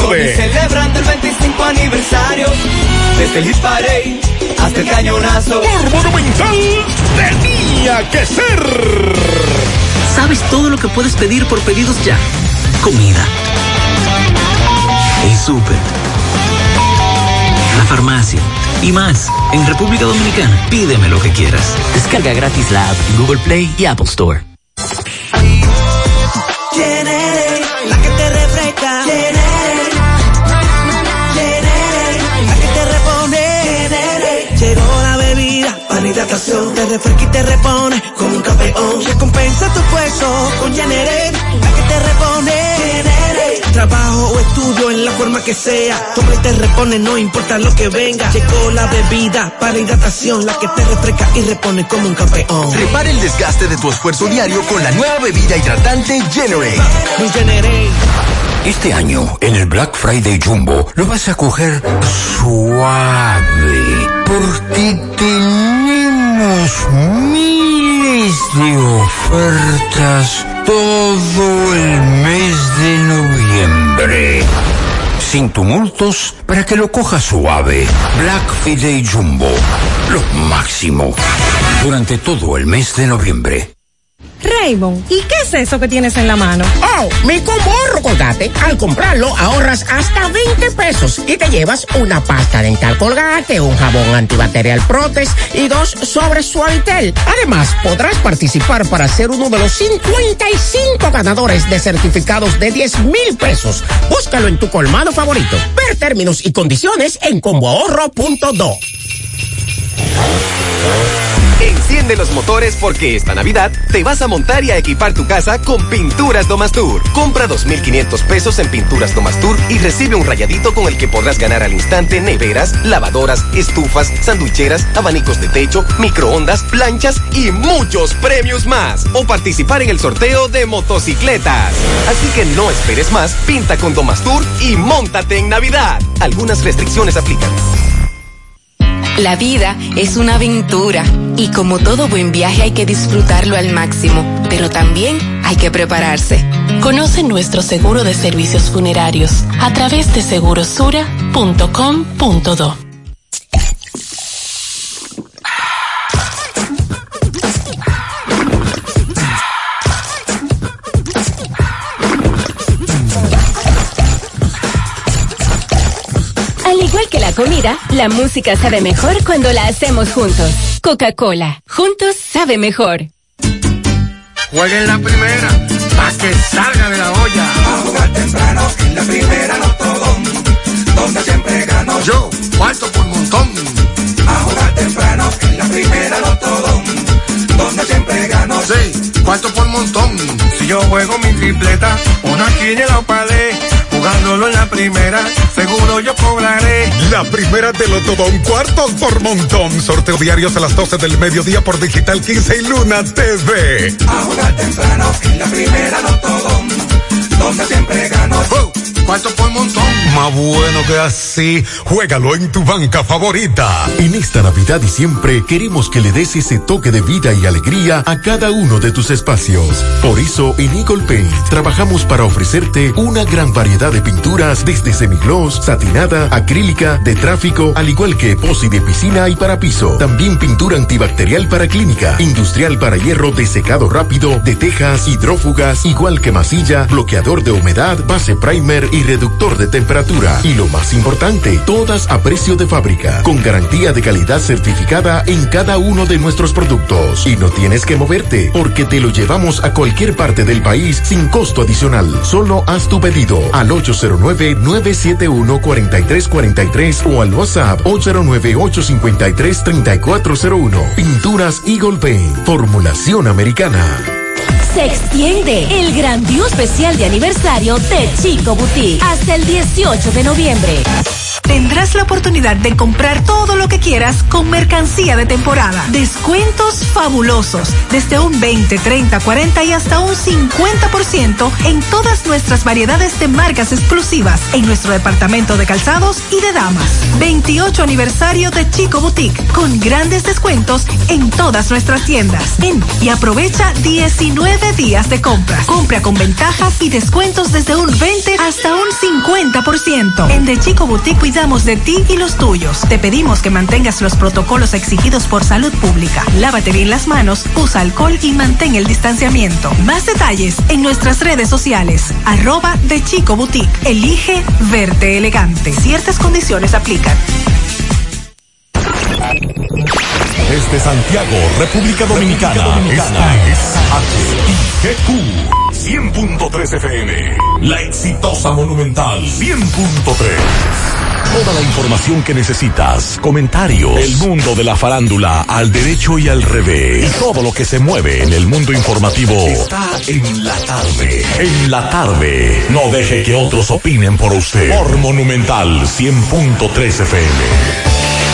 Sony celebrando el 25 aniversario. Desde el Hit Parade hasta el cañonazo. Por Monumental tenía que ser. ¿Sabes todo lo que puedes pedir por pedidos ya? Comida. El súper. La farmacia. Y más. En República Dominicana, pídeme lo que quieras. Descarga gratis la app en Google Play y Apple Store. ¿Quién eres? La que te refresca. ¿Quién eres? ¿Quién eres? La que te repone. ¿Quién eres? Llegó la bebida para hidratación, te refresca y te repone como un campeón. Recompensa tu esfuerzo con Generate, la que te repone. Generate. Trabajo o estudio en la forma que sea, toma y te repone, no importa lo que venga. Llegó la bebida para hidratación, la que te refresca y repone como un campeón. Repara el desgaste de tu esfuerzo diario con la nueva bebida hidratante Generate. Generate. Este año, en el Black Friday Jumbo, lo vas a coger suave, porque tenemos miles de ofertas todo el mes de noviembre. Sin tumultos, para que lo cojas suave. Black Friday Jumbo, lo máximo. Durante todo el mes de noviembre. Raymond, ¿y qué es eso que tienes en la mano? Oh, mi combo ahorro Colgate. Al comprarlo ahorras hasta 20 pesos y te llevas una pasta dental Colgate, un jabón antibacterial Protex y 2 sobres Suavitel. Además, podrás participar para ser uno de los 55 ganadores de certificados de 10,000 pesos. Búscalo en tu colmado favorito. Ver términos y condiciones en comboahorro.do. Enciende los motores porque esta Navidad te vas a montar y a equipar tu casa con Pinturas Domastur. Compra 2,500 pesos en Pinturas Domastur y recibe un rayadito con el que podrás ganar al instante neveras, lavadoras, estufas, sandwicheras, abanicos de techo, microondas, planchas y muchos premios más. O participar en el sorteo de motocicletas. Así que no esperes más, pinta con Domastur y móntate en Navidad. Algunas restricciones aplican. La vida es una aventura y como todo buen viaje hay que disfrutarlo al máximo, pero también hay que prepararse. Conoce nuestro seguro de servicios funerarios a través de segurosura.com.do. Al igual que la comida, la música sabe mejor cuando la hacemos juntos. Coca-Cola, juntos sabe mejor. Jueguen la primera, pa' que salga de la olla. A jugar temprano en la primera Lotodón, donde siempre gano. Yo, cuarto por montón. A jugar temprano en la primera Lotodón, donde siempre gano. Sí, cuarto por montón. Si yo juego mi tripleta, una quiniela o palé, jugándolo en la primera, seguro yo cobraré. La primera de Lotodón, cuartos por montón. Sorteo diarios a las 12 del mediodía por Digital 15 y Luna TV. A jugar temprano en la primera Lotodón, donde siempre gano. Cuarto por montón. Más bueno que así. Juégalo en tu banca favorita. En esta Navidad y siempre queremos que le des ese toque de vida y alegría a cada uno de tus espacios. Por eso en Eagle Paint trabajamos para ofrecerte una gran variedad de pinturas desde semigloss, satinada, acrílica, de tráfico, al igual que epoxi de piscina y para piso. También pintura antibacterial para clínica, industrial para hierro de secado rápido, de tejas, hidrófugas, igual que masilla, bloqueador de humedad, base primer y reductor de temperatura. Y lo más importante, todas a precio de fábrica, con garantía de calidad certificada en cada uno de nuestros productos. Y no tienes que moverte, porque te lo llevamos a cualquier parte del país sin costo adicional. Solo haz tu pedido al 809-971-4343 o al WhatsApp 809-853-3401. Pinturas Eagle Paint, formulación americana. Se extiende el grandioso especial de aniversario de Chico Boutique hasta el 18 de noviembre. tendrás la oportunidad de comprar todo lo que quieras con mercancía de temporada. Descuentos fabulosos, desde un 20, 30, 40 y hasta un 50% en todas nuestras variedades de marcas exclusivas en nuestro departamento de calzados y de damas. 28 aniversario de Chico Boutique, con grandes descuentos en todas nuestras tiendas. Ven y aprovecha 19 días de compras. Compra con ventajas y descuentos desde un 20 hasta un 50%. En The Chico Boutique cuidamos de ti y los tuyos. Te pedimos que mantengas los protocolos exigidos por salud pública. Lávate bien las manos, usa alcohol y mantén el distanciamiento. Más detalles en nuestras redes sociales. @The Chico Boutique. Elige verte elegante. Ciertas condiciones aplican. Desde Santiago, República Dominicana, esta es HIGQ 100.3 FM. La exitosa Monumental 100.3. Toda la información que necesitas, comentarios, el mundo de la farándula al derecho y al revés, y todo lo que se mueve en el mundo informativo está en la tarde. En la tarde, no deje que otros opinen por usted. Por Monumental 100.3 FM.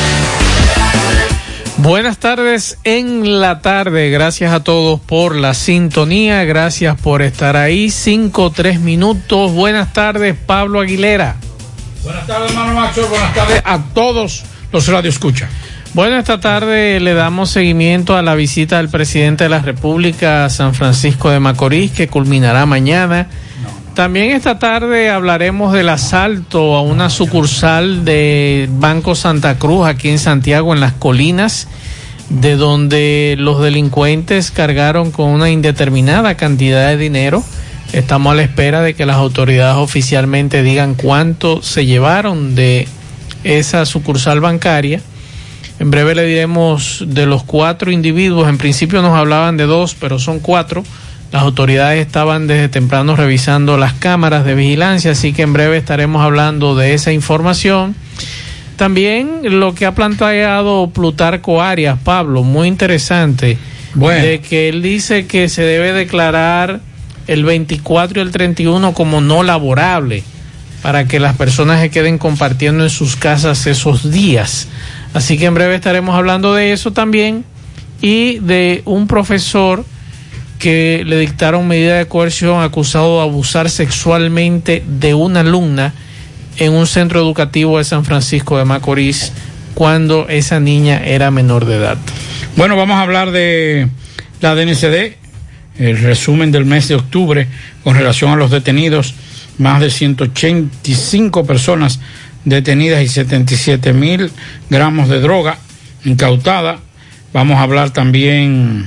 Buenas tardes en la tarde, gracias a todos por la sintonía, gracias por estar ahí, 5-3 minutos, buenas tardes Pablo Aguilera. Buenas tardes hermano Macho, buenas tardes a todos los radioescuchas. Bueno, esta tarde le damos seguimiento a la visita del presidente de la República a San Francisco de Macorís, que culminará mañana. También esta tarde hablaremos del asalto a una sucursal de Banco Santa Cruz aquí en Santiago, en Las Colinas, de donde los delincuentes cargaron con una indeterminada cantidad de dinero. Estamos a la espera de que las autoridades oficialmente digan cuánto se llevaron de esa sucursal bancaria. En breve le diremos de los 4 individuos. En principio nos hablaban de 2, pero son 4. Las autoridades estaban desde temprano revisando las cámaras de vigilancia, así que en breve estaremos hablando de esa información. También lo que ha planteado Plutarco Arias, Pablo, muy interesante, de que él dice que se debe declarar el 24 y el 31 como no laborable para que las personas se queden compartiendo en sus casas esos días. Así que en breve estaremos hablando de eso también, y de un profesor que le dictaron medida de coerción acusado de abusar sexualmente de una alumna en un centro educativo de San Francisco de Macorís cuando esa niña era menor de edad. Bueno, vamos a hablar de la DNCD, el resumen del mes de octubre con relación a los detenidos, más de 185 personas detenidas y 77,000 gramos de droga incautada. Vamos a hablar también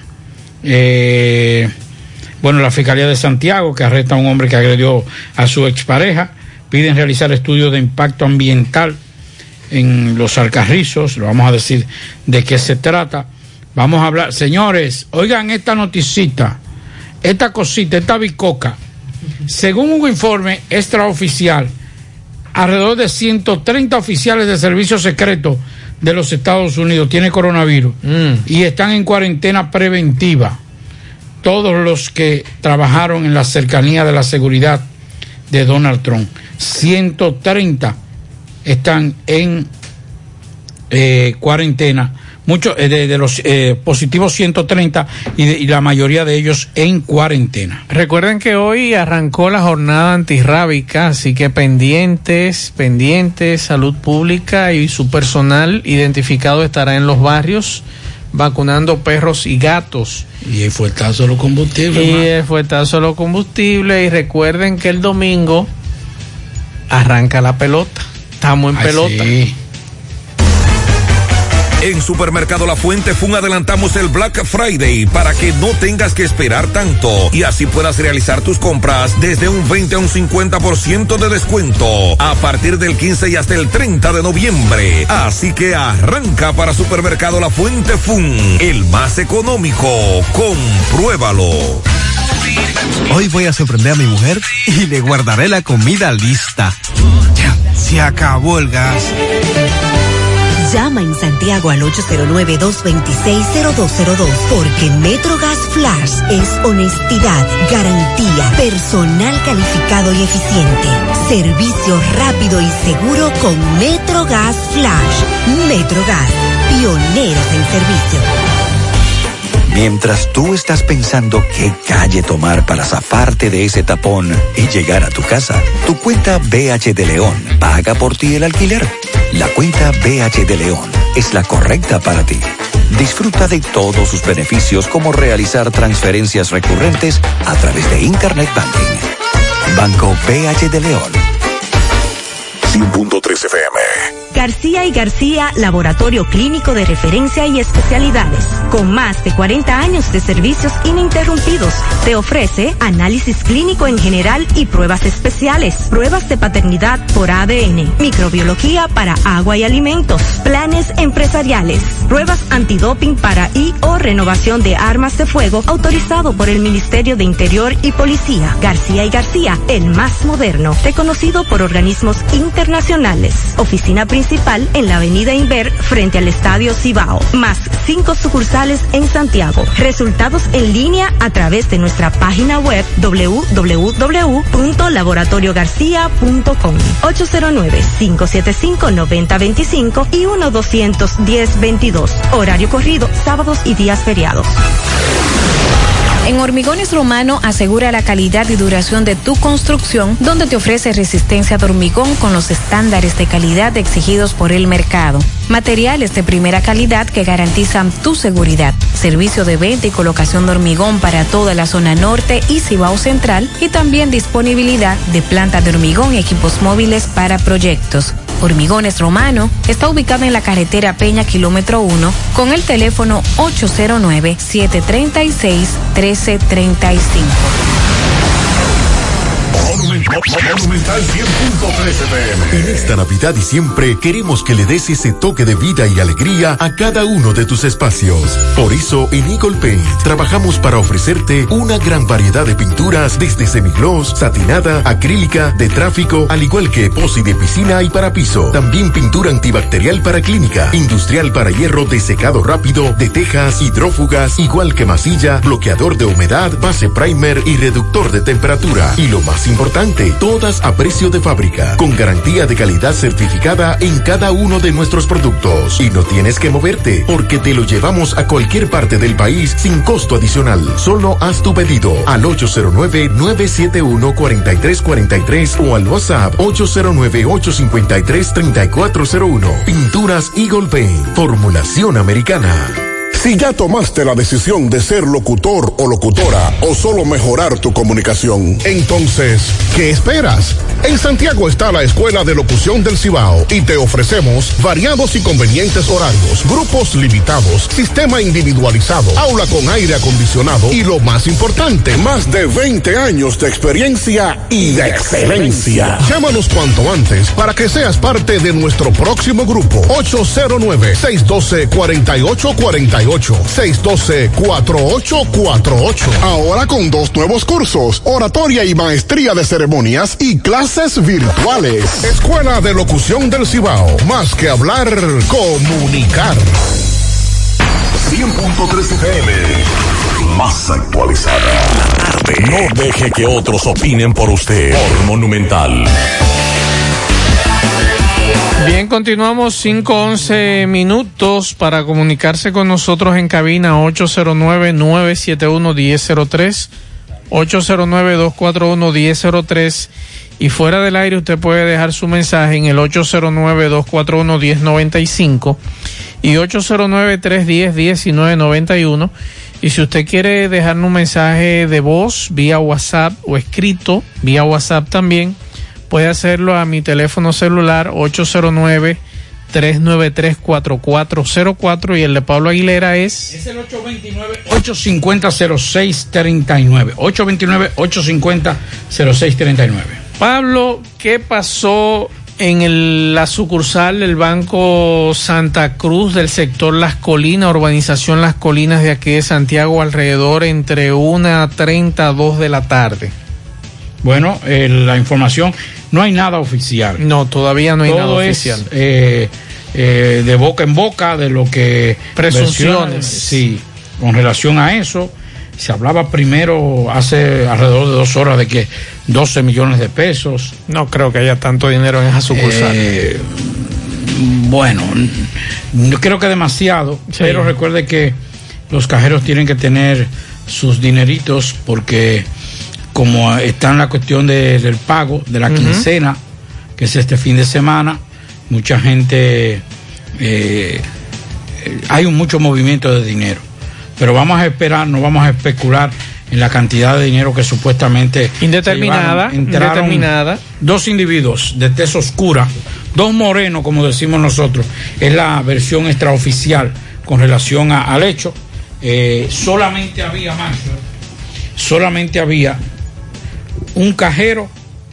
la Fiscalía de Santiago, que arresta a un hombre que agredió a su expareja. Piden realizar estudios de impacto ambiental en los Alcarrizos. Le vamos a decir de qué se trata. Vamos a hablar, señores, oigan esta noticita, esta cosita, esta bicoca. Según un informe extraoficial, alrededor de 130 oficiales de servicio secreto de los Estados Unidos tienen coronavirus y están en cuarentena preventiva. Todos los que trabajaron en la cercanía de la seguridad de Donald Trump, 130 están en cuarentena. Muchos de los positivos 130 y la mayoría de ellos en cuarentena. Recuerden que hoy arrancó la jornada antirrábica, así que pendientes, salud pública y su personal identificado estará en los barrios vacunando perros y gatos. Y el fuetazo de los combustibles. Y recuerden que el domingo arranca la pelota. Estamos en pelota. Sí. En Supermercado La Fuente Fun adelantamos el Black Friday para que no tengas que esperar tanto y así puedas realizar tus compras desde un 20 a un 50% de descuento a partir del 15 y hasta el 30 de noviembre. Así que arranca para Supermercado La Fuente Fun, el más económico. Compruébalo. Hoy voy a sorprender a mi mujer y le guardaré la comida lista. Ya, se acabó el gas. Llama en Santiago al 809-226-0202 porque MetroGas Flash es honestidad, garantía, personal calificado y eficiente, servicio rápido y seguro con MetroGas Flash. MetroGas, pioneros en servicio. Mientras tú estás pensando qué calle tomar para zafarte de ese tapón y llegar a tu casa, tu cuenta BH de León paga por ti el alquiler. La cuenta BH de León es la correcta para ti. Disfruta de todos sus beneficios como realizar transferencias recurrentes a través de Internet Banking. Banco BH de León. 100.3 FM. García y García, laboratorio clínico de referencia y especialidades. Con más de 40 años de servicios ininterrumpidos, te ofrece análisis clínico en general y pruebas especiales, pruebas de paternidad por ADN, microbiología para agua y alimentos, planes empresariales, pruebas antidoping para y o renovación de armas de fuego autorizado por el Ministerio de Interior y Policía. García y García, el más moderno, reconocido por organismos internacionales. Oficina principal en la avenida Inver frente al Estadio Cibao, más 5 sucursales en Santiago. Resultados en línea a través de nuestra página web www.laboratoriogarcia.com 809-575-9025 y 1-210-22. Horario corrido, sábados y días feriados. En Hormigones Romano asegura la calidad y duración de tu construcción, donde te ofrece resistencia de hormigón con los estándares de calidad exigidos por el mercado. Materiales de primera calidad que garantizan tu seguridad. Servicio de venta y colocación de hormigón para toda la zona norte y Cibao Central, y también disponibilidad de planta de hormigón y equipos móviles para proyectos. Hormigones Romano está ubicado en la carretera Peña kilómetro 1 con el teléfono 809-736-1335. Monumental 100.13 FM. En esta Navidad y siempre queremos que le des ese toque de vida y alegría a cada uno de tus espacios. Por eso en Eagle Paint trabajamos para ofrecerte una gran variedad de pinturas desde semigloss, satinada, acrílica, de tráfico, al igual que epoxi de piscina y para piso. También pintura antibacterial para clínica, industrial para hierro de secado rápido, de tejas, hidrófugas, igual que masilla, bloqueador de humedad, base primer y reductor de temperatura. Y lo más importante, todas a precio de fábrica, con garantía de calidad certificada en cada uno de nuestros productos. Y no tienes que moverte, porque te lo llevamos a cualquier parte del país sin costo adicional. Solo haz tu pedido al 809-971-4343 o al WhatsApp 809-853-3401. Pinturas Eagle Paint, formulación americana. Si ya tomaste la decisión de ser locutor o locutora o solo mejorar tu comunicación, entonces, ¿qué esperas? En Santiago está la Escuela de Locución del Cibao y te ofrecemos variados y convenientes horarios, grupos limitados, sistema individualizado, aula con aire acondicionado y lo más importante, más de 20 años de experiencia y de excelencia. Llámanos cuanto antes para que seas parte de nuestro próximo grupo. 809-612-4848. 612-4848. Ahora con 2 nuevos cursos, oratoria y maestría de ceremonias y clases virtuales. Escuela de Locución del Cibao. Más que hablar, comunicar. 100.3 FM. Más actualizada. La tarde. No deje que otros opinen por usted. Por Monumental. Bien, continuamos 5:11 minutos para comunicarse con nosotros en cabina 809-971-1003, 809-241-1003 y fuera del aire usted puede dejar su mensaje en el 809-241-1095 y 809-310-1991 y si usted quiere dejar un mensaje de voz vía WhatsApp o escrito vía WhatsApp también, puede hacerlo a mi teléfono celular 809-393-4404 y el de Pablo Aguilera es el 829-850-0639. 829-850-0639. Pablo, ¿qué pasó en la sucursal del Banco Santa Cruz del sector Las Colinas, urbanización Las Colinas de aquí de Santiago, alrededor entre 1:30 a 2 de la tarde? Bueno, la información, no hay nada oficial. No, todavía no hay nada oficial. de boca en boca de lo que... Presunciones. Sí, con relación a eso. Se hablaba primero hace alrededor de 2 horas de que 12 millones de pesos. No creo que haya tanto dinero en esa sucursal. Bueno, yo creo que demasiado, sí. Pero recuerde que los cajeros tienen que tener sus dineritos porque como está en la cuestión del pago de la quincena, que es este fin de semana, mucha gente, hay mucho movimiento de dinero. Pero vamos a esperar, no vamos a especular en la cantidad de dinero que supuestamente indeterminada. 2 individuos de tez oscura, 2 morenos, como decimos nosotros, es la versión extraoficial con relación al hecho. Solamente había un cajero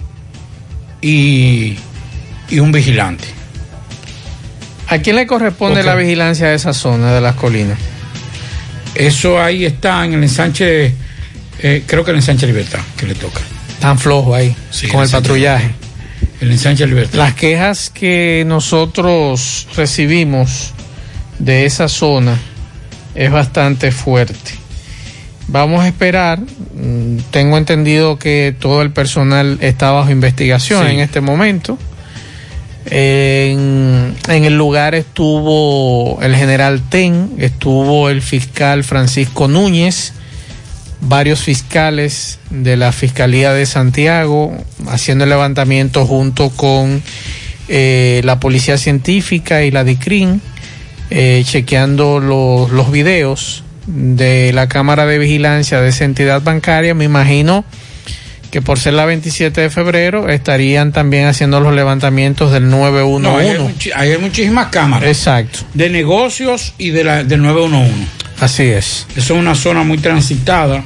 y un vigilante. ¿A quién le corresponde la vigilancia de esa zona de las colinas? Eso ahí está en el ensanche, creo que el ensanche Libertad, que le toca. Tan flojo ahí, sí, con el patrullaje. El ensanche Libertad. Las quejas que nosotros recibimos de esa zona es bastante fuerte. Vamos a esperar. Tengo entendido que todo el personal está bajo investigación en este momento. En el lugar estuvo el general Ten, estuvo el fiscal Francisco Núñez, varios fiscales de la Fiscalía de Santiago haciendo el levantamiento junto con la Policía Científica y la DICRIN, chequeando los videos de la cámara de vigilancia de esa entidad bancaria. Me imagino que por ser la 27 de febrero estarían también haciendo los levantamientos del 911. No, hay muchísimas cámaras. Exacto. De negocios y del 911. Así es. Eso es una zona muy transitada.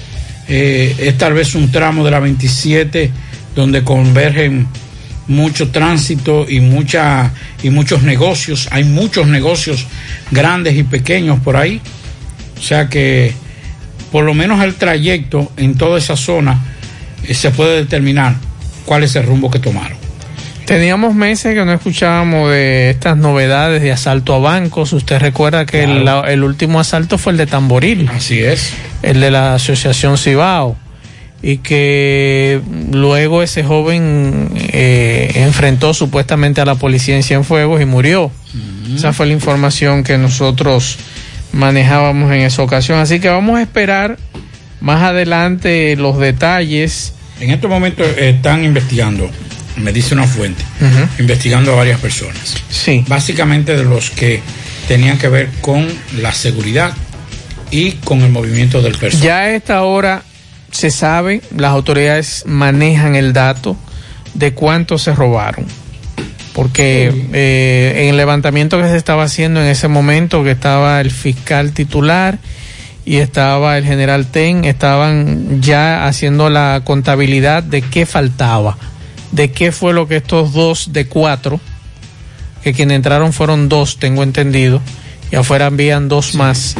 Es tal vez un tramo de la 27 donde convergen mucho tránsito y muchos negocios. Hay muchos negocios grandes y pequeños por ahí. O sea que por lo menos el trayecto en toda esa zona se puede determinar cuál es el rumbo que tomaron. Teníamos meses que no escuchábamos de estas novedades de asalto a bancos. Usted recuerda que el último asalto fue el de Tamboril. Así es. El de la Asociación Cibao. Y que luego ese joven enfrentó supuestamente a la policía en Cienfuegos y murió. Esa fue la información que nosotros manejábamos en esa ocasión. Así que vamos a esperar más adelante los detalles. En estos momentos están investigando, me dice una fuente, investigando a varias personas. Sí. Básicamente de los que tenían que ver con la seguridad y con el movimiento del personal. Ya a esta hora se sabe, las autoridades manejan el dato de cuánto se robaron. Porque en el levantamiento que se estaba haciendo en ese momento, que estaba el fiscal titular y estaba el general Ten, estaban ya haciendo la contabilidad de qué faltaba, de qué fue lo que estos 2 de 4, que quienes entraron fueron 2, tengo entendido, y afuera habían 2 más.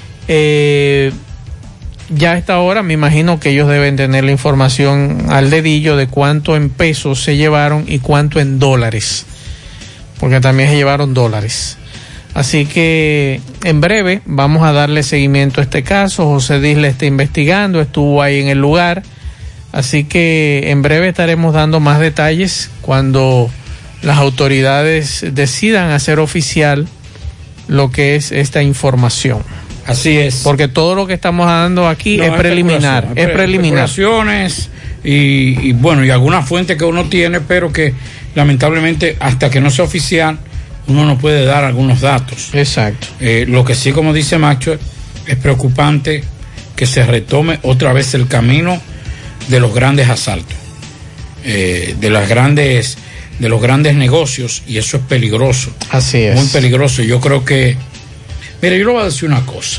Ya a esta hora me imagino que ellos deben tener la información al dedillo de cuánto en pesos se llevaron y cuánto en dólares, porque también se llevaron dólares. Así que en breve vamos a darle seguimiento a este caso. José Disla está investigando, estuvo ahí en el lugar, así que en breve estaremos dando más detalles cuando las autoridades decidan hacer oficial lo que es esta información. Así es. Porque todo lo que estamos dando aquí es preliminar. Es preliminar. Y bueno, y alguna fuente que uno tiene, pero que lamentablemente hasta que no sea oficial, uno no puede dar algunos datos. Exacto. Lo que sí, como dice Macho, es preocupante que se retome otra vez el camino de los grandes asaltos, de los grandes negocios, y eso es peligroso. Así es. Muy peligroso. Yo creo que, mire, yo le voy a decir una cosa.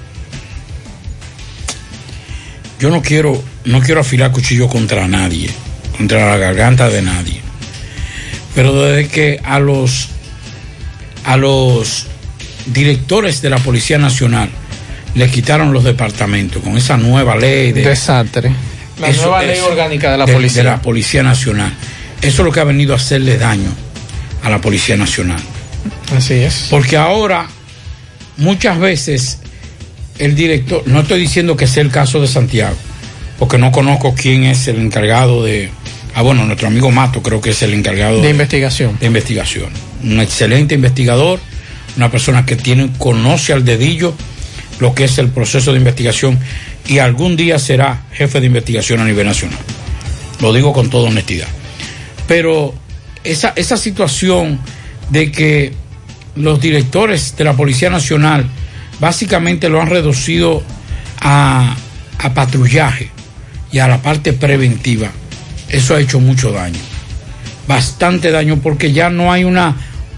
Yo no quiero afilar cuchillo contra nadie, contra la garganta de nadie. Pero desde que a los directores de la Policía Nacional les quitaron los departamentos con esa nueva ley de desastre, la nueva ley orgánica de la policía. De la Policía Nacional. Eso es lo que ha venido a hacerle daño a la Policía Nacional. Así es. Porque ahora, muchas veces, el director, no estoy diciendo que sea el caso de Santiago, porque no conozco quién es el encargado de... bueno, nuestro amigo Mato creo que es el encargado de investigación. De investigación. Un excelente investigador, una persona que conoce al dedillo lo que es el proceso de investigación y algún día será jefe de investigación a nivel nacional. Lo digo con toda honestidad. Pero esa situación de que los directores de la Policía Nacional básicamente lo han reducido a patrullaje y a la parte preventiva, eso ha hecho mucho daño, bastante daño, porque ya no hay una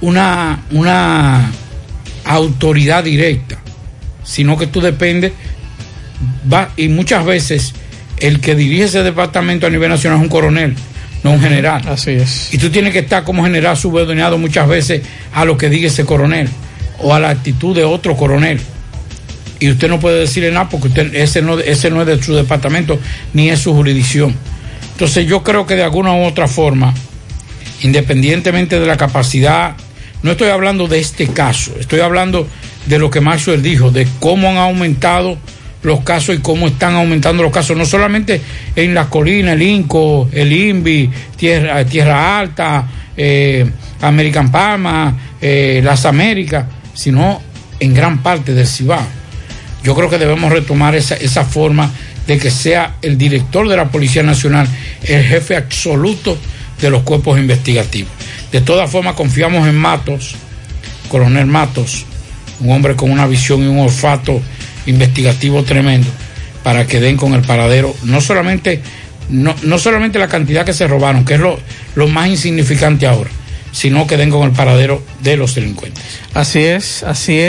autoridad directa, sino que tú dependes, y muchas veces el que dirige ese departamento a nivel nacional es un coronel, no un general. Así es. Y tú tienes que estar como general subordinado muchas veces a lo que diga ese coronel o a la actitud de otro coronel. Y usted no puede decirle nada porque ese no es de su departamento ni es su jurisdicción. Entonces yo creo que de alguna u otra forma, independientemente de la capacidad, no estoy hablando de este caso, estoy hablando de lo que Maxwell dijo, de cómo han aumentado los casos y cómo están aumentando los casos, no solamente en las colinas, el Inco, el INVI, Tierra Alta, American Palma, Las Américas, sino en gran parte del Cibao. Yo creo que debemos retomar esa forma de que sea el director de la Policía Nacional el jefe absoluto de los cuerpos investigativos. De todas formas, confiamos en Matos, coronel Matos, un hombre con una visión y un olfato investigativo tremendo, para que den con el paradero, no solamente la cantidad que se robaron, que es lo más insignificante ahora, sino que den con el paradero de los delincuentes. Así es.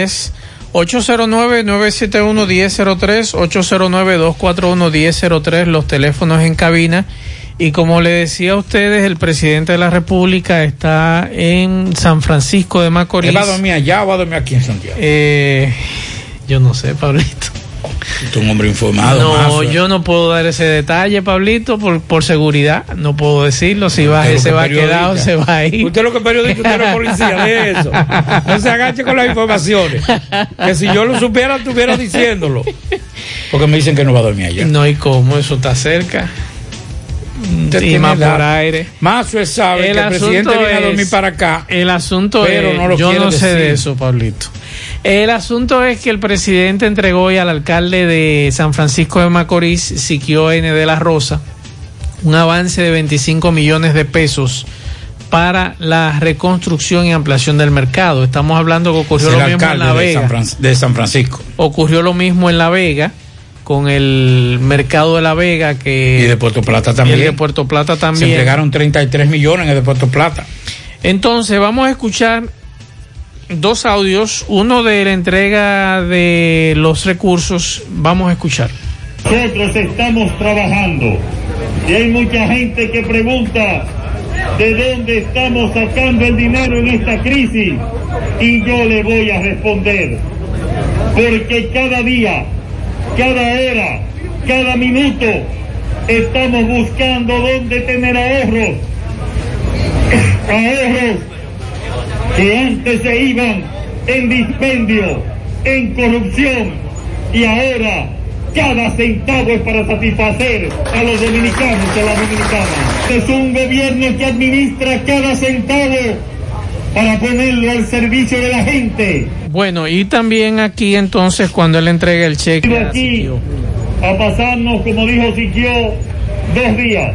809-971-1003, 809-241-1003, los teléfonos en cabina. Y como le decía a ustedes, el presidente de la República está en San Francisco de Macorís. ¿Va a dormir allá o va a dormir aquí en Santiago? Yo no sé, Pablito. Usted es un hombre informado. No, yo no puedo dar ese detalle, Pablito, por seguridad. No puedo decirlo. Si va, se va a quedar o se va a ir. Usted lo que es periodista, usted no es policía, de eso. No se agache con las informaciones. Que si yo lo supiera, estuviera diciéndolo. Porque me dicen que no va a dormir allá. No, ¿y cómo? Eso está cerca. Y más por aire. Más usted sabe que el presidente viene a dormir para acá. El asunto pero es, no lo yo no sé decir. de eso, Pablito. El asunto es que el presidente entregó hoy al alcalde de San Francisco de Macorís, Siquio N. de la Rosa, un avance de 25 millones de pesos para la reconstrucción y ampliación del mercado. Estamos hablando que ocurrió lo mismo en La Vega. De San Francisco. Ocurrió lo mismo en La Vega, con el mercado de La Vega, y de Puerto Plata también. Y el de Puerto Plata también. Se entregaron 33 millones en el de Puerto Plata. Entonces, vamos a escuchar dos audios, uno de la entrega de los recursos. Vamos a escuchar. Nosotros estamos trabajando y hay mucha gente que pregunta de dónde estamos sacando el dinero en esta crisis, y yo le voy a responder, porque cada día, cada hora, cada minuto estamos buscando dónde tener ahorros que antes se iban en dispendio, en corrupción, y ahora cada centavo es para satisfacer a los dominicanos y a las dominicanas. Es un gobierno que administra cada centavo para ponerlo al servicio de la gente. Bueno, y también aquí entonces cuando él entrega el cheque aquí a pasarnos, como dijo Siquio, 2 días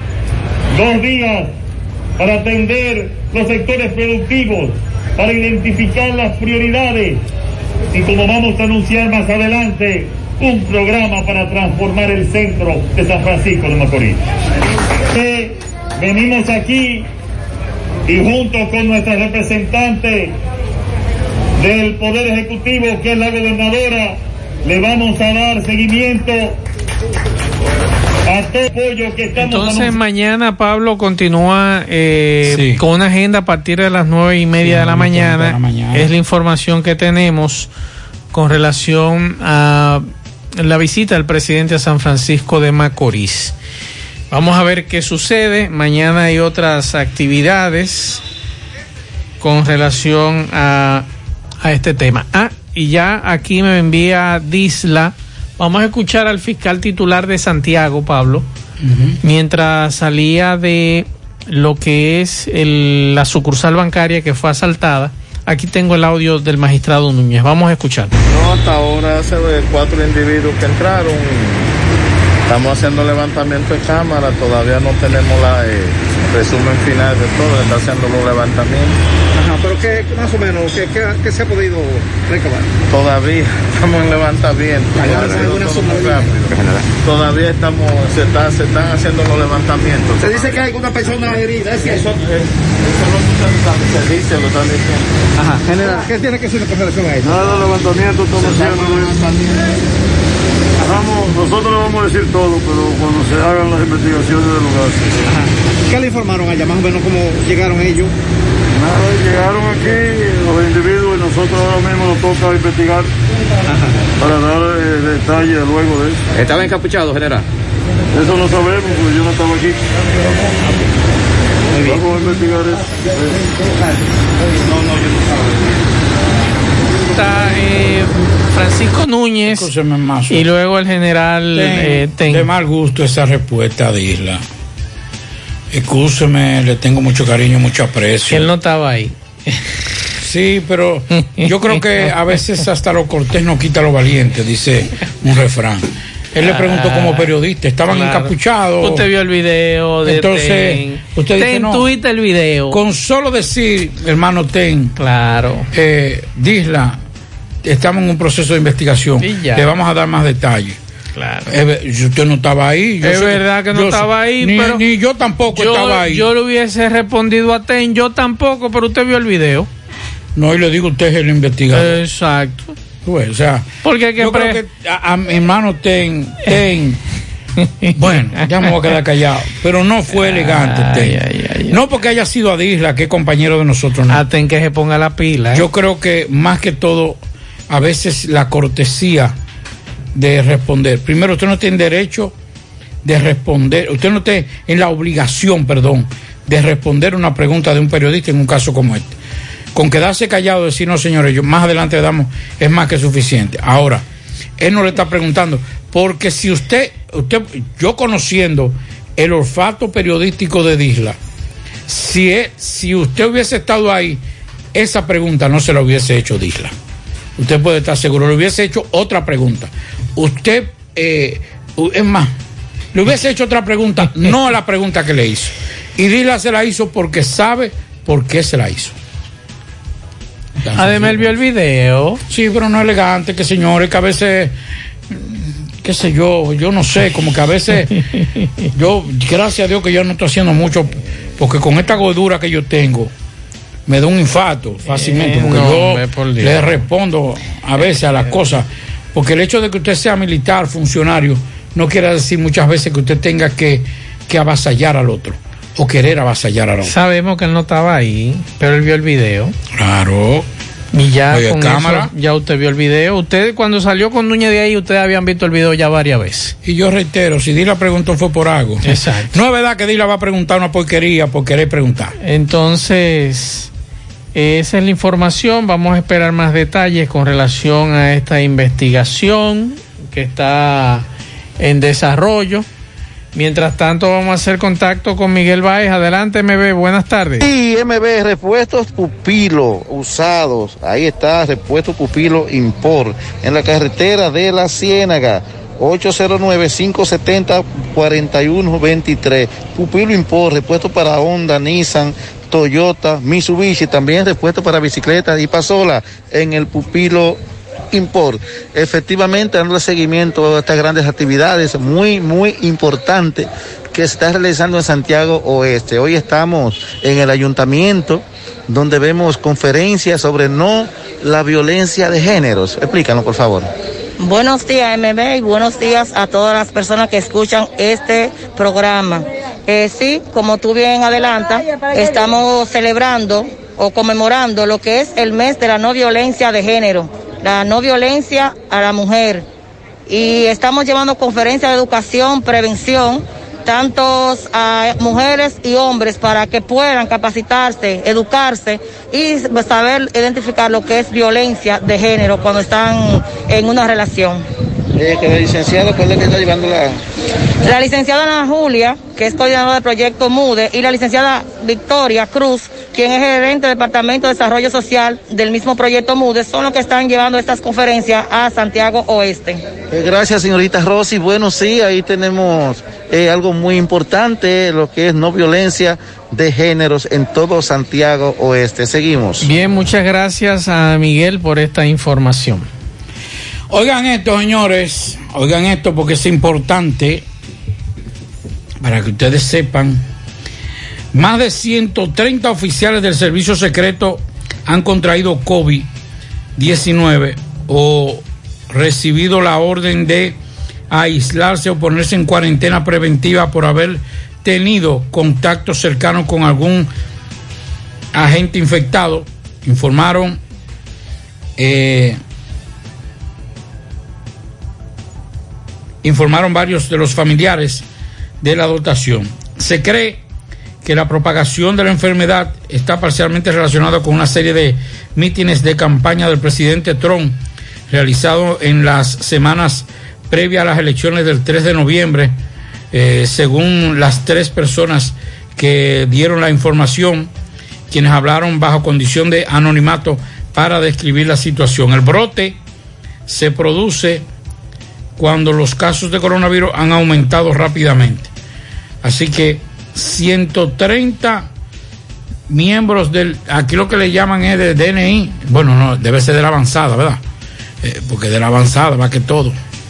para atender los sectores productivos, para identificar las prioridades y, como vamos a anunciar más adelante, un programa para transformar el centro de San Francisco de Macorís. Venimos aquí y junto con nuestra representante del Poder Ejecutivo, que es la gobernadora, le vamos a dar seguimiento a todo apoyo que estamos. Entonces mañana, Pablo, continúa con una agenda a partir de las 9:30 de la mañana. Es la información que tenemos con relación a la visita del presidente a San Francisco de Macorís. Vamos a ver qué sucede. Mañana hay otras actividades con relación a este tema. Y ya aquí me envía Disla. Vamos a escuchar al fiscal titular de Santiago, Pablo, mientras salía de lo que es la sucursal bancaria que fue asaltada. Aquí tengo el audio del magistrado Núñez. Vamos a escuchar. No, hasta ahora se ve 4 individuos que entraron. Estamos haciendo levantamiento de cámara. Todavía no tenemos la resumen final de todo. Está haciendo los levantamientos. Ajá, pero ¿qué más o menos? ¿Qué se ha podido recabar? Todavía estamos en levantamiento. Todavía se están haciendo los levantamientos. Se dice que hay alguna persona herida. ¿Es cierto? Se dice, lo están diciendo. Ajá, general, ¿qué tiene que hacer con relación a eso? Nada, levantamiento, estamos haciendo. Nosotros le vamos a decir todo, pero cuando se hagan las investigaciones del lugar. Ajá. ¿Qué le informaron allá? Más o menos cómo llegaron ellos. Nada, llegaron aquí los individuos y nosotros ahora mismo nos toca investigar. Ajá. Para dar detalles luego de eso. ¿Estaba encapuchado, general? Eso no sabemos, porque yo no estaba aquí. Muy bien. Vamos a investigar eso. No, yo no sabía. Está Francisco Núñez y luego el general Ten. De mal gusto esa respuesta de Isla. Excúseme, le tengo mucho cariño, mucho aprecio. Él no estaba ahí. Sí, pero yo creo que a veces hasta lo cortés no quita lo valiente, dice un refrán. Él le preguntó como periodista, ¿estaban encapuchados? Usted vio el video de Entonces, usted dice, no, tuita el video. Con solo decir, hermano Ten, claro, Disla, estamos en un proceso de investigación, le vamos a dar más detalles. Claro. Usted no estaba ahí. Es verdad que no estaba ahí, pero ni yo tampoco estaba ahí. Yo le hubiese respondido a Ten, yo tampoco, pero usted vio el video. No, y le digo, usted es el investigador. Exacto. Pues, o sea, porque yo creo que a mi hermano Ten, bueno, ya me voy a quedar callado, pero no fue elegante Ten. No porque haya sido a Disla, que es compañero de nosotros, no. A Ten que se ponga la pila. Yo creo que más que todo, a veces la cortesía de responder. Primero, usted no tiene derecho de responder, usted no tiene en la obligación, de responder una pregunta de un periodista en un caso como este. Con quedarse callado, decir, no señores, yo más adelante le damos, es más que suficiente. Ahora, él no le está preguntando, porque si yo conociendo el olfato periodístico de Disla, si usted hubiese estado ahí, esa pregunta no se la hubiese hecho Disla. Usted puede estar seguro, le hubiese hecho otra pregunta. Usted, es más, le hubiese hecho otra pregunta, no a la pregunta que le hizo. Y Disla se la hizo porque sabe por qué se la hizo. Además, él vio el video. Sí, pero no elegante, que señores, que a veces, qué sé yo no sé, como que a veces, yo, gracias a Dios que yo no estoy haciendo mucho, porque con esta gordura que yo tengo, me da un infarto fácilmente, porque yo le respondo a veces a las cosas, porque el hecho de que usted sea militar, funcionario, no quiere decir muchas veces que usted tenga que avasallar al otro. O querer avasallar a la otra. Sabemos que él no estaba ahí, pero él vio el video. Claro. Y ya con cámara. Eso, ya usted vio el video. Usted cuando salió con Núñez de ahí, ustedes habían visto el video ya varias veces. Y yo reitero, si Dila preguntó fue por algo. Exacto. No es verdad que Dila va a preguntar una porquería por querer preguntar. Entonces, esa es la información. Vamos a esperar más detalles con relación a esta investigación que está en desarrollo. Mientras tanto, vamos a hacer contacto con Miguel Báez. Adelante, MB, buenas tardes. Sí, MB, repuestos Pupilo usados. Ahí está, repuesto Pupilo Import, en la carretera de La Ciénaga. 809-570-4123. Pupilo Import, repuesto para Honda, Nissan, Toyota, Mitsubishi. También repuesto para bicicletas y pasola en el Pupilo Import. Efectivamente, dando seguimiento a estas grandes actividades muy importantes que se está realizando en Santiago Oeste. Hoy estamos en el ayuntamiento donde vemos conferencias sobre no la violencia de géneros. Explícanos, por favor. Buenos días, MB, y buenos días a todas las personas que escuchan este programa. Sí, como tú bien adelantas, estamos celebrando o conmemorando lo que es el mes de la no violencia de género, la no violencia a la mujer. Y estamos llevando conferencias de educación, prevención, tantos mujeres y hombres para que puedan capacitarse, educarse y saber identificar lo que es violencia de género cuando están en una relación. Que la licenciada, ¿cuál es que está llevando la licenciada Ana Julia, que es coordinadora del proyecto MUDE, y la licenciada Victoria Cruz, quien es gerente del Departamento de Desarrollo Social del mismo proyecto MUDE, son los que están llevando estas conferencias a Santiago Oeste. Gracias, señorita Rosy. Bueno, sí, ahí tenemos algo muy importante, lo que es no violencia de géneros en todo Santiago Oeste. Seguimos. Bien, muchas gracias a Miguel por esta información. Oigan esto, señores, oigan esto porque es importante para que ustedes sepan. Más de 130 oficiales del servicio secreto han contraído COVID-19 o recibido la orden de aislarse o ponerse en cuarentena preventiva por haber tenido contacto cercano con algún agente infectado, informaron varios de los familiares de la dotación. Se cree que la propagación de la enfermedad está parcialmente relacionada con una serie de mítines de campaña del presidente Trump realizados en las semanas previas a las elecciones del 3 de noviembre, según las 3 personas que dieron la información, quienes hablaron bajo condición de anonimato para describir la situación. El brote se produce cuando los casos de coronavirus han aumentado rápidamente. Así que 130 miembros aquí lo que le llaman es de DNI, bueno, no, debe ser de la avanzada, ¿verdad? Porque de la avanzada va que todo.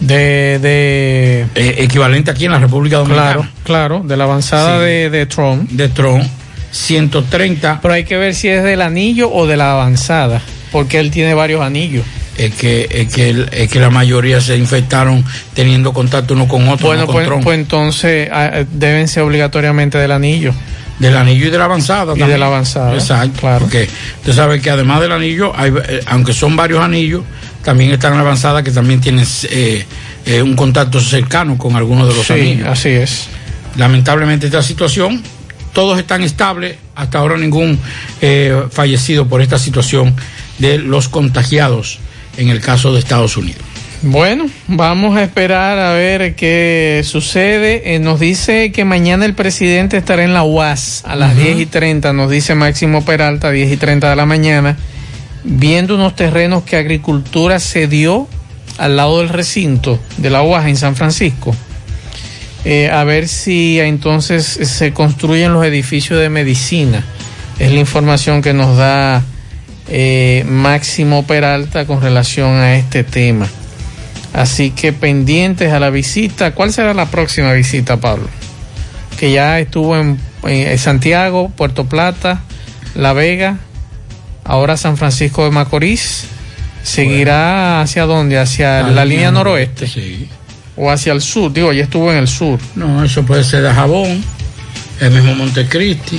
Equivalente aquí en la República Dominicana. Claro, de la avanzada, sí. de Trump. De Trump, 130. Pero hay que ver si es del anillo o de la avanzada, porque él tiene varios anillos. Es que la mayoría se infectaron teniendo contacto uno con otro. Bueno, pues entonces deben ser obligatoriamente del anillo. Del anillo y de la avanzada también. Y de la avanzada. Exacto, claro. Porque usted sabe que además del anillo, aunque son varios anillos, también está en la avanzada que también tiene un contacto cercano con algunos de los anillos. Así es. Lamentablemente esta situación, todos están estables, hasta ahora ningún fallecido por esta situación de los contagiados en el caso de Estados Unidos. Bueno, vamos a esperar a ver qué sucede. Nos dice que mañana el presidente estará en la UAS a las 10:30, nos dice Máximo Peralta, 10:30 de la mañana, viendo unos terrenos que Agricultura cedió al lado del recinto de la UAS en San Francisco. A ver si entonces se construyen los edificios de medicina. Es la información que nos da Máximo Peralta con relación a este tema. Así que pendientes a la visita. ¿Cuál será la próxima visita, Pablo? Que ya estuvo en Santiago, Puerto Plata, La Vega, ahora San Francisco de Macorís. ¿Seguirá hacia dónde? ¿Hacia la línea noroeste? Sí. ¿O hacia el sur? Digo, ya estuvo en el sur. No, eso puede ser de Jabón, el mismo Montecristi,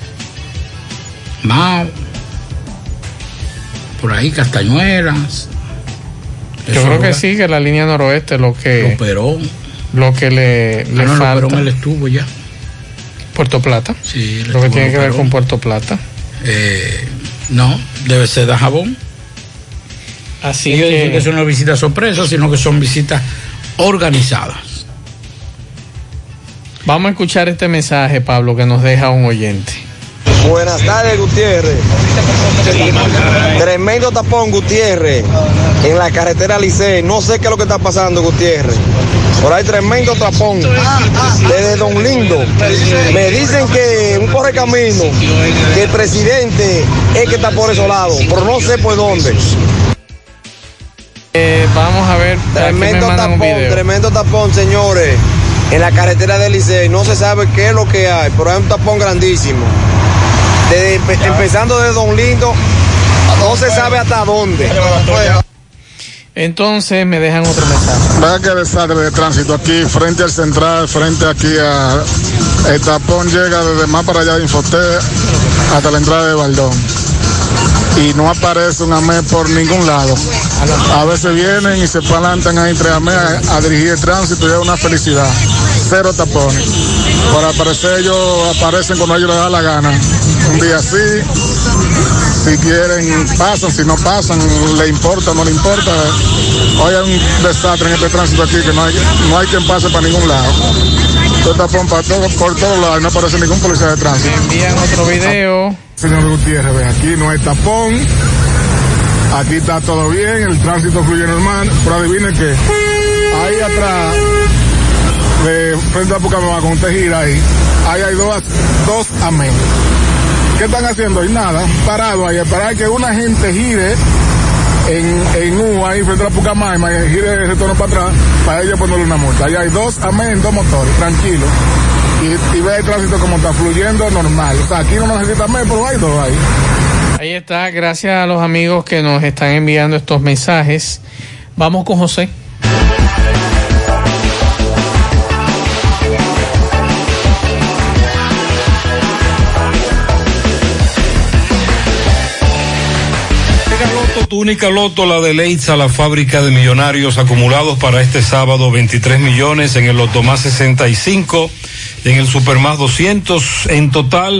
Mao, por ahí Castañuelas. Yo creo que sí, que la línea noroeste lo que le falta. Perón él estuvo ya. Puerto Plata. Sí, lo que tiene que ver con Puerto Plata. No, debe ser de Jabón. Así ellos dicen que son no visitas sorpresas, sino que son visitas organizadas. Vamos a escuchar este mensaje, Pablo, que nos deja un oyente. Buenas tardes, Gutiérrez. Tremendo tapón, Gutiérrez, en la carretera Licey. No sé qué es lo que está pasando, Gutiérrez. Por ahí tremendo tapón desde Don Lindo. Me dicen que un correcamino, que el presidente es que está por esos lados, pero no sé por dónde. Vamos a ver. Tremendo tapón, señores, en la carretera del Licey. No se sabe qué es lo que hay, pero hay un tapón grandísimo. Empezando de Don Lindo, no se sabe hasta dónde. Entonces me dejan otro mensaje. Vaya que desastre de tránsito aquí frente al central, frente aquí a el tapón llega desde más para allá de Infoté hasta la entrada de Baldón. y no aparece un AME por ningún lado. A veces vienen y se plantan ahí entre AME a dirigir el tránsito y es una felicidad. Cero tapones. Por aparecer ellos aparecen cuando a ellos les da la gana. Un día sí, si quieren pasan, si no pasan, le importa o no le importa. Hoy hay un desastre en este tránsito aquí que no hay quien pase para ningún lado. Tapón para todo, por todos lados, no aparece ningún policía de tránsito. Envían otro video. Señor Gutiérrez, ven, aquí no hay tapón, aquí está todo bien, el tránsito fluye normal, pero adivinen que ahí atrás, de frente a Pucamaima, cuando usted gira ahí hay dos AME. ¿Qué están haciendo? Y nada, parado ahí, esperar que una gente gire en U, ahí frente a Pucamaima, y gire el retorno para atrás, para ellos ponerle una multa. Allá hay dos AME en dos motores, tranquilo. Y ve el tránsito como está fluyendo normal. O sea, aquí no necesita AME, pero hay dos ahí. Ahí está, gracias a los amigos que nos están enviando estos mensajes. Vamos con José. Tu única loto, la de Leitza, la fábrica de millonarios acumulados para este sábado, 23 millones, en el Loto Más 65, en el Super Más 200, en total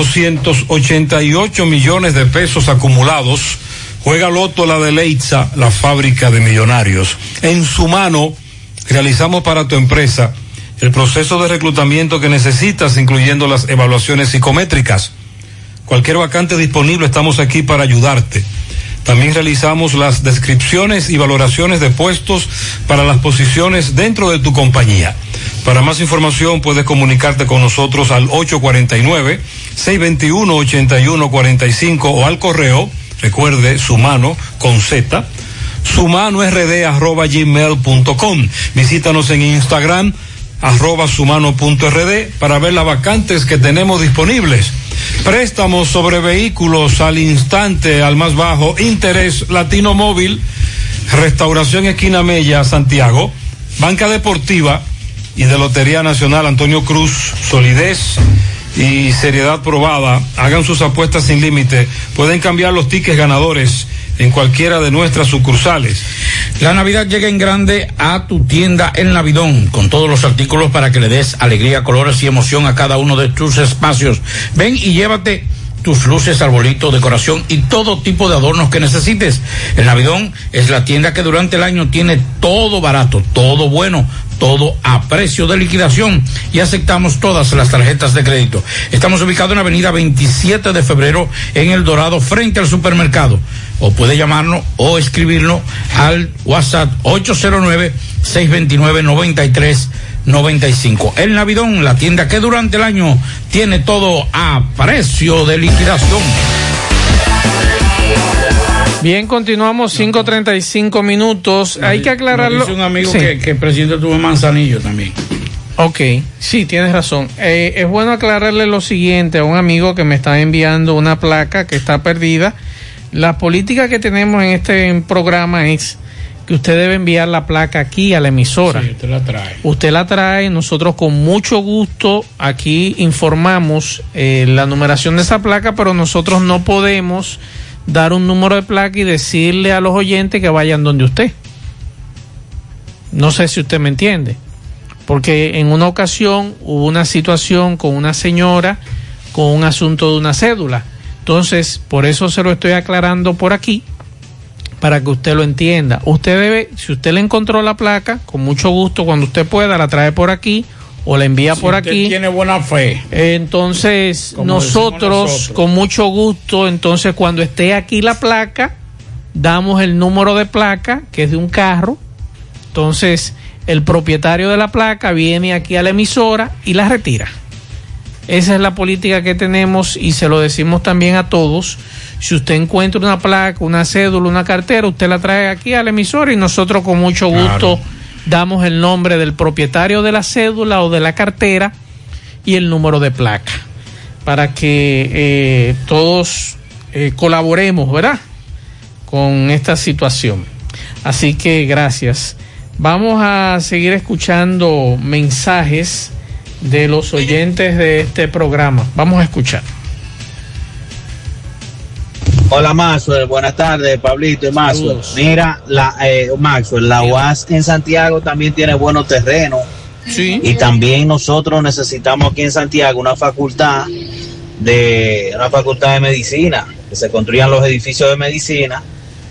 288 millones de pesos acumulados. Juega Loto, la de Leitza, la fábrica de millonarios. En su mano, realizamos para tu empresa el proceso de reclutamiento que necesitas, incluyendo las evaluaciones psicométricas. Cualquier vacante disponible, estamos aquí para ayudarte. También realizamos las descripciones y valoraciones de puestos para las posiciones dentro de tu compañía. Para más información puedes comunicarte con nosotros al 849-621-8145 o al correo, recuerde, Sumano con Z, sumanord@gmail.com. Visítanos en Instagram, @sumano.rd, para ver las vacantes que tenemos disponibles. Préstamos sobre vehículos al instante, al más bajo interés. Latino Móvil, Restauración Esquina Mella, Santiago, Banca Deportiva y de Lotería Nacional Antonio Cruz. Solidez y seriedad probada. Hagan sus apuestas sin límite. Pueden cambiar los tickets ganadores en cualquiera de nuestras sucursales. La Navidad llega en grande a tu tienda El Navidón, con todos los artículos para que le des alegría, colores y emoción a cada uno de tus espacios. Ven y llévate tus luces, arbolito, decoración y todo tipo de adornos que necesites. El Navidón es la tienda que durante el año tiene todo barato, todo bueno, todo a precio de liquidación, y aceptamos todas las tarjetas de crédito. Estamos ubicados en la avenida 27 de febrero en El Dorado, frente al supermercado. O puede llamarnos o escribirnos al WhatsApp 809-629-9395. El Navidón, la tienda que durante el año tiene todo a precio de liquidación. Bien, continuamos, 5:35 minutos. Hay que aclararlo. Dice un amigo, sí, que el presidente tuvo Manzanillo también. Ok, sí, tienes razón. Es bueno aclararle lo siguiente a un amigo que me está enviando una placa que está perdida. La política que tenemos en este programa es que usted debe enviar la placa aquí a la emisora. Sí, usted la trae. Usted la trae, nosotros con mucho gusto aquí informamos la numeración de esa placa, pero nosotros no podemos dar un número de placa y decirle a los oyentes que vayan donde usted. No sé si usted me entiende, porque en una ocasión hubo una situación con una señora con un asunto de una cédula. Entonces, por eso se lo estoy aclarando por aquí, para que usted lo entienda. Usted debe, si usted le encontró la placa, con mucho gusto, cuando usted pueda, la trae por aquí o la envía por aquí. Si usted tiene buena fe. Entonces, nosotros, con mucho gusto, entonces cuando esté aquí la placa, damos el número de placa, que es de un carro. Entonces, el propietario de la placa viene aquí a la emisora y la retira. Esa es la política que tenemos y se lo decimos también a todos. Si usted encuentra una placa, una cédula, una cartera, usted la trae aquí a la emisora y nosotros con mucho gusto damos el nombre del propietario de la cédula o de la cartera y el número de placa, para que todos colaboremos, ¿verdad?, con esta situación. Así que gracias. Vamos a seguir escuchando mensajes de los oyentes de este programa. Vamos a escuchar. Hola Maxwell, buenas tardes, Pablito y Maxwell. Mira, Maxwell, la UAS en Santiago también tiene buenos terrenos. Sí. Y también nosotros necesitamos aquí en Santiago una facultad de medicina, que se construyan los edificios de medicina,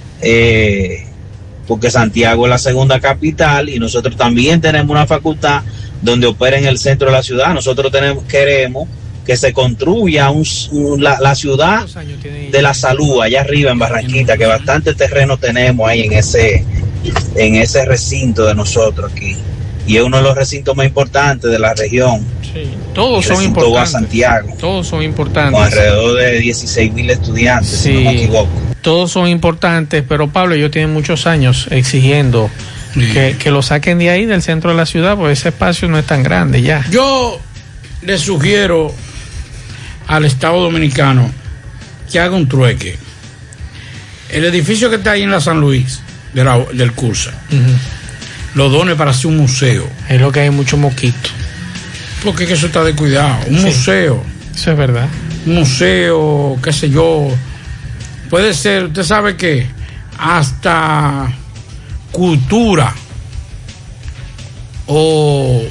porque Santiago es la segunda capital y nosotros también tenemos una facultad donde opera en el centro de la ciudad. Nosotros queremos que se construya la ciudad de la salud allá arriba en Barranquita, que bastante terreno tenemos ahí en ese recinto de nosotros aquí, y es uno de los recintos más importantes de la región. Sí, todos son importantes. Santiago, todos son importantes. Con alrededor de 16,000 estudiantes, sí, si no me equivoco. Todos son importantes, pero Pablo, ellos tienen muchos años exigiendo que lo saquen de ahí, del centro de la ciudad, porque ese espacio no es tan grande ya. Yo le sugiero al Estado Dominicano que haga un trueque. El edificio que está ahí en la San Luis, del Cursa, lo done para hacer un museo. Es lo que hay mucho mosquito. Porque es que eso está descuidado. Un museo. Eso es verdad. Un museo, qué sé yo. Puede ser, usted sabe que hasta cultura o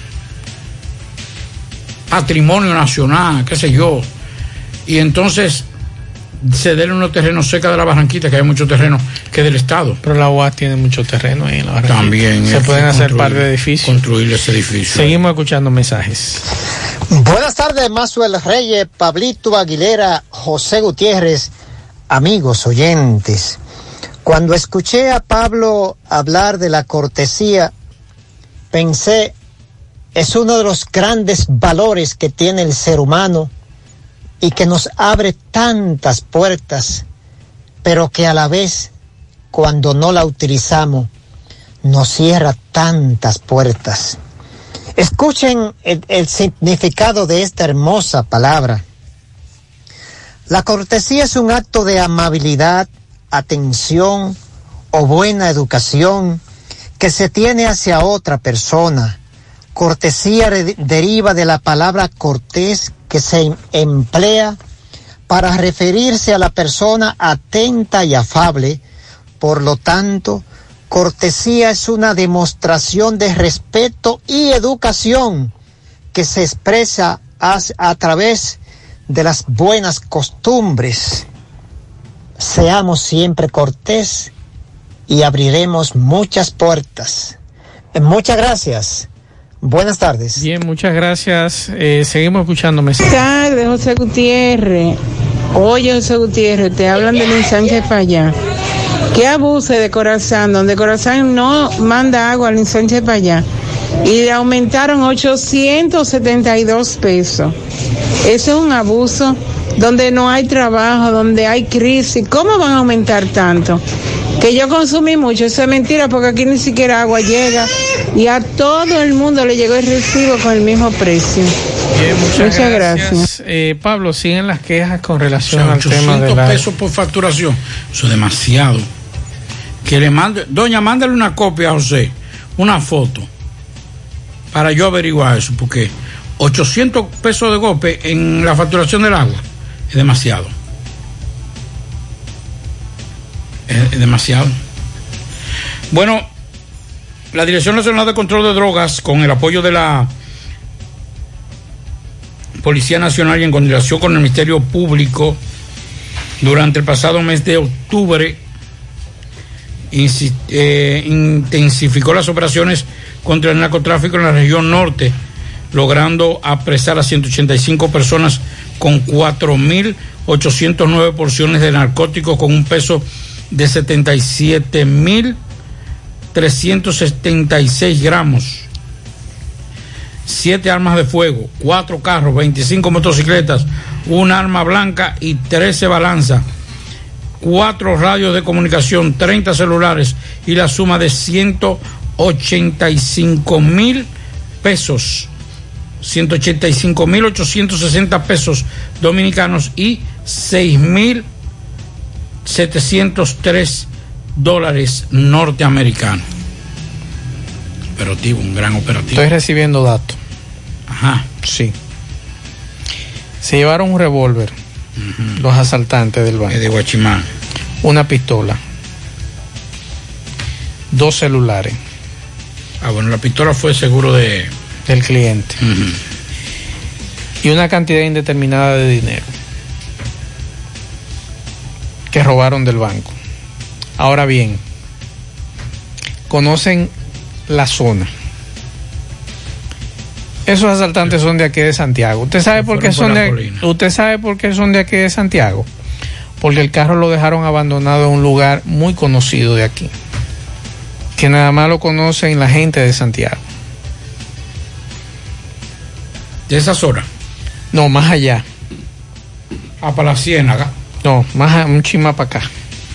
patrimonio nacional, qué sé yo, y entonces cederle unos terrenos cerca de la Barranquita, que hay muchos terrenos que es del Estado. Pero la UAS tiene muchos terrenos ahí en la Barranquita. También se pueden hacer par de edificios. Construir ese edificio. Seguimos escuchando mensajes. Buenas tardes, Maxwell Reyes, Pablito Aguilera, José Gutiérrez, amigos oyentes. Cuando escuché a Pablo hablar de la cortesía, pensé, es uno de los grandes valores que tiene el ser humano y que nos abre tantas puertas, pero que a la vez, cuando no la utilizamos, nos cierra tantas puertas. Escuchen el significado de esta hermosa palabra. La cortesía es un acto de amabilidad, atención o buena educación que se tiene hacia otra persona. Cortesía deriva de la palabra cortés, que se emplea para referirse a la persona atenta y afable. Por lo tanto, cortesía es una demostración de respeto y educación que se expresa a través de las buenas costumbres. Seamos siempre cortés y abriremos muchas puertas. Muchas gracias. Buenas tardes. Bien, muchas gracias. Seguimos escuchando mensajes. Buenas tardes, José Gutiérrez. Oye, José Gutiérrez, te hablan del ensanche para allá. ¿Qué abuse de Corazán? Donde Corazán no manda agua al ensanche para allá. Y le aumentaron 872 pesos. Eso es un abuso. Donde no hay trabajo, donde hay crisis. ¿Cómo van a aumentar tanto? Que yo consumí mucho, eso es mentira, porque aquí ni siquiera agua llega y a todo el mundo le llegó el recibo con el mismo precio. Bien, muchas gracias. Pablo, siguen las quejas con relación al tema de 800 pesos por facturación, eso es demasiado. Que le mande, doña, mándale una copia a José, una foto, para yo averiguar eso, porque 800 pesos de golpe en la facturación del agua es demasiado. Es demasiado. Bueno, la Dirección Nacional de Control de Drogas, con el apoyo de la Policía Nacional y en coordinación con el Ministerio Público, durante el pasado mes de octubre, intensificó las operaciones contra el narcotráfico en la región norte, logrando apresar a 185 personas con 4.809 porciones de narcóticos con un peso de 77.376 gramos, 7 armas de fuego, 4 carros, 25 motocicletas, una arma blanca y 13 balanzas, 4 radios de comunicación, 30 celulares y la suma de 185,000 pesos, 185,860 pesos dominicanos y 6,703 dólares norteamericanos. Operativo, un gran operativo. Estoy recibiendo datos. Ajá. Sí. Se llevaron un revólver los asaltantes del banco. De Guachimán. Una pistola, 2 celulares. Bueno, la pistola fue seguro del cliente. Y una cantidad indeterminada de dinero que robaron del banco. Ahora bien, conocen la zona. Esos asaltantes son de aquí de Santiago. ¿Usted sabe por qué son de aquí de Santiago? Porque el carro lo dejaron abandonado en un lugar muy conocido de aquí, que nada más lo conocen la gente de Santiago. ¿De esa zona? No, más allá. Para la Ciénaga. No, un chisma para acá.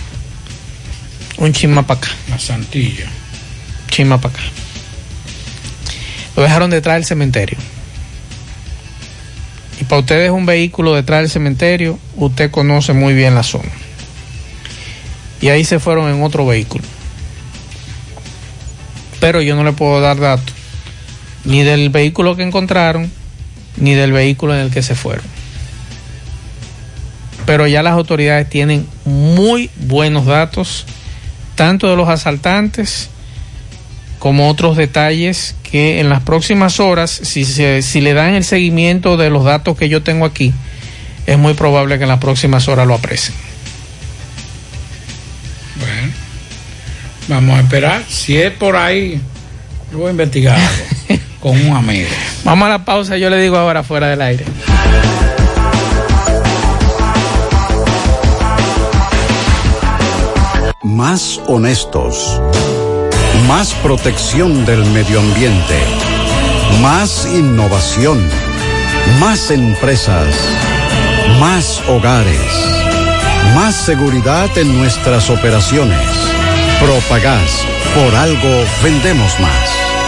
Un chisma para acá. La Santilla. Chisma para acá. Lo dejaron detrás del cementerio. Y para ustedes un vehículo detrás del cementerio, usted conoce muy bien la zona. Y ahí se fueron en otro vehículo. Pero yo no le puedo dar datos ni del vehículo que encontraron, ni del vehículo en el que se fueron. Pero ya las autoridades tienen muy buenos datos, tanto de los asaltantes como otros detalles que en las próximas horas, si le dan el seguimiento de los datos que yo tengo aquí, es muy probable que en las próximas horas lo apresen. Bueno, vamos a esperar. Si es por ahí, yo voy a investigar con un amigo. Vamos a la pausa, yo le digo ahora fuera del aire. Más honestos, más protección del medio ambiente, más innovación, más empresas, más hogares, más seguridad en nuestras operaciones. Propagás, por algo vendemos más.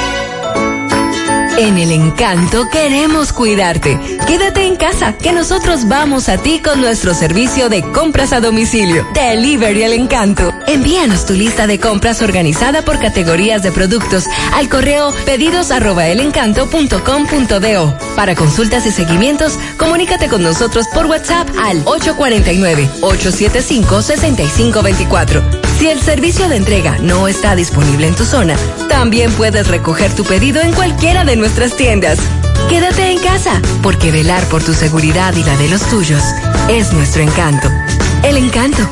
En El Encanto queremos cuidarte. Quédate en casa, que nosotros vamos a ti con nuestro servicio de compras a domicilio. Delivery El Encanto. Envíanos tu lista de compras organizada por categorías de productos al correo pedidos@elencanto.com.do. Para consultas y seguimientos, comunícate con nosotros por WhatsApp al 849-875-6524. Si el servicio de entrega no está disponible en tu zona, también puedes recoger tu pedido en cualquiera de nuestras tiendas. Quédate en casa, porque velar por tu seguridad y la de los tuyos es nuestro encanto. El Encanto.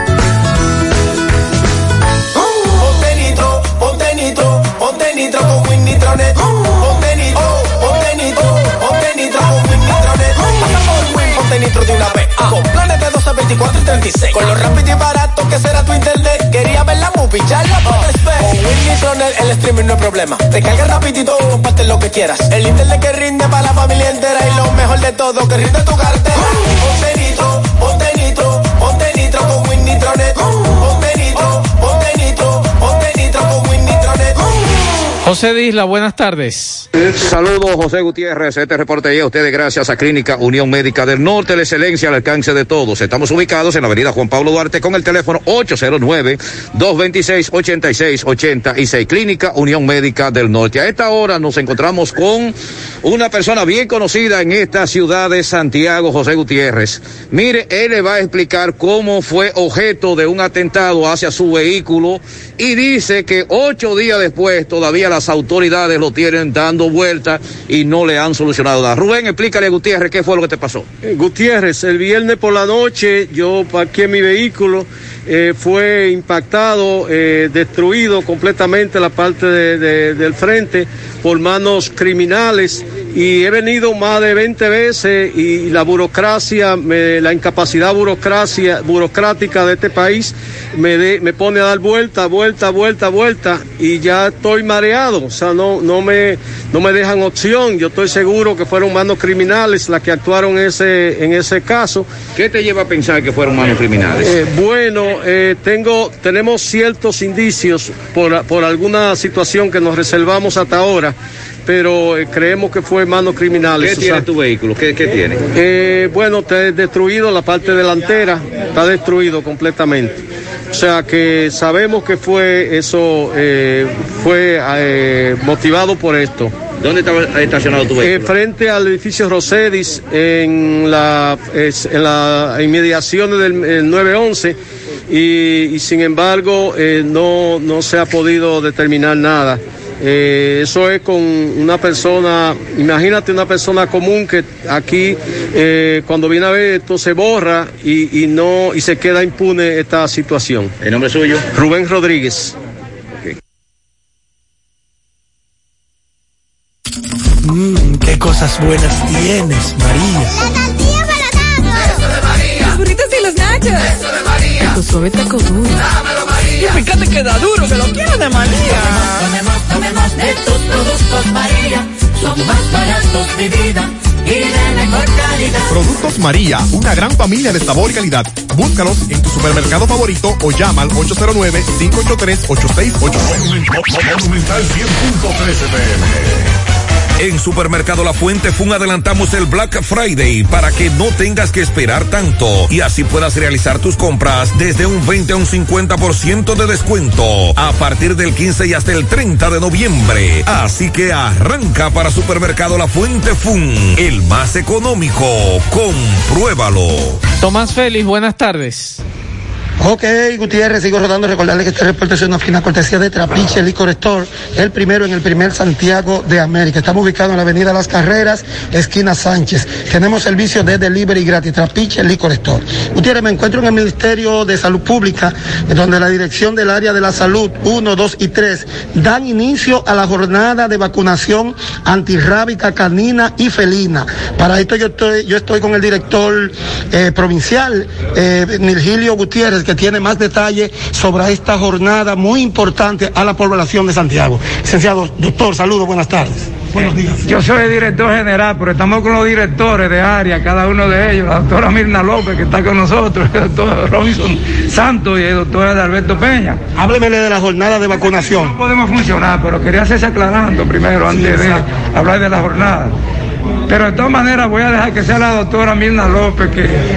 Ponte nitro, ponte nitro, ponte nitro con Win Nitronet. Ponte nitro, ponte nitro, ponte nitro con Win Nitronet. Ponte nitro de una vez. Con planes de 12, 24 y 36. Con lo rápido y barato que será tu internet. Quería ver la movie, ya la puedes ver. Con Win Nitronet el streaming no es problema. Te carga rapidito, comparte lo que quieras. El internet que rinde para la familia entera. Y lo mejor de todo, que rinde tu cartera. Ponte nitro, ponte nitro, ponte nitro con Win Nitronet. Ponte nitro, ponte nitro, ponte nitro con Win Nitronet. José Disla, buenas tardes. Saludos, José Gutiérrez. Este reporte llega a ustedes gracias a Clínica Unión Médica del Norte, la excelencia al alcance de todos. Estamos ubicados en la avenida Juan Pablo Duarte con el teléfono 809-226-8686. Clínica Unión Médica del Norte. A esta hora nos encontramos con una persona bien conocida en esta ciudad de Santiago, José Gutiérrez. Mire, él le va a explicar cómo fue objeto de un atentado hacia su vehículo y dice que 8 días después todavía las autoridades lo tienen dando vueltas y no le han solucionado nada. Rubén, explícale a Gutiérrez qué fue lo que te pasó. Gutiérrez, el viernes por la noche yo parqué mi vehículo, fue impactado, destruido completamente la parte del frente por manos criminales y he venido más de 20 veces y la burocracia, la incapacidad burocrática de este país me pone a dar vuelta y ya estoy mareado, o sea, no me dejan opción. Yo estoy seguro que fueron manos criminales las que actuaron en ese caso. ¿Qué te lleva a pensar que fueron manos criminales? Tenemos ciertos indicios por alguna situación que nos reservamos hasta ahora, pero creemos que fue manos criminales. ¿Qué tiene tu vehículo? ¿Qué tiene? Está destruido la parte delantera, está destruido completamente. O sea que sabemos que fue eso, fue motivado por esto. ¿Dónde estaba estacionado tu vehículo? Frente al edificio Rosedis, en las inmediaciones del 911, y sin embargo no se ha podido determinar nada. Eso es con una persona, imagínate una persona común que aquí cuando viene a ver esto se borra y se queda impune esta situación. ¿El nombre suyo? Rubén Rodríguez. Qué cosas buenas tienes, María. La tortilla para Eso de María. Los burritos y los nachos. Eso de María. Tu suave taco duro. Dámelo, María. Y fíjate que da duro, que lo quiero de María. Tomemos de tus productos, María. Son más baratos de vida y de mejor calidad. Productos María, una gran familia de sabor y calidad. Búscalos en tu supermercado favorito o llama al 809-583-8689. Monumental 100.13 PM. En Supermercado La Fuente Fun adelantamos el Black Friday para que no tengas que esperar tanto y así puedas realizar tus compras desde un 20 a un 50% de descuento a partir del 15 y hasta el 30 de noviembre. Así que arranca para Supermercado La Fuente Fun, el más económico. Compruébalo. Tomás Félix, buenas tardes. Ok, Gutiérrez, sigo rodando. Recordarle que este reporte es una fina cortesía de Trapiche Liquor Store, el primero en el primer Santiago de América. Estamos ubicados en la avenida Las Carreras, esquina Sánchez. Tenemos servicio de delivery gratis, Trapiche Liquor Store. Gutiérrez, me encuentro en el Ministerio de Salud Pública, donde la dirección del área de la salud 1, 2 y 3 dan inicio a la jornada de vacunación antirrábica canina y felina. Para esto yo estoy con el director provincial, Nirgilio Gutiérrez, que tiene más detalle sobre esta jornada muy importante a la población de Santiago. Licenciado, doctor, saludos, buenas tardes. Buenos días. Yo soy el director general, pero estamos con los directores de área, cada uno de ellos, la doctora Mirna López, que está con nosotros, el doctor Robinson Santos y el doctor Alberto Peña. Háblemele de la jornada de vacunación. No podemos funcionar, pero quería hacerse aclarando primero, antes de hablar de la jornada. Pero de todas maneras voy a dejar que sea la doctora Mirna López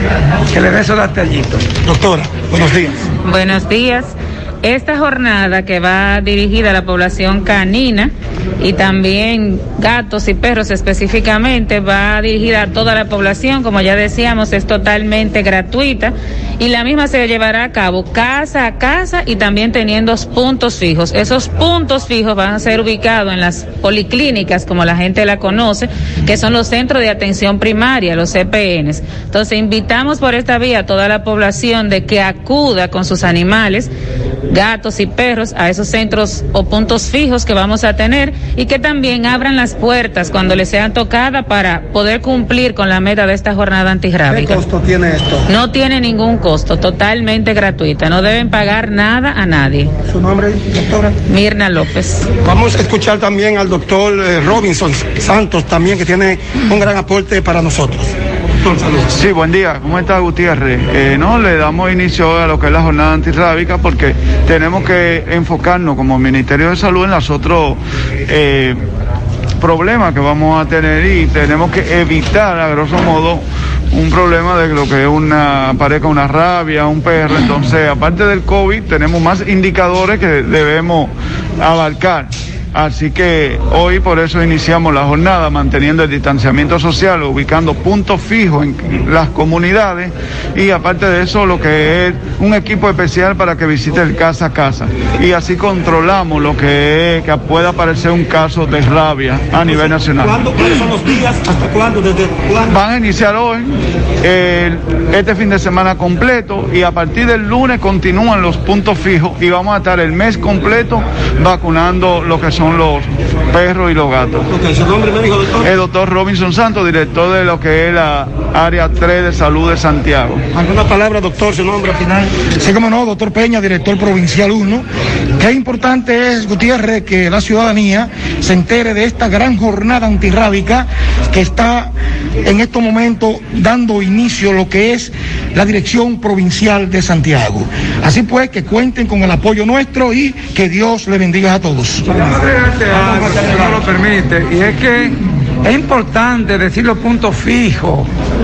que le dé esos detallitos. Doctora, buenos días. Buenos días. Esta jornada que va dirigida a la población canina y también gatos y perros específicamente, va dirigida a toda la población, como ya decíamos, es totalmente gratuita y la misma se llevará a cabo casa a casa y también teniendo puntos fijos. Esos puntos fijos van a ser ubicados en las policlínicas, como la gente la conoce, que son los centros de atención primaria, los CPNs. Entonces invitamos por esta vía a toda la población de que acuda con sus animales, gatos y perros, a esos centros o puntos fijos que vamos a tener y que también abran las puertas cuando les sean tocadas para poder cumplir con la meta de esta jornada antirrábica. ¿Qué costo tiene esto? No tiene ningún costo, totalmente gratuita, no deben pagar nada a nadie. ¿Su nombre, doctora? Mirna López. Vamos a escuchar también al doctor Robinson Santos también, que tiene un gran aporte para nosotros. Sí, buen día. ¿Cómo está Gutiérrez? Le damos inicio a lo que es la jornada antirrábica porque tenemos que enfocarnos como Ministerio de Salud en los otros problemas que vamos a tener y tenemos que evitar, a grosso modo, un problema de lo que es aparezca una rabia, un perro. Entonces, aparte del COVID, tenemos más indicadores que debemos abarcar. Así que hoy por eso iniciamos la jornada manteniendo el distanciamiento social, ubicando puntos fijos en las comunidades y aparte de eso lo que es un equipo especial para que visite el casa a casa y así controlamos lo que pueda aparecer un caso de rabia a nivel nacional. ¿Cuáles son los días? ¿Hasta cuándo? ¿Desde cuándo? Van a iniciar hoy, este fin de semana completo y a partir del lunes continúan los puntos fijos y vamos a estar el mes completo vacunando lo que son los perros y los gatos. Okay, ¿su nombre me dijo, doctor? El doctor Robinson Santos, director de lo que es la área 3 de salud de Santiago. ¿Alguna palabra, doctor, su nombre al final? Sí, como no, doctor Peña, director provincial 1. Qué importante es, Gutiérrez, que la ciudadanía se entere de esta gran jornada antirrábica que está en estos momentos dando inicio a lo que es la Dirección Provincial de Santiago. Así pues, que cuenten con el apoyo nuestro y que Dios le bendiga a todos. Si no lo permite, y es que Es importante decir los puntos fijos,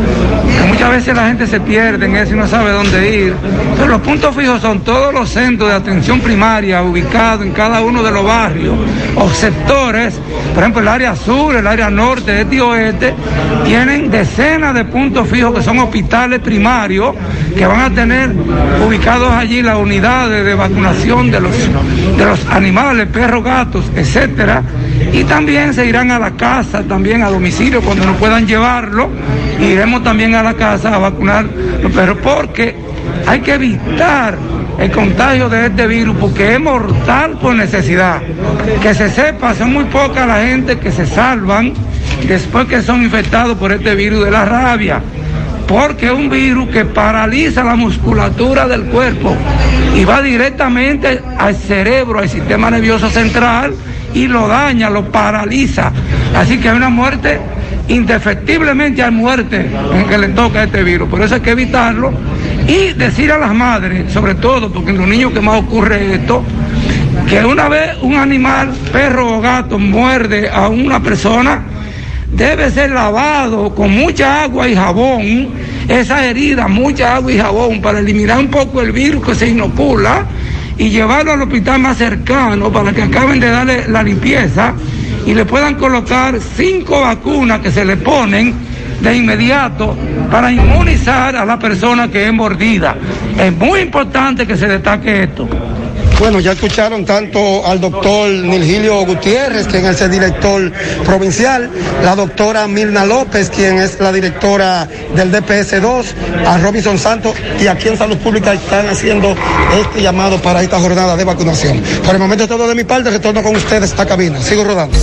que muchas veces la gente se pierde en eso y no sabe dónde ir. Pero los puntos fijos son todos los centros de atención primaria ubicados en cada uno de los barrios o sectores. Por ejemplo, el área sur, el área norte, este y oeste, tienen decenas de puntos fijos que son hospitales primarios que van a tener ubicados allí las unidades de vacunación de los animales, perros, gatos, etcétera. Y también se irán a la casa, también a domicilio cuando no puedan llevarlo. Iremos también a la casa a vacunar los perros porque hay que evitar el contagio de este virus porque es mortal por necesidad. Que se sepa, son muy pocas la gente que se salvan después que son infectados por este virus de la rabia, porque es un virus que paraliza la musculatura del cuerpo y va directamente al cerebro, al sistema nervioso central y lo daña, lo paraliza. Así que hay una muerte, indefectiblemente hay muerte en que le toca este virus, por eso hay que evitarlo y decir a las madres, sobre todo porque en los niños que más ocurre esto, que una vez un animal, perro o gato, muerde a una persona, debe ser lavado con mucha agua y jabón, esa herida, mucha agua y jabón para eliminar un poco el virus que se inocula y llevarlo al hospital más cercano para que acaben de darle la limpieza y le puedan colocar 5 vacunas que se le ponen de inmediato para inmunizar a la persona que es mordida. Es muy importante que se destaque esto. Bueno, ya escucharon tanto al doctor Nilgilio Gutiérrez, quien es el director provincial, la doctora Mirna López, quien es la directora del DPS-2, a Robinson Santos, y aquí en Salud Pública están haciendo este llamado para esta jornada de vacunación. Por el momento todo de mi parte, retorno con ustedes a esta cabina. Sigo rodando.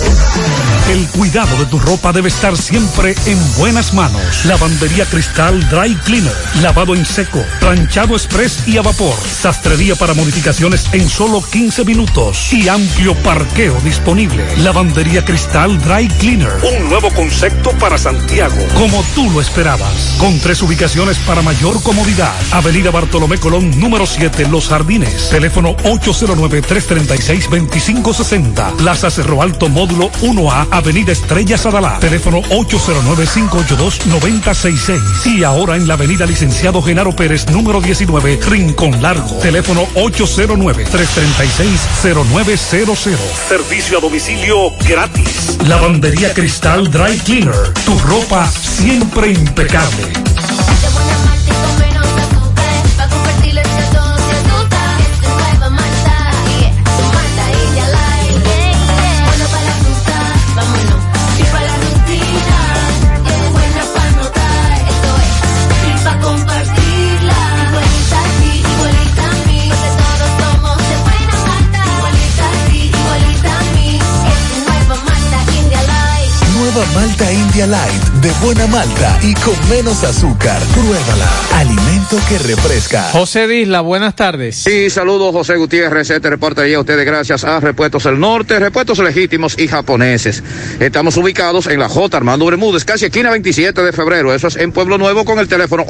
El cuidado de tu ropa debe estar siempre en buenas manos. Lavandería Cristal Dry Cleaner, lavado en seco, planchado express y a vapor, sastrería para modificaciones en solo 15 minutos y amplio parqueo disponible. Lavandería Cristal Dry Cleaner, un nuevo concepto para Santiago, como tú lo esperabas, con 3 ubicaciones para mayor comodidad. Avenida Bartolomé Colón, número 7, Los Jardines, teléfono 809-336-2560, Plaza Cerro Alto, módulo 1A, Avenida Estrella Sadalá, teléfono 809-582-9066. Y ahora en la Avenida Licenciado Genaro Pérez, número 19, Rincón Largo, teléfono 809-336-0900. Servicio a domicilio gratis. Lavandería Cristal Dry Cleaner, tu ropa siempre impecable. Malta India Light, de buena malta y con menos azúcar. Pruébala. Alimento que refresca. José Disla, buenas tardes. Sí, saludos José Gutiérrez. Este reporte llega a ustedes gracias a Repuestos del Norte, repuestos legítimos y japoneses. Estamos ubicados en la J. Armando Bermúdez, casi esquina 27 de febrero. Eso es en Pueblo Nuevo, con el teléfono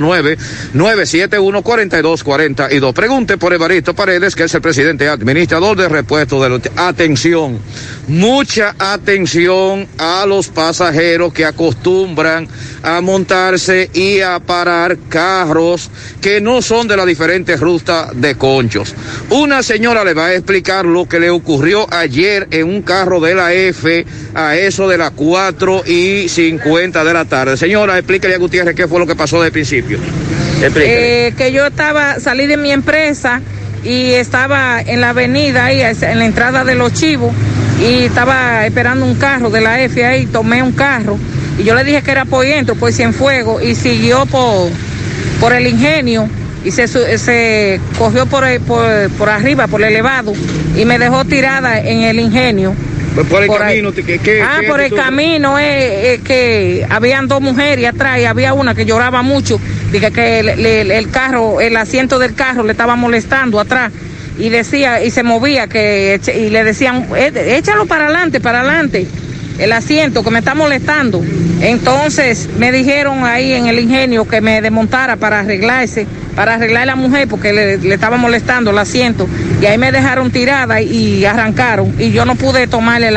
809-971-4242. Pregunte por Evaristo Paredes, que es el presidente administrador de Repuestos del Norte. Atención, mucha atención a los pasajeros que acostumbran a montarse y a parar carros que no son de las diferentes rutas de Conchos. Una señora le va a explicar lo que le ocurrió ayer en un carro de la F a eso de las 4:50 de la tarde. Señora, explíquele a Gutiérrez qué fue lo que pasó desde el principio. Que yo salí de mi empresa y estaba en la avenida ahí, en la entrada de Los Chivos, y estaba esperando un carro de la F ahí, tomé un carro y yo le dije que era por dentro, por Cienfuegos, y siguió por el Ingenio y se cogió por arriba, por el elevado, y me dejó tirada en el Ingenio. Por el camino, por el camino, que habían 2 mujeres atrás y había una que lloraba mucho, dije que el carro, el asiento del carro le estaba molestando atrás, y decía, y se movía, y le decían, échalo para adelante, el asiento que me está molestando. Entonces me dijeron ahí en el Ingenio que me desmontara para arreglar la mujer, porque le estaba molestando el asiento, y ahí me dejaron tirada y arrancaron, y yo no pude tomarle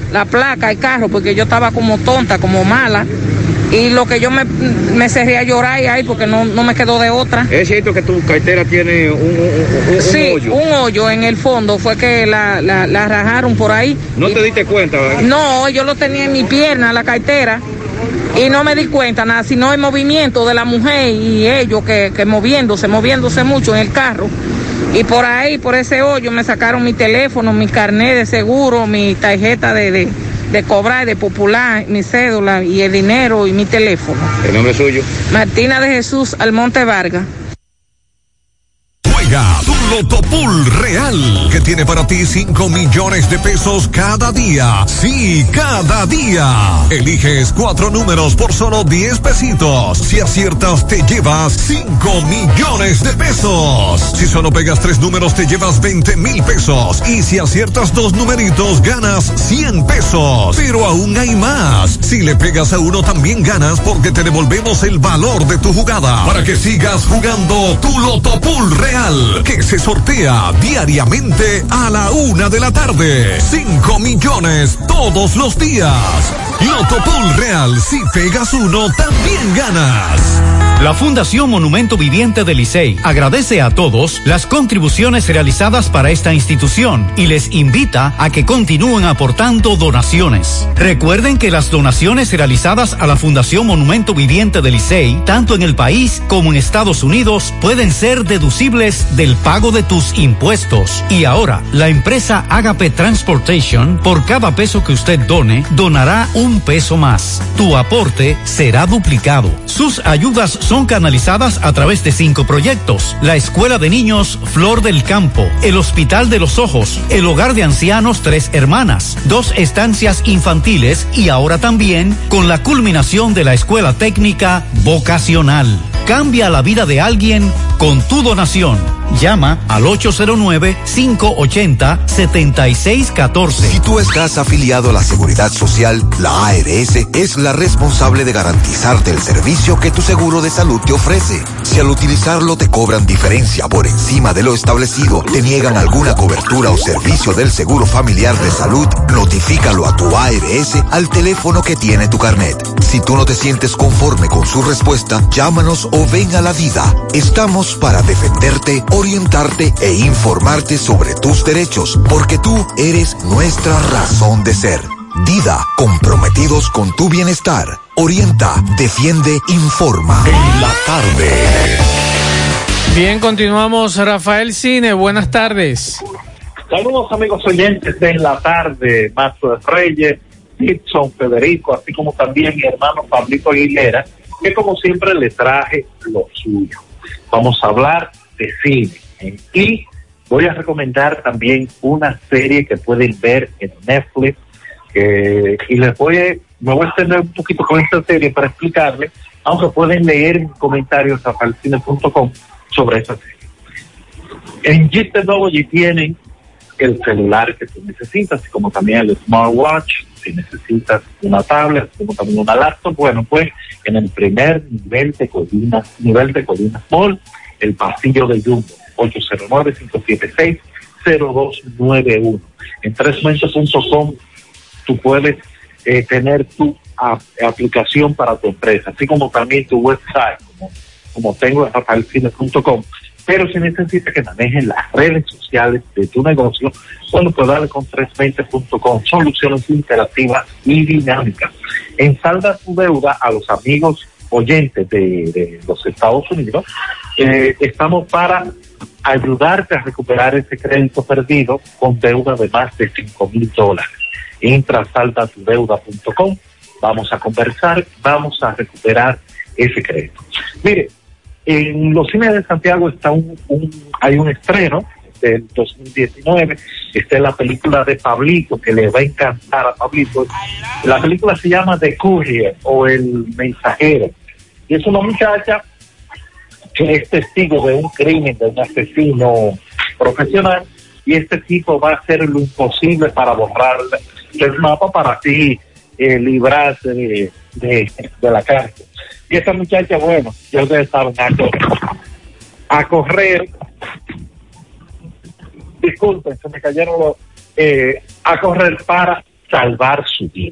la placa, el carro, porque yo estaba como tonta, como mala. Y lo que yo me cerré a llorar ahí porque no me quedó de otra. ¿Es cierto que tu cartera tiene un sí, hoyo? Un hoyo en el fondo, fue que la rajaron por ahí. ¿No te diste cuenta, verdad? No, yo lo tenía en mi pierna, la cartera, y no me di cuenta nada, sino el movimiento de la mujer y ellos que moviéndose mucho en el carro. Y por ahí, por ese hoyo, me sacaron mi teléfono, mi carnet de seguro, mi tarjeta de cobrar, de Popular, mi cédula y el dinero y mi teléfono. ¿El nombre suyo? Martina de Jesús Almonte Vargas. Juega tu Lotopool Real, que tiene para ti 5 millones de pesos cada día. Sí, cada día. Eliges 4 números por solo 10 pesitos. Si aciertas, te llevas 5 millones de pesos. Si solo pegas 3 números, te llevas 20,000 pesos. Y si aciertas 2 numeritos, ganas 100 pesos. Pero aún hay más. Si le pegas a uno, también ganas, porque te devolvemos el valor de tu jugada, para que sigas jugando tu Lotopool Real, que se sortea diariamente a la 1 de la tarde. 5 millones todos los días. Lotopool Real, si pegas uno, también ganas. La Fundación Monumento Viviente del Licey agradece a todos las contribuciones realizadas para esta institución y les invita a que continúen aportando donaciones. Recuerden que las donaciones realizadas a la Fundación Monumento Viviente del Licey, tanto en el país como en Estados Unidos, pueden ser deducibles del pago de tus impuestos. Y ahora, la empresa Agape Transportation, por cada peso que usted done, donará un peso más. Tu aporte será duplicado. Sus ayudas son canalizadas a través de 5 proyectos: la Escuela de Niños Flor del Campo, el Hospital de los Ojos, el Hogar de Ancianos Tres Hermanas, 2 estancias infantiles y ahora también con la culminación de la Escuela Técnica Vocacional. Cambia la vida de alguien con tu donación. Llama al 809-580-7614. Si tú estás afiliado a la Seguridad Social, la ARS es la responsable de garantizarte el servicio que tu seguro de salud te ofrece. Si al utilizarlo te cobran diferencia por encima de lo establecido, te niegan alguna cobertura o servicio del seguro familiar de salud, notifícalo a tu ARS al teléfono que tiene tu carnet. Si tú no te sientes conforme con su respuesta, llámanos o ven a la Dida. Estamos para defenderte, orientarte e informarte sobre tus derechos, porque tú eres nuestra razón de ser. Dida, comprometidos con tu bienestar. Orienta, defiende, informa. En la tarde. Bien, continuamos. Rafael Cine, buenas tardes. Saludos, amigos oyentes de En la Tarde. Mazo Reyes, Nixon, Federico, así como también mi hermano Pablito Aguilera, que como siempre le traje lo suyo. Vamos a hablar de cine y voy a recomendar también una serie que pueden ver en Netflix, y me voy a extender un poquito con esta serie para explicarles, aunque pueden leer en comentarios a falcine.com sobre esta serie. En G-Technology tienen el celular que tú necesitas, así como también el smartwatch, si necesitas una tablet, así como también una laptop. Bueno, pues en el primer nivel de Colinas Mall, el pasillo de Jumbo, 809-576-0291. En tresmentos.com tú puedes tener tu aplicación para tu empresa, así como también tu website, como tengo en rafaelcine.com. Pero si necesitas que manejen las redes sociales de tu negocio, bueno, pues dale con 320.com, soluciones interactivas y dinámicas. En Salda tu Deuda, a los amigos oyentes de los Estados Unidos, estamos para ayudarte a recuperar ese crédito perdido con deuda de más de $5,000. Entra a saldatudeuda.com, vamos a conversar, vamos a recuperar ese crédito. Mire, en los cines de Santiago está hay un estreno del 2019, está la película de Pablito, que le va a encantar a Pablito. La película se llama The Courier, o El Mensajero, y es una muchacha que es testigo de un crimen, de un asesino profesional, y este tipo va a hacer lo imposible para borrar el mapa para así librarse de la cárcel. Y esta muchacha, bueno, ya ustedes saben, a correr, disculpen, se me cayeron a correr para salvar su vida.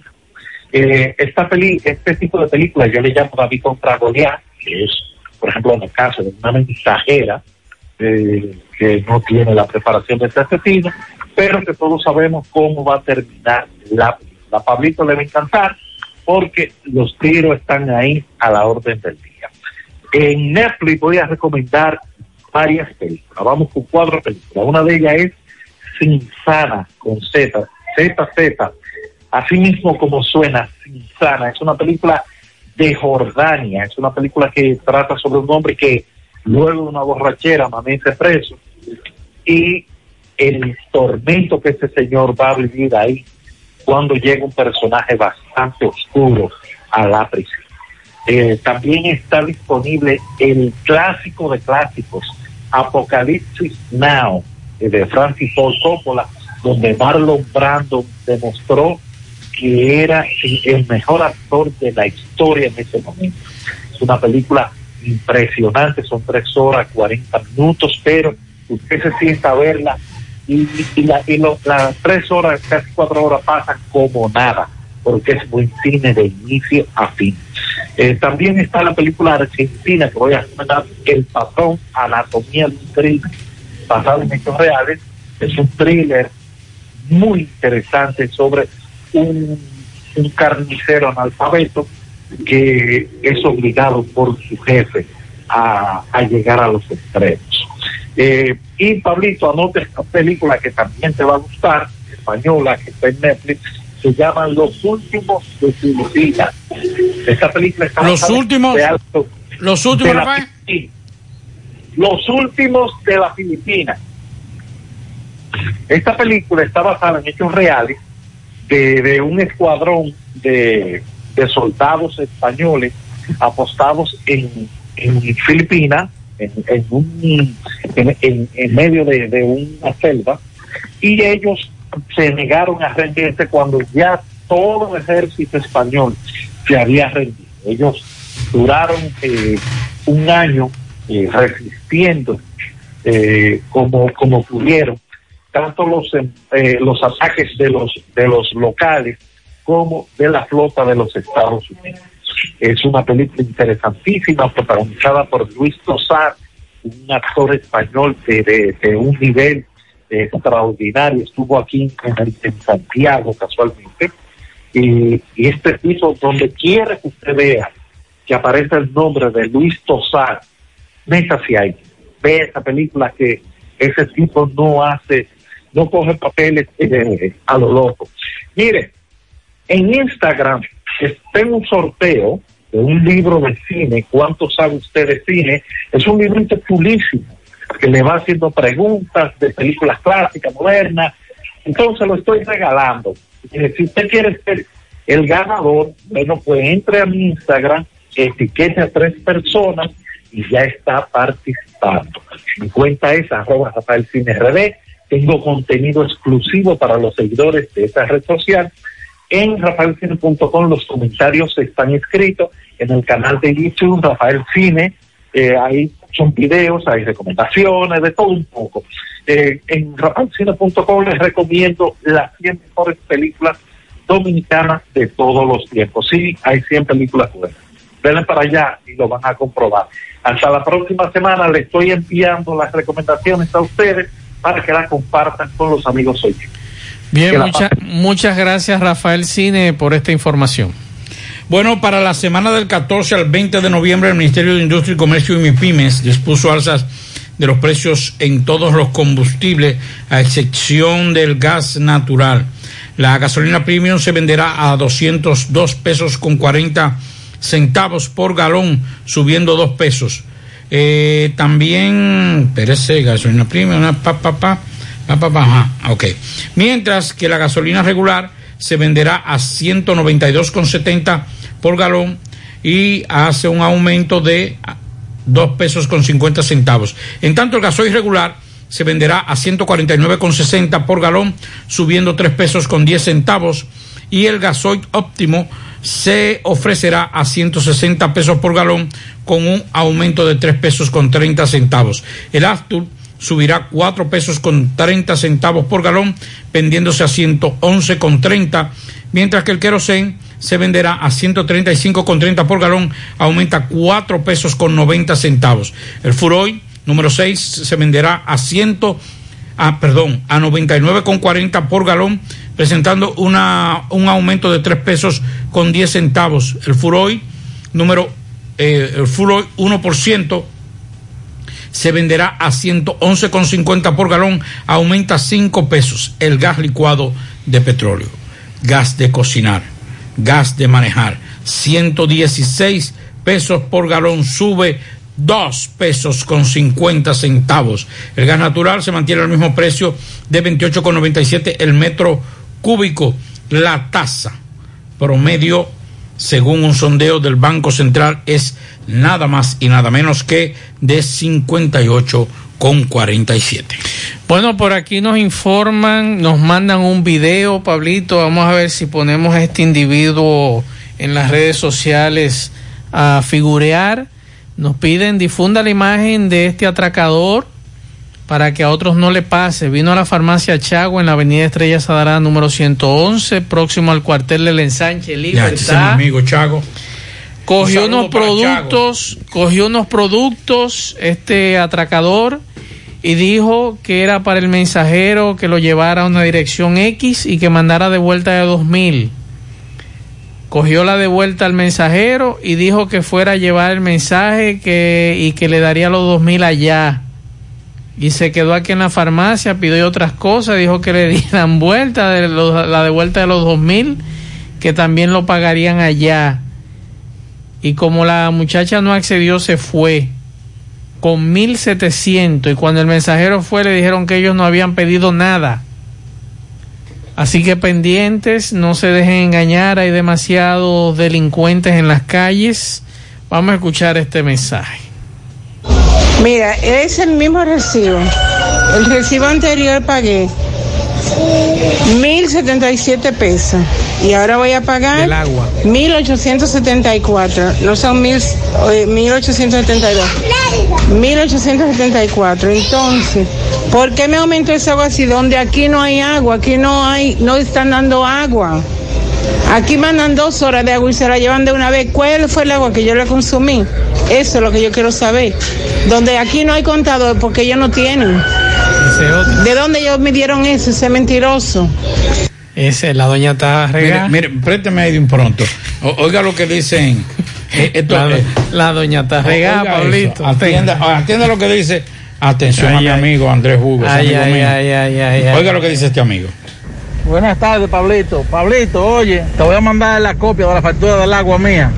Este tipo de películas yo le llamo David contra Goliat, que es, por ejemplo, en el caso de una mensajera que no tiene la preparación de este asesino, pero que todos sabemos cómo va a terminar la película. A Pablito le va a encantar porque los tiros están ahí a la orden del día. En Netflix voy a recomendar varias películas. Vamos con 4 películas. Una de ellas es Sinsana, con Z, así mismo como suena, Sinsana. Es una película de Jordania. Es una película que trata sobre un hombre que luego de una borrachera amanece preso y el tormento que este señor va a vivir ahí cuando llega un personaje bastante oscuro a la prisión. También está disponible el clásico de clásicos, Apocalipsis Now, de Francis Ford Coppola, donde Marlon Brando demostró que era el mejor actor de la historia en ese momento. Es una película impresionante, son 3 horas 40 minutos, pero usted se sienta a verla y las 3 horas, casi 4 horas pasan como nada, porque es buen cine de inicio a fin. También está la película argentina que voy a recomendar, El Patrón, Anatomía de un Crimen, basado en hechos reales. Es un thriller muy interesante sobre un carnicero analfabeto que es obligado por su jefe a llegar a los extremos. Y Pablito, anote esta película que también te va a gustar, española, que está en Netflix, se llama Los Últimos de Filipinas. Esta película está Los Últimos de Rafael. Los Últimos de la Filipina. Esta película está basada en hechos reales de un escuadrón de soldados españoles apostados en Filipinas, en medio de una selva, y ellos se negaron a rendirse cuando ya todo el ejército español se había rendido. Ellos duraron un año resistiendo como pudieron, tanto los ataques de los locales como de la flota de los Estados Unidos. Es una película interesantísima, protagonizada por Luis Tosar, un actor español de un nivel extraordinario. Estuvo aquí en Santiago casualmente, y este piso, donde quiera que usted vea que aparece el nombre de Luis Tosar, métase ahí, ve esa película, que ese tipo no coge papeles a lo loco. Mire, en Instagram tengo un sorteo de un libro de cine. ¿Cuánto sabe usted de cine? Es un librito chulísimo que le va haciendo preguntas de películas clásicas, modernas. Entonces lo estoy regalando. Si usted quiere ser el ganador, bueno, pues entre a mi Instagram, etiquete a 3 personas y ya está participando. Mi cuenta es @RafaelCineRD. Tengo contenido exclusivo para los seguidores de esta red social. En rafaelcine.com los comentarios están escritos. En el canal de YouTube Rafael Cine, ahí son videos, hay recomendaciones, de todo un poco. En rafaelcine.com les recomiendo las 100 mejores películas dominicanas de todos los tiempos. Sí, hay 100 películas buenas. Denle para allá y lo van a comprobar. Hasta la próxima semana. Les estoy enviando las recomendaciones a ustedes para que las compartan con los amigos hoy. Bien, muchas gracias, Rafael Cine, por esta información. Bueno, para la semana del 14 al 20 de noviembre, el Ministerio de Industria y Comercio y MIPYMES dispuso alzas de los precios en todos los combustibles, a excepción del gas natural. La gasolina premium se venderá a 202 pesos con 40 centavos por galón, subiendo 2 pesos. También, gasolina premium, mientras que la gasolina regular se venderá a 192,70 por galón y hace un aumento de 2 pesos con 50 centavos. En tanto, el gasoil regular se venderá a 149,60 por galón, subiendo 3 pesos con 10 centavos, y el gasoil óptimo se ofrecerá a 160 pesos por galón, con un aumento de 3 pesos con 30 centavos. El Astur subirá 4 pesos con 30 centavos por galón, vendiéndose a 111,30, mientras que el querosén se venderá a 135,30 por galón, aumenta 4 pesos con 90 centavos. El Furoy número 6 se venderá a 99,40 por galón, presentando un aumento de 3 pesos con 10 centavos. El Furoy el Furoy 1% se venderá a 111,50 por galón, aumenta 5 pesos. El gas licuado de petróleo, gas de cocinar, gas de manejar, 116 pesos por galón, sube 2 pesos con 50 centavos. El gas natural se mantiene al mismo precio de 28,97 el metro cúbico. La tasa promedio, según un sondeo del Banco Central, es nada más y nada menos que de 58,47. Bueno, por aquí nos informan, nos mandan un video, Pablito. Vamos a ver si ponemos a este individuo en las redes sociales a figurear. Nos piden difunda la imagen de este atracador para que a otros no le pase. Vino a la farmacia Chago en la avenida Estrella Sadará número 111, próximo al cuartel del Ensanche Libertad. Amigo Chago. Cogió unos productos este atracador y dijo que era para el mensajero, que lo llevara a una dirección X y que mandara de vuelta de 2,000. Cogió la de vuelta al mensajero y dijo que fuera a llevar el mensaje y que le daría los 2,000 allá. Y se quedó aquí en la farmacia, pidió otras cosas, dijo que le dieran vuelta, la de vuelta de los 2,000, que también lo pagarían allá. Y como la muchacha no accedió, se fue con 1,700. Y cuando el mensajero fue, le dijeron que ellos no habían pedido nada. Así que pendientes, no se dejen engañar, hay demasiados delincuentes en las calles. Vamos a escuchar este mensaje. Mira, es el mismo recibo. El recibo anterior pagué 1,077 pesos y ahora voy a pagar el agua 1,874. No son 1,872. 1,874. Entonces, ¿por qué me aumentó esa agua si donde aquí no hay agua? Aquí no están dando agua. Aquí mandan 2 horas de agua y se la llevan de una vez. ¿Cuál fue el agua que yo le consumí? Eso es lo que yo quiero saber. Donde aquí no hay contador, porque ellos no tienen. ¿De dónde ellos me dieron eso? Ese mentiroso. La doña está regada. Mire, présteme ahí de un pronto. Oiga lo que dicen. La doña está regada, Pablito. Atienda lo que dice. Atención a mi amigo Andrés Hugo. Oiga lo que dice este amigo. Buenas tardes, Pablito. Pablito, oye, te voy a mandar la copia de la factura del agua mía.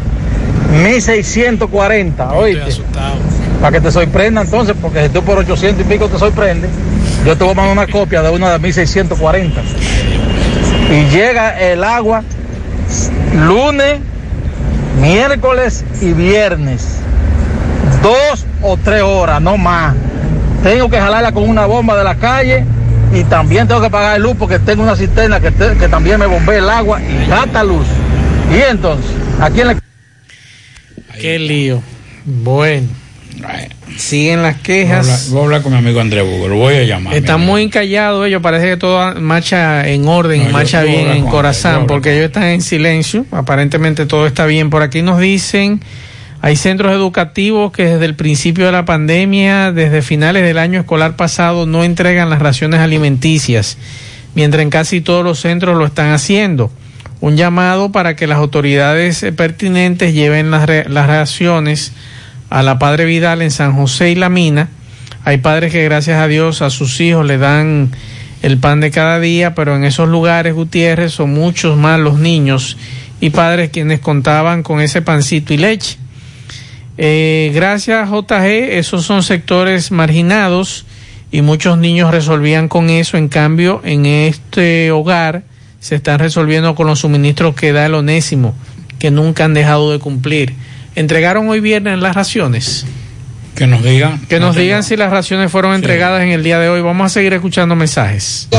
1,640, oíste. Para que te sorprenda entonces, porque si tú por 800 y pico te sorprende, yo te voy a mandar una copia de una de 1,640. Y llega el agua lunes, miércoles y viernes. 2 o 3 horas, no más. Tengo que jalarla con una bomba de la calle. Y también tengo que pagar el luz porque tengo una cisterna que también me bombea el agua y gasta luz. Y entonces, aquí en la... Qué lío. Bueno, siguen las quejas. Voy a hablar con mi amigo Andrés Hugo, lo voy a llamar. Están muy callados ellos, parece que todo marcha en orden, marcha bien en Corazán, porque ellos están en silencio. Aparentemente todo está bien. Por aquí nos dicen... Hay centros educativos que desde el principio de la pandemia, desde finales del año escolar pasado, no entregan las raciones alimenticias, mientras en casi todos los centros lo están haciendo. Un llamado para que las autoridades pertinentes lleven las raciones a la Padre Vidal en San José y La Mina. Hay padres que gracias a Dios a sus hijos le dan el pan de cada día, pero en esos lugares, Gutiérrez, son muchos más los niños y padres quienes contaban con ese pancito y leche. Gracias, JG, esos son sectores marginados y muchos niños resolvían con eso. En cambio, en este hogar se están resolviendo con los suministros que da el Onésimo, que nunca han dejado de cumplir. ¿Entregaron hoy viernes las raciones? Que nos digan. Que nos digan si las raciones fueron entregadas en el día de hoy. Vamos a seguir escuchando mensajes.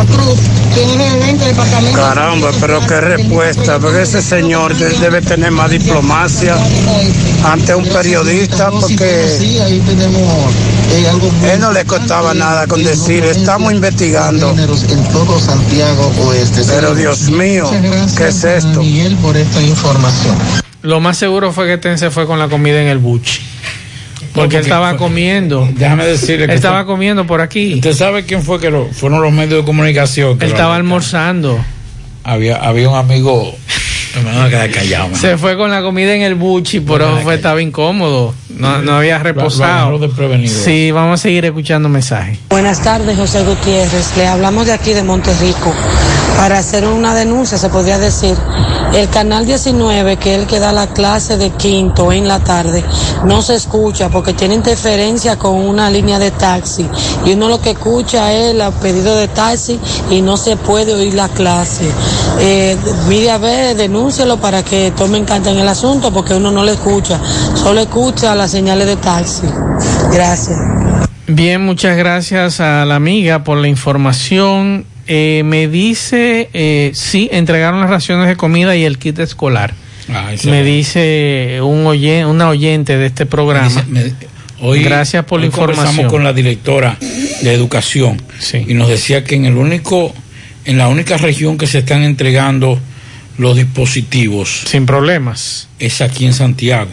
Caramba, pero qué respuesta, porque ese señor debe tener más diplomacia ante un periodista, porque Él no le costaba nada con decir, estamos investigando. En todo Santiago Oeste. Pero Dios mío, ¿qué es esto? Miguel, por esta información. Lo más seguro fue que Ten se fue con la comida en el buche. Porque él estaba comiendo. Déjame decirle que él estaba comiendo por aquí. ¿Usted sabe quién fue que fueron los medios de comunicación? Él estaba almorzando. Había un amigo. Me van a quedar callado. Se fue con la comida en el buchi, por eso estaba incómodo. No había reposado. Sí, vamos a seguir escuchando mensajes. Buenas tardes, José Gutiérrez. Le hablamos de aquí de Monterrico para hacer una denuncia, se podría decir. El canal 19, que es el que da la clase de quinto en la tarde, no se escucha porque tiene interferencia con una línea de taxi. Y uno lo que escucha es el pedido de taxi y no se puede oír la clase. Mire a ver, denúncielo para que tomen carta en el asunto porque uno no le escucha, solo escucha las señales de taxi. Gracias. Bien, muchas gracias a la amiga por la información. Me dice, sí, entregaron las raciones de comida y el kit escolar. Me dice una oyente de este programa. Gracias por la información. Conversamos con la directora de educación y nos decía que en la única región que se están entregando los dispositivos sin problemas es aquí en Santiago.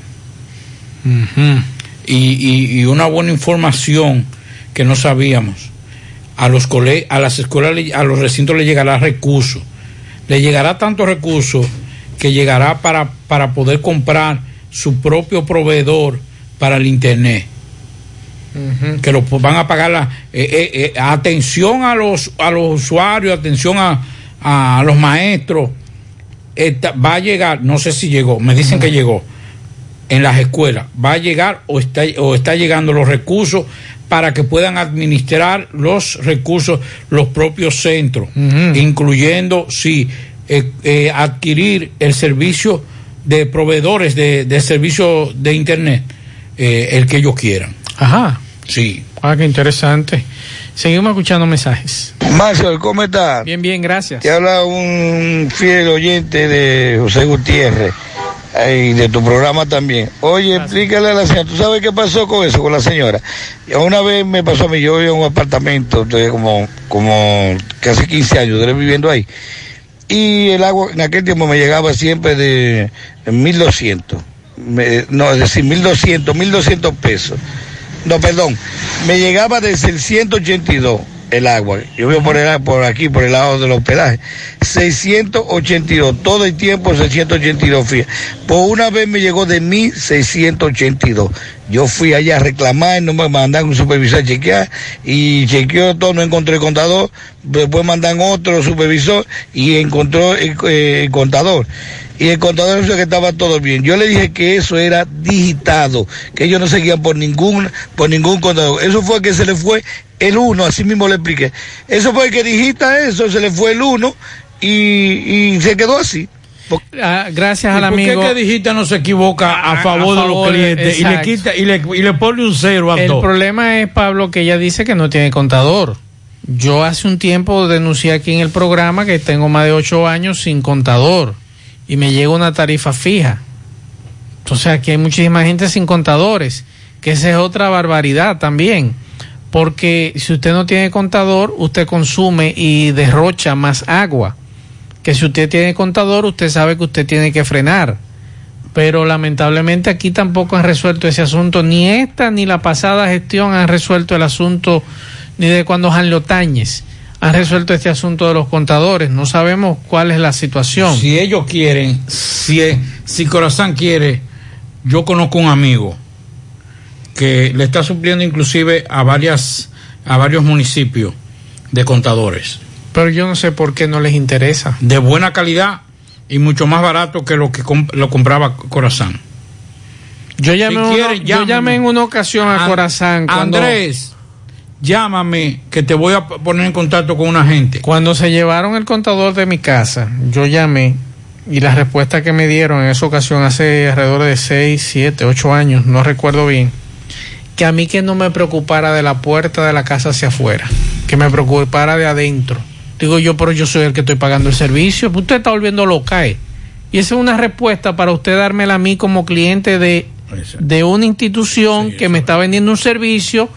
Y una buena información que no sabíamos. A las escuelas, a los recintos le llegará recursos. Le llegará tanto recursos que llegará para poder comprar su propio proveedor para el internet. Que lo van a pagar atención a los usuarios, atención a los maestros. Va a llegar, no sé si llegó, me dicen que llegó en las escuelas, va a llegar o está llegando los recursos para que puedan administrar los recursos los propios centros, incluyendo adquirir el servicio de proveedores de servicio de internet, el que ellos quieran. Ajá. Sí. Qué interesante. Seguimos escuchando mensajes. Marcel, ¿cómo estás? Bien, bien, gracias. Te habla un fiel oyente de José Gutiérrez y de tu programa también. Oye, gracias. Explícale a la señora, ¿tú sabes qué pasó con eso, con la señora? Una vez me pasó a mí, yo vivía en un apartamento, entonces como casi 15 años, estoy viviendo ahí. Y el agua en aquel tiempo me llegaba siempre de 1.200. Es decir, 1.200 pesos. No, perdón, me llegaba desde el 182 el agua. Yo vivo por aquí, por el lado del hospedaje. 682, todo el tiempo 682 fui. Por una vez me llegó de 1.682. Yo fui allá a reclamar, no me mandaron un supervisor a chequear, y chequeó todo, no encontré el contador. Después mandan otro supervisor y encontró el contador. Y el contador dijo que estaba todo bien. Yo le dije que eso era digitado, que ellos no seguían por ningún contador. Eso fue que se le fue el 1, así mismo le expliqué. Eso fue el que digita eso, se le fue el 1 y se quedó así. Gracias al amigo. ¿Por qué que digita no se equivoca a favor de los clientes y le quita y le pone un 0 a todo? El problema es, Pablo, que ella dice que no tiene contador. Yo hace un tiempo denuncié aquí en el programa que tengo más de 8 años sin contador y me llega una tarifa fija. Entonces aquí hay muchísima gente sin contadores, que esa es otra barbaridad también, porque si usted no tiene contador, usted consume y derrocha más agua, que si usted tiene contador, usted sabe que usted tiene que frenar. Pero lamentablemente aquí tampoco han resuelto ese asunto, ni esta ni la pasada gestión han resuelto el asunto, ni de cuando Janlo Táñez han resuelto este asunto de los contadores. No sabemos cuál es la situación. Si ellos quieren, si Corazán quiere, yo conozco un amigo que le está supliendo inclusive a varios municipios de contadores. Pero yo no sé por qué no les interesa. De buena calidad y mucho más barato que lo que lo compraba Corazán. Yo llamé en una ocasión a Corazán. Andrés, llámame que te voy a poner en contacto con un agente. Cuando se llevaron el contador de mi casa, yo llamé y la respuesta que me dieron en esa ocasión hace alrededor de 6, 7, 8 años, no recuerdo bien, que a mí que no me preocupara de la puerta de la casa hacia afuera, que me preocupara de adentro. Digo yo, pero yo soy el que estoy pagando el servicio, pues usted está volviendo loca, ¿eh? Y esa es una respuesta para usted dármela a mí como cliente de una institución que me está vendiendo un servicio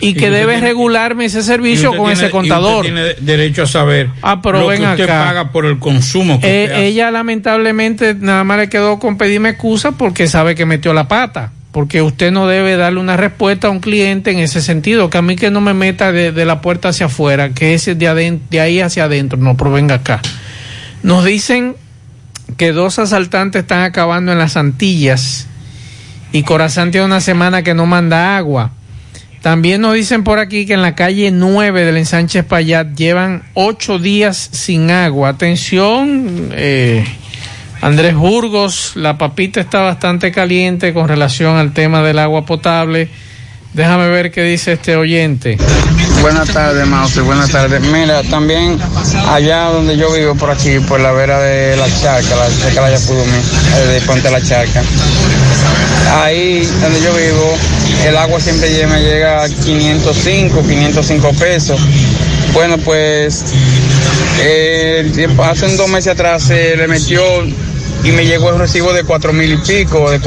y que debe regularme ese servicio con ese contador. Y usted tiene derecho a saber pero lo ven que usted acá. paga por el consumo que usted hace. Ella lamentablemente nada más le quedó con pedirme excusa porque sabe que metió la pata. Porque usted no debe darle una respuesta a un cliente en ese sentido, que a mí que no me meta de la puerta hacia afuera, que es de ahí hacia adentro, no, pero venga acá. Nos dicen que 2 asaltantes están acabando en las Antillas y Corazán tiene una semana que no manda agua. También nos dicen por aquí que en la calle 9 del ensanche Espaillat llevan 8 días sin agua. Atención, Andrés Burgos, la papita está bastante caliente con relación al tema del agua potable. Déjame ver qué dice este oyente. Buenas tardes, Mauser, buenas tardes. Mira, también allá donde yo vivo, por aquí, por la vera de la charca, cerca de la Yapudumi, de Puente la Charca. Ahí donde yo vivo, el agua siempre me llega a 505 pesos. Bueno, pues hace 2 meses atrás se le metió y me llegó el recibo de 4,000 y pico, de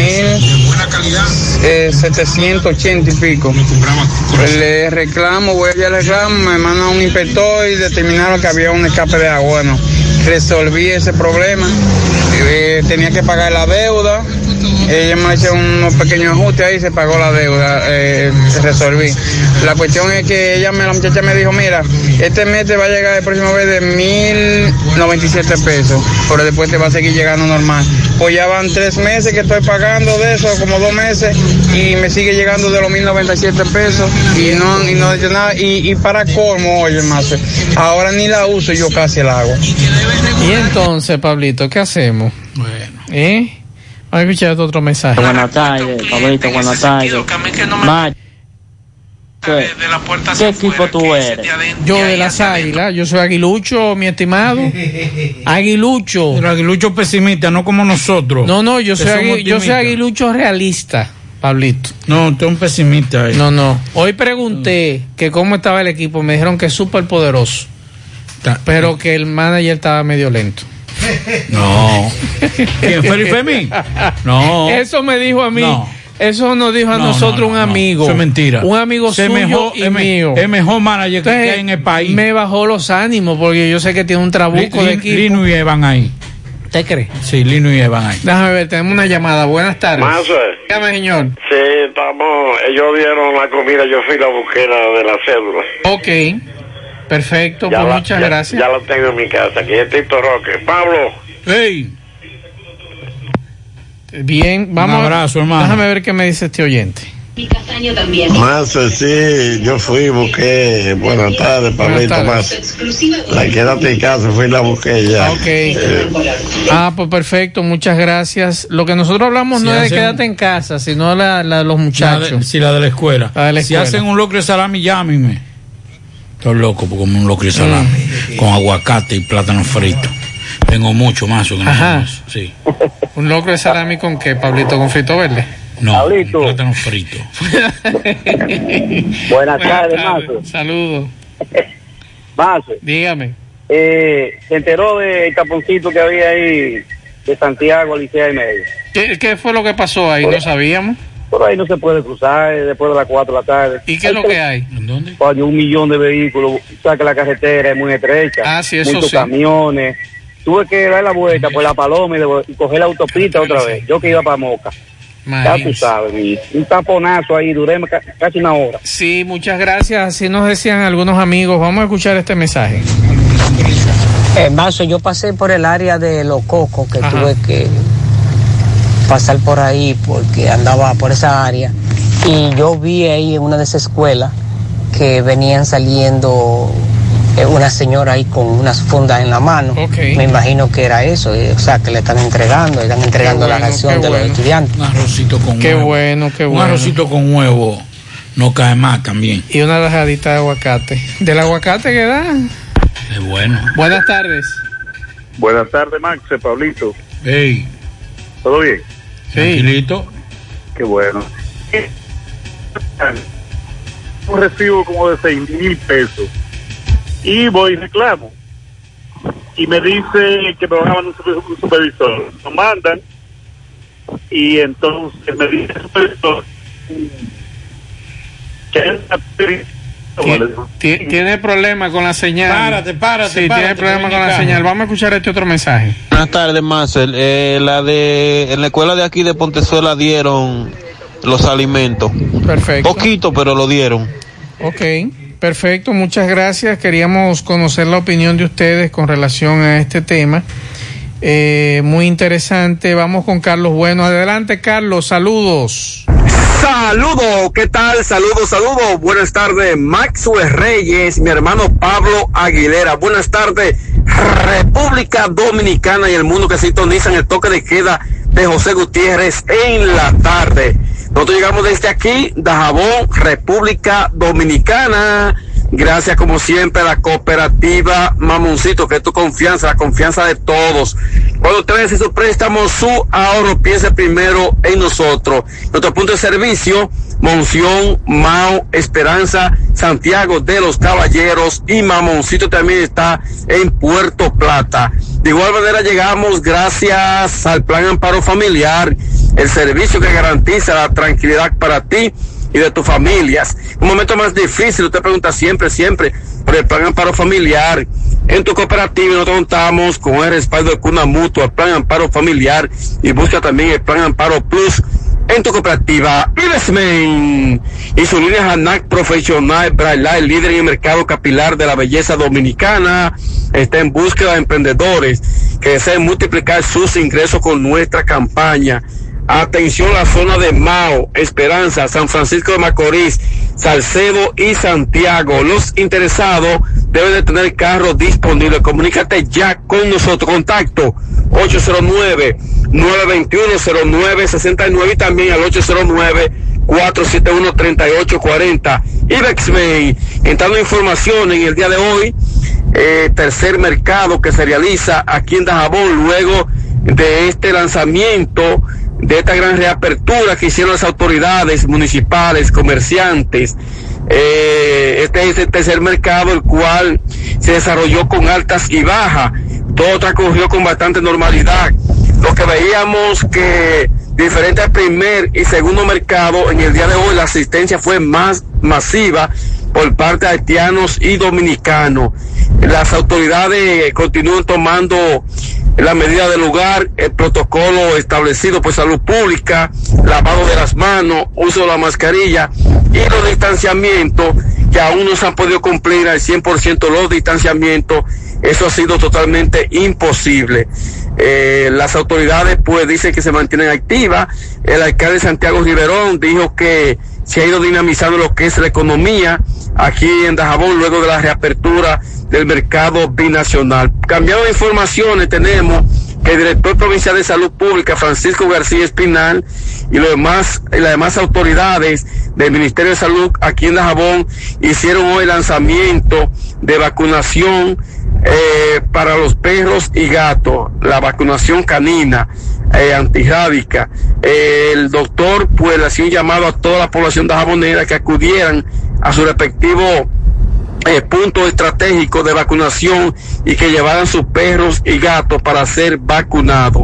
4,780 y pico. Le reclamo, voy allá al reclamo, me mandan un inspector y determinaron que había un escape de agua. Bueno, resolví ese problema, tenía que pagar la deuda, ella me hizo unos pequeños ajustes ahí, se pagó la deuda, resolví. La cuestión es que la muchacha me dijo, mira, este mes te va a llegar el próximo mes de 1,097 pesos, pero después te va a seguir llegando normal. Pues ya van 3 meses que estoy pagando de eso, como 2 meses, y me sigue llegando de los 1,097 pesos, y no he hecho nada, y para colmo, oye, más, ahora ni la uso yo casi el agua. Y entonces, Pablito, ¿qué hacemos? Bueno. Vamos a escuchar otro mensaje. Buenas tardes, Pablito, buenas tardes. ¿Qué equipo tú eres? Yo de las Águilas, yo soy aguilucho, mi estimado. Aguilucho. Pero aguilucho pesimista, no como nosotros. No, yo soy aguilucho realista, Pablito. No, usted es un pesimista ahí. No. Hoy pregunté que cómo estaba el equipo, me dijeron que es súper poderoso, pero que el manager estaba medio lento. No. ¿Quién fue el Femi? No. Eso me dijo a mí. No. Eso nos dijo a nosotros un amigo. Eso es mentira. Un amigo suyo y mío. El mejor manager que hay en el país. Me bajó los ánimos porque yo sé que tiene un trabuco de equipo. Lino y Evan ahí. ¿Usted cree? Sí, Lino y Evan ahí. Déjame ver, tenemos una llamada. Buenas tardes. Dígame, señor. Sí, ellos dieron la comida, yo fui la busquera de la cédula. Ok. Perfecto, pues muchas gracias. Ya lo tengo en mi casa, aquí es Tito Roque. Pablo. Hey. Bien, vamos. Un abrazo, hermano. Déjame ver qué me dice este oyente. Más, sí, yo fui, busqué. Buenas tardes, Pablito. Más. La quédate en casa, fui y la busqué ya. Ok. Pues perfecto, muchas gracias. Lo que nosotros hablamos no es de quédate en casa, sino los muchachos. La de la escuela. Si hacen un locro de salami, llámenme. Estoy loco por comer un locro de salami con aguacate y plátano frito. Tengo mucho más. Sí. ¿Un locro de salami con qué, Pablito? ¿Con frito verde? No, Pablito. Plátano frito. Buenas tardes, Mazo. Saludos. Mazo. Dígame. Se enteró del taponcito que había ahí de Santiago a Licea y medio. ¿Qué fue lo que pasó ahí? No sabíamos. Por ahí no se puede cruzar después de las 4 de la tarde. ¿Y qué es lo que hay? ¿En dónde? Hay 1 millón de vehículos. O sea que la carretera es muy estrecha. Sí, eso muchos sí. Camiones. Tuve que dar la vuelta por la Paloma y coger la autopista otra vez. Yo que iba para Moca. Ya tú sabes, un taponazo ahí, duré casi 1 hora. Sí, muchas gracias. Así nos decían algunos amigos. Vamos a escuchar este mensaje. Mazo, yo pasé por el área de Los Cocos, que tuve que pasar por ahí porque andaba por esa área. Y yo vi ahí en una de esas escuelas que venían saliendo una señora ahí con unas fundas en la mano. Me imagino que era eso, o sea, que le están entregando la ración de los estudiantes. Un arrocito con qué huevo. Bueno. Un arrocito con huevo no cae más también. Y una rajadita de aguacate. ¿Del aguacate que da? Es bueno. Buenas tardes. Buenas tardes, Max, Pablito. Hey. ¿Todo bien? Sí. Tranquilito. Qué bueno. Un recibo como de 6,000 pesos. Y voy y reclamo. Y me dice que me van a mandar un supervisor. Lo mandan. Y entonces me dice el supervisor que Tiene problema con la señal. Párate. Sí, tiene problema con la señal. Vamos a escuchar este otro mensaje. Buenas tardes, Marcel. En la escuela de aquí de Pontezuela dieron los alimentos. Perfecto. Poquito, pero lo dieron. Ok, perfecto. Muchas gracias. Queríamos conocer la opinión de ustedes con relación a este tema. Muy interesante. Vamos con Carlos Bueno. Adelante, Carlos. Saludos. Saludos, ¿qué tal? Saludos. Buenas tardes, Maxwell Reyes, mi hermano Pablo Aguilera. Buenas tardes, República Dominicana y el mundo que sintoniza en el toque de queda de José Gutiérrez en la tarde. Nosotros llegamos desde aquí, Dajabón, República Dominicana. Gracias como siempre a la cooperativa Mamoncito, que es tu confianza, la confianza de todos. Cuando usted necesita su préstamo, su ahorro, piense primero en nosotros. Nuestro punto de servicio, Monción, Mao, Esperanza, Santiago de los Caballeros y Mamoncito también está en Puerto Plata. De igual manera llegamos gracias al Plan Amparo Familiar, el servicio que garantiza la tranquilidad para ti y de tus familias. Un momento más difícil, usted pregunta siempre por el Plan Amparo Familiar. En tu cooperativa nosotros contamos con el respaldo de Cuna Mutua, el Plan Amparo Familiar, y busca también el Plan Amparo Plus en tu cooperativa. Ibesmen y su línea Hanac Profesional Braille, el líder en el mercado capilar de la belleza dominicana, está en búsqueda de emprendedores que deseen multiplicar sus ingresos con nuestra campaña. Atención, la zona de Mao, Esperanza, San Francisco de Macorís, Salcedo y Santiago. Los interesados deben de tener carros disponibles. Comunícate ya con nosotros. Contacto 809-921-0969 y también al 809-471-3840. Ibexmay, entrando información en el día de hoy, tercer mercado que se realiza aquí en Dajabón luego de este lanzamiento, de esta gran reapertura que hicieron las autoridades municipales, comerciantes. Este es el tercer mercado, el cual se desarrolló con altas y bajas. Todo transcurrió con bastante normalidad. Lo que veíamos que, diferente al primer y segundo mercado, en el día de hoy la asistencia fue más masiva por parte de haitianos y dominicanos. Las autoridades continúan tomando la medida del lugar, el protocolo establecido por salud pública, lavado de las manos, uso de la mascarilla y los distanciamientos, que aún no se han podido cumplir al 100% los distanciamientos. Eso ha sido totalmente imposible. Las autoridades pues dicen que se mantienen activas. El alcalde de Santiago Riverón dijo que se ha ido dinamizando lo que es la economía aquí en Dajabón luego de la reapertura del mercado binacional. Cambiando de informaciones, tenemos que el director provincial de Salud Pública, Francisco García Espinal, y las demás autoridades del Ministerio de Salud aquí en Dajabón hicieron hoy el lanzamiento de vacunación para los perros y gatos, la vacunación canina, antirrábica. El doctor pues le hacía un llamado a toda la población dajabonera que acudieran a su respectivo punto estratégico de vacunación y que llevaran sus perros y gatos para ser vacunados.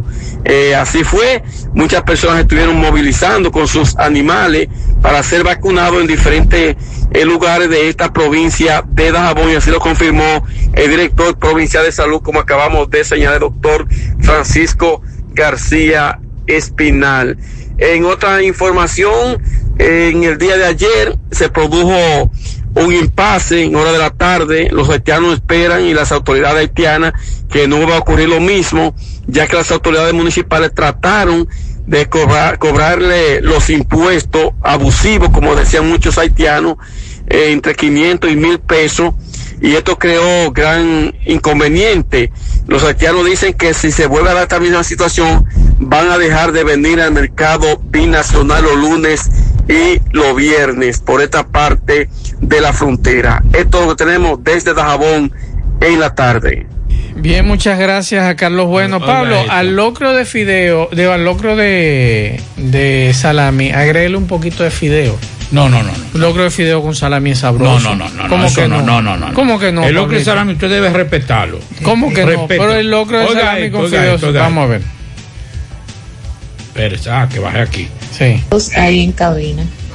Así fue, muchas personas estuvieron movilizando con sus animales para ser vacunados en diferentes lugares de esta provincia de Dajabón, y así lo confirmó el director provincial de salud, como acabamos de señalar, el doctor Francisco García Espinal. En otra información, en el día de ayer se produjo un impasse en hora de la tarde. Los haitianos esperan, y las autoridades haitianas, que no va a ocurrir lo mismo, ya que las autoridades municipales trataron de cobrarle los impuestos abusivos, como decían muchos haitianos, entre 500 y 1,000 pesos, y esto creó gran inconveniente. Los haitianos dicen que si se vuelve a dar esta misma situación, van a dejar de venir al mercado binacional los lunes y los viernes por esta parte de la frontera. Esto es lo que tenemos desde Dajabón en la tarde. Bien, muchas gracias a Carlos Bueno. Pablo, al locro de fideo, al locro de salami, agréguele un poquito de fideo. No. Locro de fideo con salami es sabroso. No. ¿Cómo que no? No. ¿Cómo que no? El locro de salami usted debe respetarlo. ¿Cómo que no? Pero el locro de salami con fideo, vamos a ver. Espérese, que baje aquí. Sí. Ahí en cabina.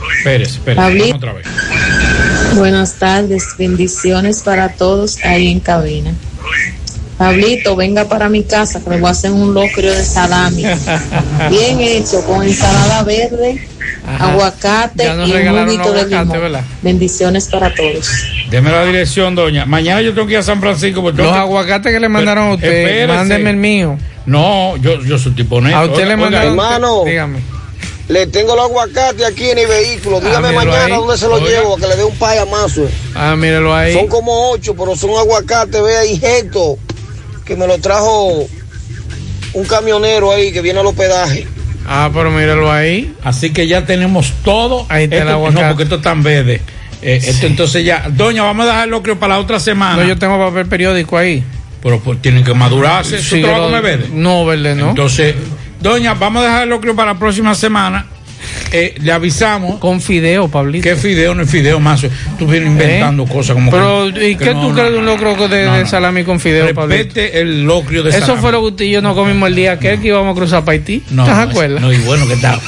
Pérez, vamos otra vez. Buenas tardes, bendiciones para todos ahí en cabina. Pablito, venga para mi casa que le voy a hacer un locrio de salami bien hecho, con ensalada verde, aguacate y un juguito de limón. ¿Verdad? Bendiciones para todos. Deme la dirección, doña. Mañana yo tengo que ir a San Francisco. Los aguacates que le mandaron a usted, mándeme el mío. No, yo soy tipo honesto. A usted le mandaron. Hermano, dígame. Le tengo los aguacates aquí en el vehículo. Dígame mañana ahí. ¿Dónde se los llevo? A que le dé un payamazo. Míralo ahí. Son como 8, pero son aguacates, ve ahí, jeto, que me lo trajo un camionero ahí que viene al hospedaje. Pero míralo ahí. Así que ya tenemos todo. Ahí está el aguacate. No, porque esto es tan verde. Esto entonces ya. Doña, vamos a dejar el locrio para la otra semana. No, yo tengo papel periódico ahí. Pero pues tienen que madurarse. Sí, ¿Tú te vas a comer verde? No, verde no. Entonces, doña, vamos a dejar el locrio para la próxima semana. Le avisamos. Con fideo, Pablito. ¿Qué fideo? No es fideo más. Tú vienes inventando cosas como. Pero, ¿y qué tú crees de un locrio de salami con fideo, Pablito? Respete el locrio de salami. Eso fue lo que usted y yo nos comimos el día que íbamos a cruzar para Haití. No, ¿te acuerdas? No, y bueno que está.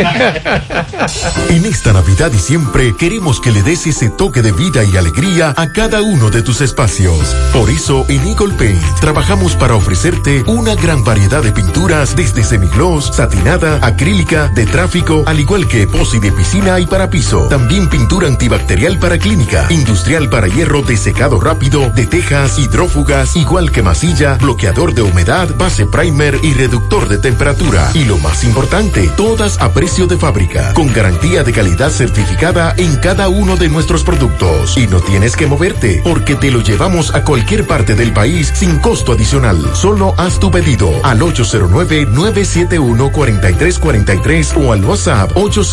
En esta Navidad y siempre queremos que le des ese toque de vida y alegría a cada uno de tus espacios. Por eso en Eagle Paint trabajamos para ofrecerte una gran variedad de pinturas desde semigloss, satinada, acrílica, de tráfico, al igual que epoxi de piscina y para piso. También pintura antibacterial para clínica, industrial para hierro de secado rápido, de tejas, hidrófugas, igual que masilla, bloqueador de humedad, base primer y reductor de temperatura. Y lo más importante, todas a precio de fábrica, con garantía de calidad certificada en cada uno de nuestros productos. Y no tienes que moverte, porque te lo llevamos a cualquier parte del país sin costo adicional. Solo haz tu pedido al 809-971-4343 o al WhatsApp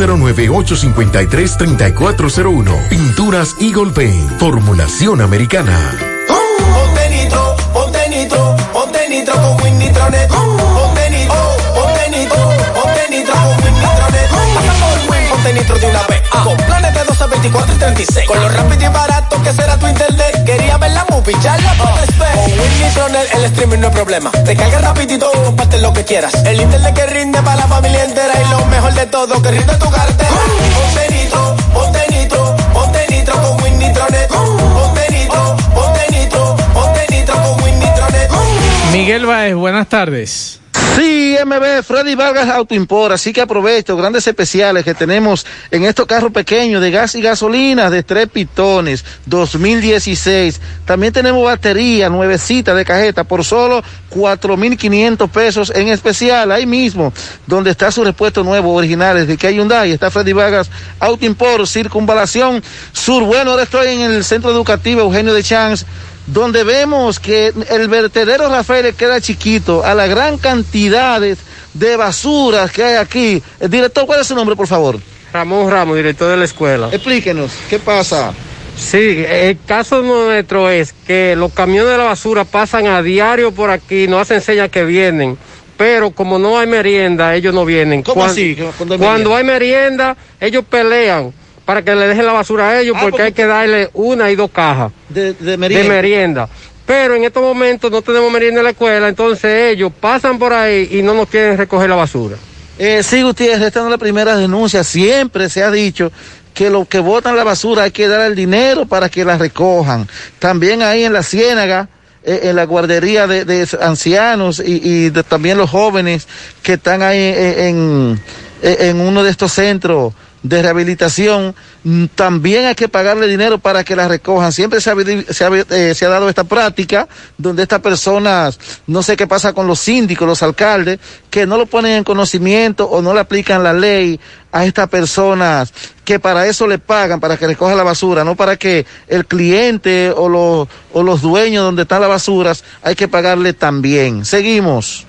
809-853-3401. Pinturas Eagle Paint, formulación americana. Ponte nitro, ponte nitro, ponte nitro con Win Nitronet. Ponte nitro, ponte nitro, ponte nitro con Win Nitronet. Pasa por Win, ponte nitro de una vez. Con planes de 12, 24 y 36. Con lo rápido y barato que será tu internet. Quería ver la movie, ya la puedes ver. Con Win Nitronet el streaming no es problema. Te carga rapidito y comparte lo que quieras. El internet que rinde para la familia entera. Y lo mejor de todo, que rinde tu cartera. Ponte nitro, ponte nitro, ponte nitro con Win Nitronet. Ponte nitro, ponte nitro, ponte nitro con Win Nitronet. Miguel Báez, buenas tardes. Sí, MB, Freddy Vargas Auto Import, así que aprovecho grandes especiales que tenemos en estos carros pequeños de gas y gasolina de 3 pitones, 2016. También tenemos batería nuevecita de cajeta por solo 4,500 pesos en especial, ahí mismo, donde está su repuesto nuevo, originales de Hyundai, está Freddy Vargas Auto Import, Circunvalación Sur. Bueno, ahora estoy en el Centro Educativo Eugenio de Champs, donde vemos que el vertedero Rafael queda chiquito a la gran cantidad de basuras que hay aquí. El director, ¿cuál es su nombre, por favor? Ramón Ramos, director de la escuela. Explíquenos, ¿qué pasa? Sí, el caso nuestro es que los camiones de la basura pasan a diario por aquí, nos hacen señas que vienen, pero como no hay merienda, ellos no vienen. ¿Cómo así? Cuando hay merienda, ellos pelean para que le dejen la basura a ellos, porque hay que darle 1 y 2 cajas de merienda. Pero en estos momentos no tenemos merienda en la escuela, entonces ellos pasan por ahí y no nos quieren recoger la basura. Sí, Gutiérrez, esta no es la primera denuncia. Siempre se ha dicho que los que botan la basura hay que dar el dinero para que la recojan. También ahí en la Ciénaga, en la guardería de ancianos y también los jóvenes que están ahí en uno de estos centros de rehabilitación, también hay que pagarle dinero para que la recojan. Siempre se ha dado esta práctica donde estas personas, no sé qué pasa con los síndicos, los alcaldes, que no lo ponen en conocimiento o no le aplican la ley a estas personas que para eso le pagan, para que recoja la basura, no para que el cliente o los dueños donde están las basuras hay que pagarle también. Seguimos.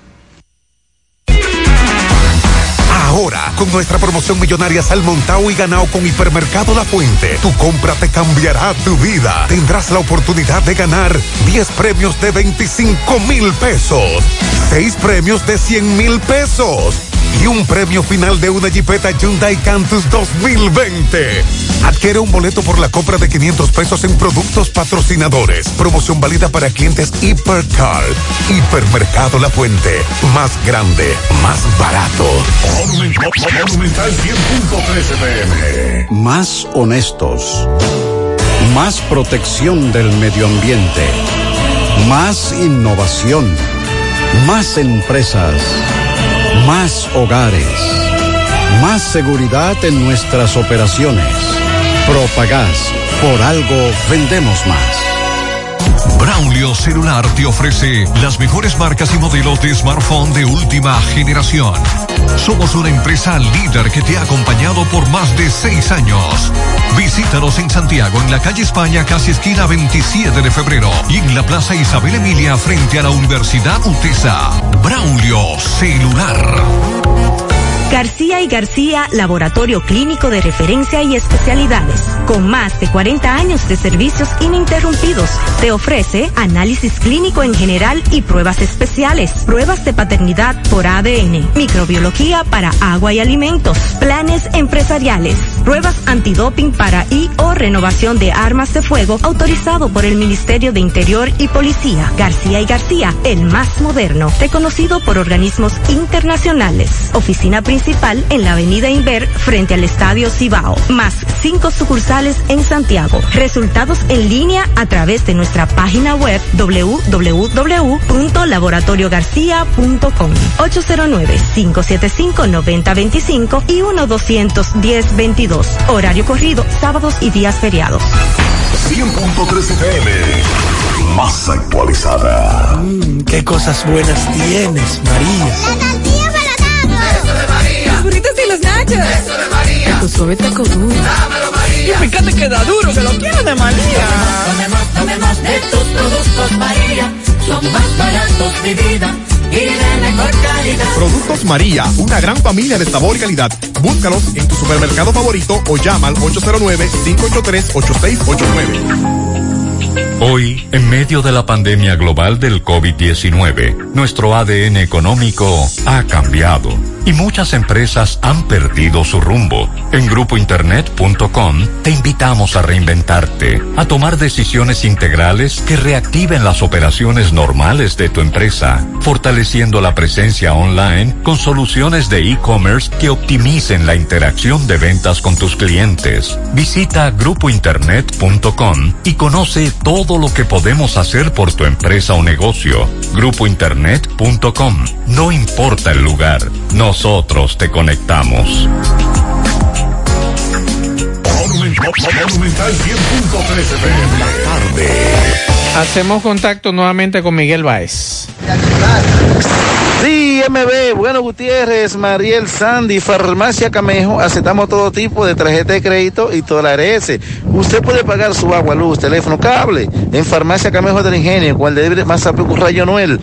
Ahora, con nuestra promoción millonaria Salmontao y Ganao con Hipermercado La Fuente, tu compra te cambiará tu vida. Tendrás la oportunidad de ganar 10 premios de 25,000 pesos, 6 premios de 100,000 pesos, y un premio final de una Jeepeta Hyundai Cantus 2020. Adquiere un boleto por la compra de $500 en productos patrocinadores. Promoción válida para clientes Hipercar. Hipermercado La Fuente. Más grande, más barato. Monumental 100.13 PM. Más honestos. Más protección del medio ambiente. Más innovación. Más empresas. Más hogares. Más seguridad en nuestras operaciones. Propagás. Por algo vendemos más. Braulio Celular te ofrece las mejores marcas y modelos de smartphone de última generación. Somos una empresa líder que te ha acompañado por más de 6 años. Visítanos en Santiago, en la calle España, casi esquina 27 de febrero, y en la Plaza Isabel Emilia, frente a la Universidad UTESA. Braulio Celular. García y García, laboratorio clínico de referencia y especialidades. Con más de 40 años de servicios ininterrumpidos, te ofrece análisis clínico en general y pruebas especiales, pruebas de paternidad por ADN, microbiología para agua y alimentos, planes empresariales, pruebas antidoping para y o renovación de armas de fuego autorizado por el Ministerio de Interior y Policía. García y García, el más moderno, reconocido por organismos internacionales. Oficina principal en la avenida Inver frente al Estadio Cibao, más 5 sucursales en Santiago. Resultados en línea a través de nuestra página web www.laboratoriogarcia.com 809-575-9025 y 1-210-22. Horario corrido, sábados y días feriados. 100.13 FM. Más actualizada. Qué cosas buenas tienes, María. La tortilla para tacos. Eso de María. Los burritos y los nachos. Eso de María. Tu suave taco duro. Dámelo, María. Y fíjate que da duro, que lo quiero de María. Tomemos de tus productos, María. Son más baratos de vida y de mejor calidad. Productos María, una gran familia de sabor y calidad. Búscalos en tu supermercado favorito o llama al 809-583-8689. Hoy, en medio de la pandemia global del COVID-19, nuestro ADN económico ha cambiado y muchas empresas han perdido su rumbo. En grupointernet.com te invitamos a reinventarte, a tomar decisiones integrales que reactiven las operaciones normales de tu empresa, fortaleciendo la presencia online con soluciones de e-commerce que optimicen la interacción de ventas con tus clientes. Visita grupointernet.com y conoce todo lo que podemos hacer por tu empresa o negocio. Grupointernet.com. No importa el lugar, nosotros te conectamos. Monumental 100.13 PM. La tarde. Hacemos contacto nuevamente con Miguel Báez. Sí, MB, bueno, Gutiérrez, Mariel, Sandy, Farmacia Camejo, aceptamos todo tipo de tarjeta de crédito y toda la ARS. Usted puede pagar su agua, luz, teléfono, cable en Farmacia Camejo del Ingenio, con el delivery más rápido Rayo Noel,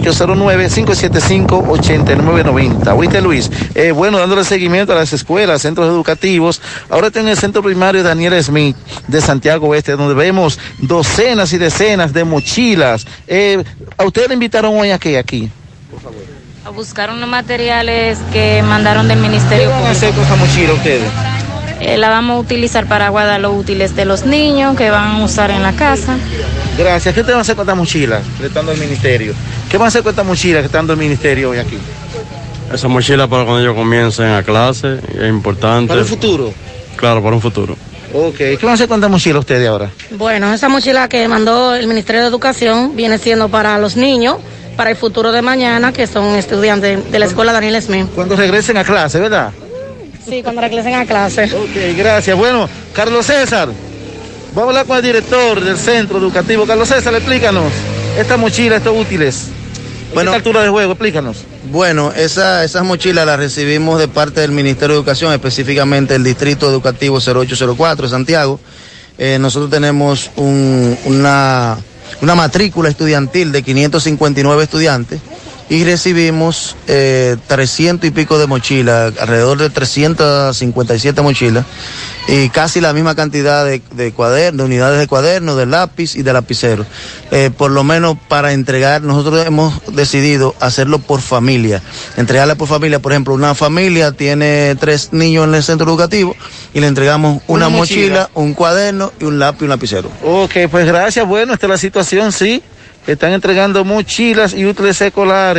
809-575-8990. ¿Oíste, Luis? Bueno, dándole seguimiento a las escuelas, centros educativos. Ahora tengo el centro primario Daniel Smith de Santiago Oeste, donde vemos docenas y decenas de mochilas. ¿A ustedes le invitaron hoy aquí? Por favor. A buscar unos materiales que mandaron del Ministerio Público. ¿Qué van a hacer con esa mochila ustedes? La vamos a utilizar para guardar los útiles de los niños que van a usar en la casa. Gracias. ¿Qué te van a hacer con esta mochila que está dando el ministerio? ¿Qué van a hacer con esta mochila que está dando el ministerio hoy aquí? Esa mochila para cuando ellos comiencen a clase, es importante. ¿Para el futuro? Claro, para un futuro. Ok. ¿Qué van a hacer con esta mochila ustedes ahora? Bueno, esa mochila que mandó el Ministerio de Educación viene siendo para los niños, para el futuro de mañana, que son estudiantes de la escuela Daniel Smith. Cuando regresen a clase, ¿verdad? Sí, cuando regresen a clase. Ok, gracias. Bueno, Carlos César, vamos a hablar con el director del centro educativo. Carlos César, explícanos esta mochila, estos útiles. Bueno, ¿qué altura de juego? Explícanos. Bueno, esas mochilas las recibimos de parte del Ministerio de Educación, específicamente el Distrito Educativo 0804 de Santiago. Nosotros tenemos una matrícula estudiantil de 559 estudiantes y recibimos 300 y pico de mochilas, alrededor de 357 mochilas, y casi la misma cantidad de cuadernos, de unidades de cuadernos, de lápiz y de lapicero. Por lo menos para entregar, nosotros hemos decidido hacerlo por familia, entregarle por familia. Por ejemplo, una familia tiene 3 niños en el centro educativo y le entregamos una mochila, un cuaderno y un lápiz y un lapicero. Ok, pues gracias. Bueno, esta es la situación, sí. Están entregando mochilas y útiles escolares.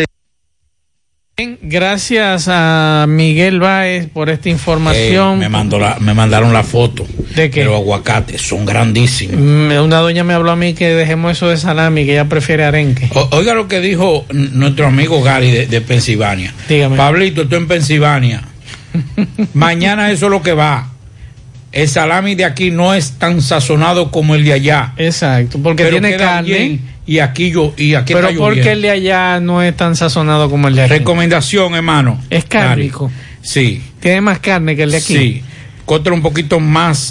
Gracias a Miguel Báez por esta información. Me mandaron la foto. ¿De qué? De los aguacates, son grandísimos. Una doña me habló a mí que dejemos eso de salami, que ella prefiere arenque. Oiga lo que dijo nuestro amigo Gary de Pensilvania. Dígame. Pablito, estoy en Pensilvania. Mañana eso es lo que va. El salami de aquí no es tan sazonado como el de allá. Exacto, porque pero tiene carne. Bien, y aquí pero porque el de allá no es tan sazonado como el de aquí. Recomendación, hermano. Es cárnico. Sí. Tiene más carne que el de aquí. Sí. Corta un poquito más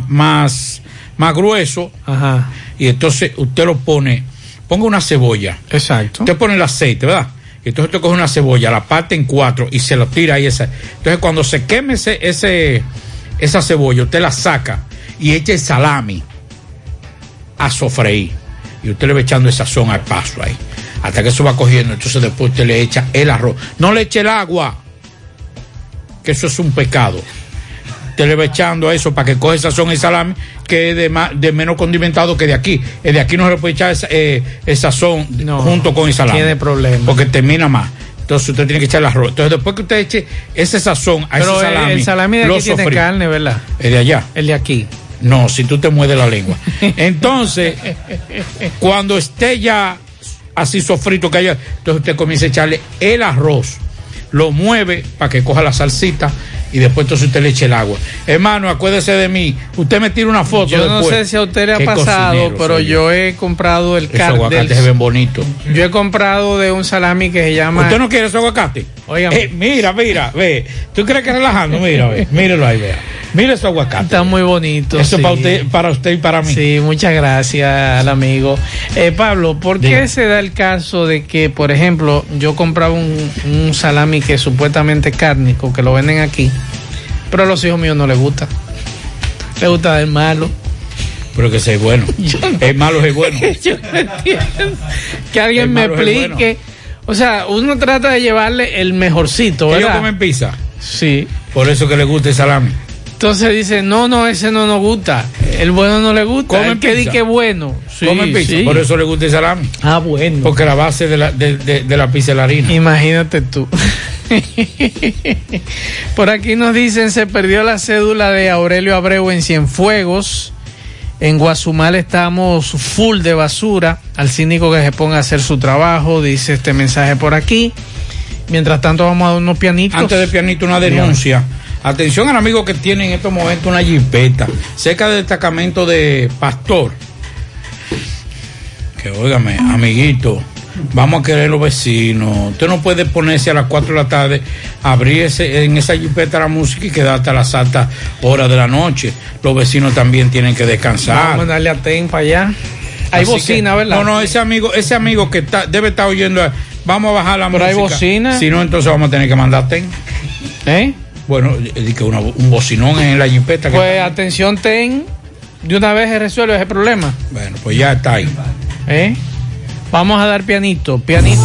grueso. Ajá. Y entonces usted lo ponga una cebolla. Exacto. Usted pone el aceite, ¿verdad? Y entonces usted coge una cebolla, la parte en 4 y se lo tira ahí esa. Entonces cuando se queme esa cebolla, usted la saca y echa el salami a sofreír. Y usted le va echando el sazón al paso ahí, hasta que eso va cogiendo. Entonces después usted le echa el arroz. No le eche el agua, que eso es un pecado. Usted le va echando a eso para que coge sazón el salami, que es de menos condimentado que de aquí. El de aquí no se le puede echar el sazón junto con el salami. Tiene problema. Porque termina más. Entonces usted tiene que echar el arroz. Entonces después que usted eche ese sazón a ese salami. El salami de aquí tiene carne, ¿verdad? El de allá. El de aquí. No, si tú te mueves la lengua. Entonces, cuando esté ya así sofrito que haya, entonces usted comienza a echarle el arroz, lo mueve para que coja la salsita y después entonces usted le eche el agua. Hermano, acuérdese de mí. Usted me tira una foto. Yo no sé si a usted le ha pasado, pero yo he comprado el carne. Esos aguacates se ven bonitos. Yo he comprado de un salami que se llama. ¿Usted no quiere ese aguacate? Óigame. Mira, ve. ¿Tú crees que es relajando? Mira, ve. Mírelo ahí, vea. Mire ese aguacate. Está muy bonito. Eso sí. para usted y para mí. Sí, muchas gracias al amigo. Pablo, ¿por qué se da el caso de que, por ejemplo, yo compraba un salami que es supuestamente cárnico, que lo venden aquí, pero a los hijos míos no les gusta? Les gusta el malo. Pero que sea bueno. El malo es bueno. Yo no entiendo. Que alguien me explique. O sea, uno trata de llevarle el mejorcito, ¿verdad? ¿Ellos comen pizza? Sí. Por eso que les gusta el salami. Entonces dice, no, ese no nos gusta. El bueno no le gusta. Comen pizza. Que di que bueno. Sí, comen pizza. Sí. Por eso le gusta el salami. Ah, bueno. Porque la base de la pizza es la harina. Imagínate tú. Por aquí nos dicen, se perdió la cédula de Aurelio Abreu en Cienfuegos. En Guazumal estamos full de basura. Al cínico que se ponga a hacer su trabajo, dice este mensaje por aquí. Mientras tanto vamos a dar unos pianitos. Antes de pianito, una denuncia. Atención al amigo que tiene en estos momentos una jipeta cerca del destacamento de Pastor. Que óigame, amiguito, vamos a querer los vecinos. Usted no puede ponerse a las 4 de la tarde, abrirse en esa jipeta la música y quedar hasta las altas horas de la noche. Los vecinos también tienen que descansar. Vamos a darle a TEN para allá. Hay así bocina, que, ¿verdad? No, ese amigo que debe estar oyendo, vamos a bajar la música. Pero hay bocina. Si no, entonces vamos a tener que mandar TEN. Bueno, que un bocinón en la jipeta. Pues atención, TEN, de una vez se resuelve ese problema. Bueno, pues ya está ahí. Vamos a dar pianitos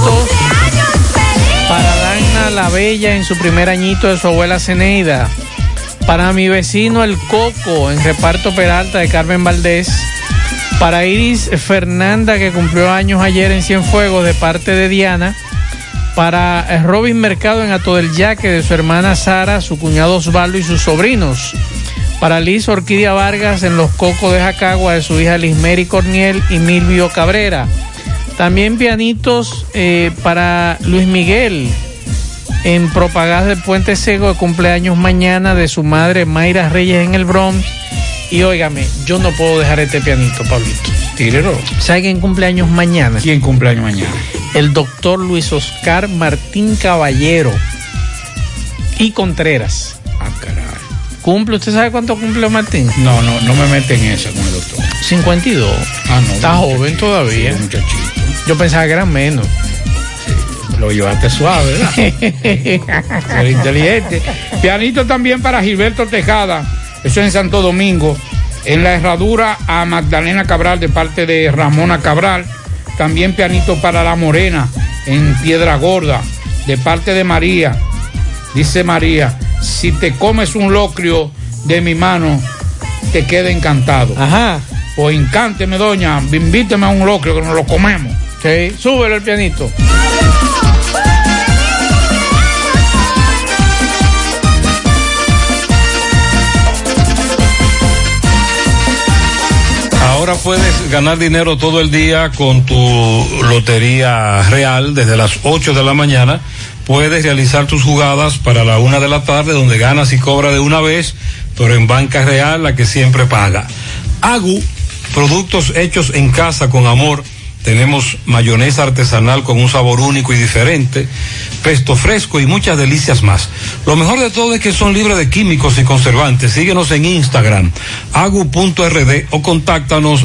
para Dana la Bella en su primer añito de su abuela Zeneida. Para mi vecino El Coco en Reparto Peralta de Carmen Valdés. Para Iris Fernanda, que cumplió años ayer en Cienfuegos, de parte de Diana. Para Robin Mercado en Ato del Yaque, de su hermana Sara, su cuñado Osvaldo y sus sobrinos. Para Liz Orquídea Vargas en Los Cocos de Jacagua, de su hija Lismeri Corniel y Milvio Cabrera. También pianitos para Luis Miguel en Propagás del Puente Seco, de cumpleaños mañana, de su madre Mayra Reyes en el Bronx. Y óigame, yo no puedo dejar este pianito, Pablito. Tírelo. ¿Sabe quién cumpleaños mañana? ¿Quién cumpleaños mañana? El doctor Luis Oscar Martín Caballero y Contreras. Ah, caray. ¿Cumple? ¿Usted sabe cuánto cumple Martín? No me mete en esa con el doctor. 52. Ah, no. Está joven todavía. Sí, muchachito. Yo pensaba que eran menos. Sí, Lo llevaste suave, ¿verdad? Ser inteligente. Pianito también para Gilberto Tejada, eso en Santo Domingo. En la herradura a Magdalena Cabral de parte de Ramona Cabral. También pianito para La Morena en Piedra Gorda de parte de María. Dice María, si te comes un locrio de mi mano, te queda encantado. Ajá. Pues encánteme, doña, invíteme a un locrio que nos lo comemos. Sí, súbelo el pianito. Ahora puedes ganar dinero todo el día con tu Lotería Real desde las 8 de la mañana. Puedes realizar tus jugadas para la 1 de la tarde, donde ganas y cobras de una vez, pero en Banca Real, la que siempre paga. Agu, productos hechos en casa con amor. Tenemos mayonesa artesanal con un sabor único y diferente, pesto fresco y muchas delicias más. Lo mejor de todo es que son libres de químicos y conservantes. Síguenos en Instagram, agu.rd, o contáctanos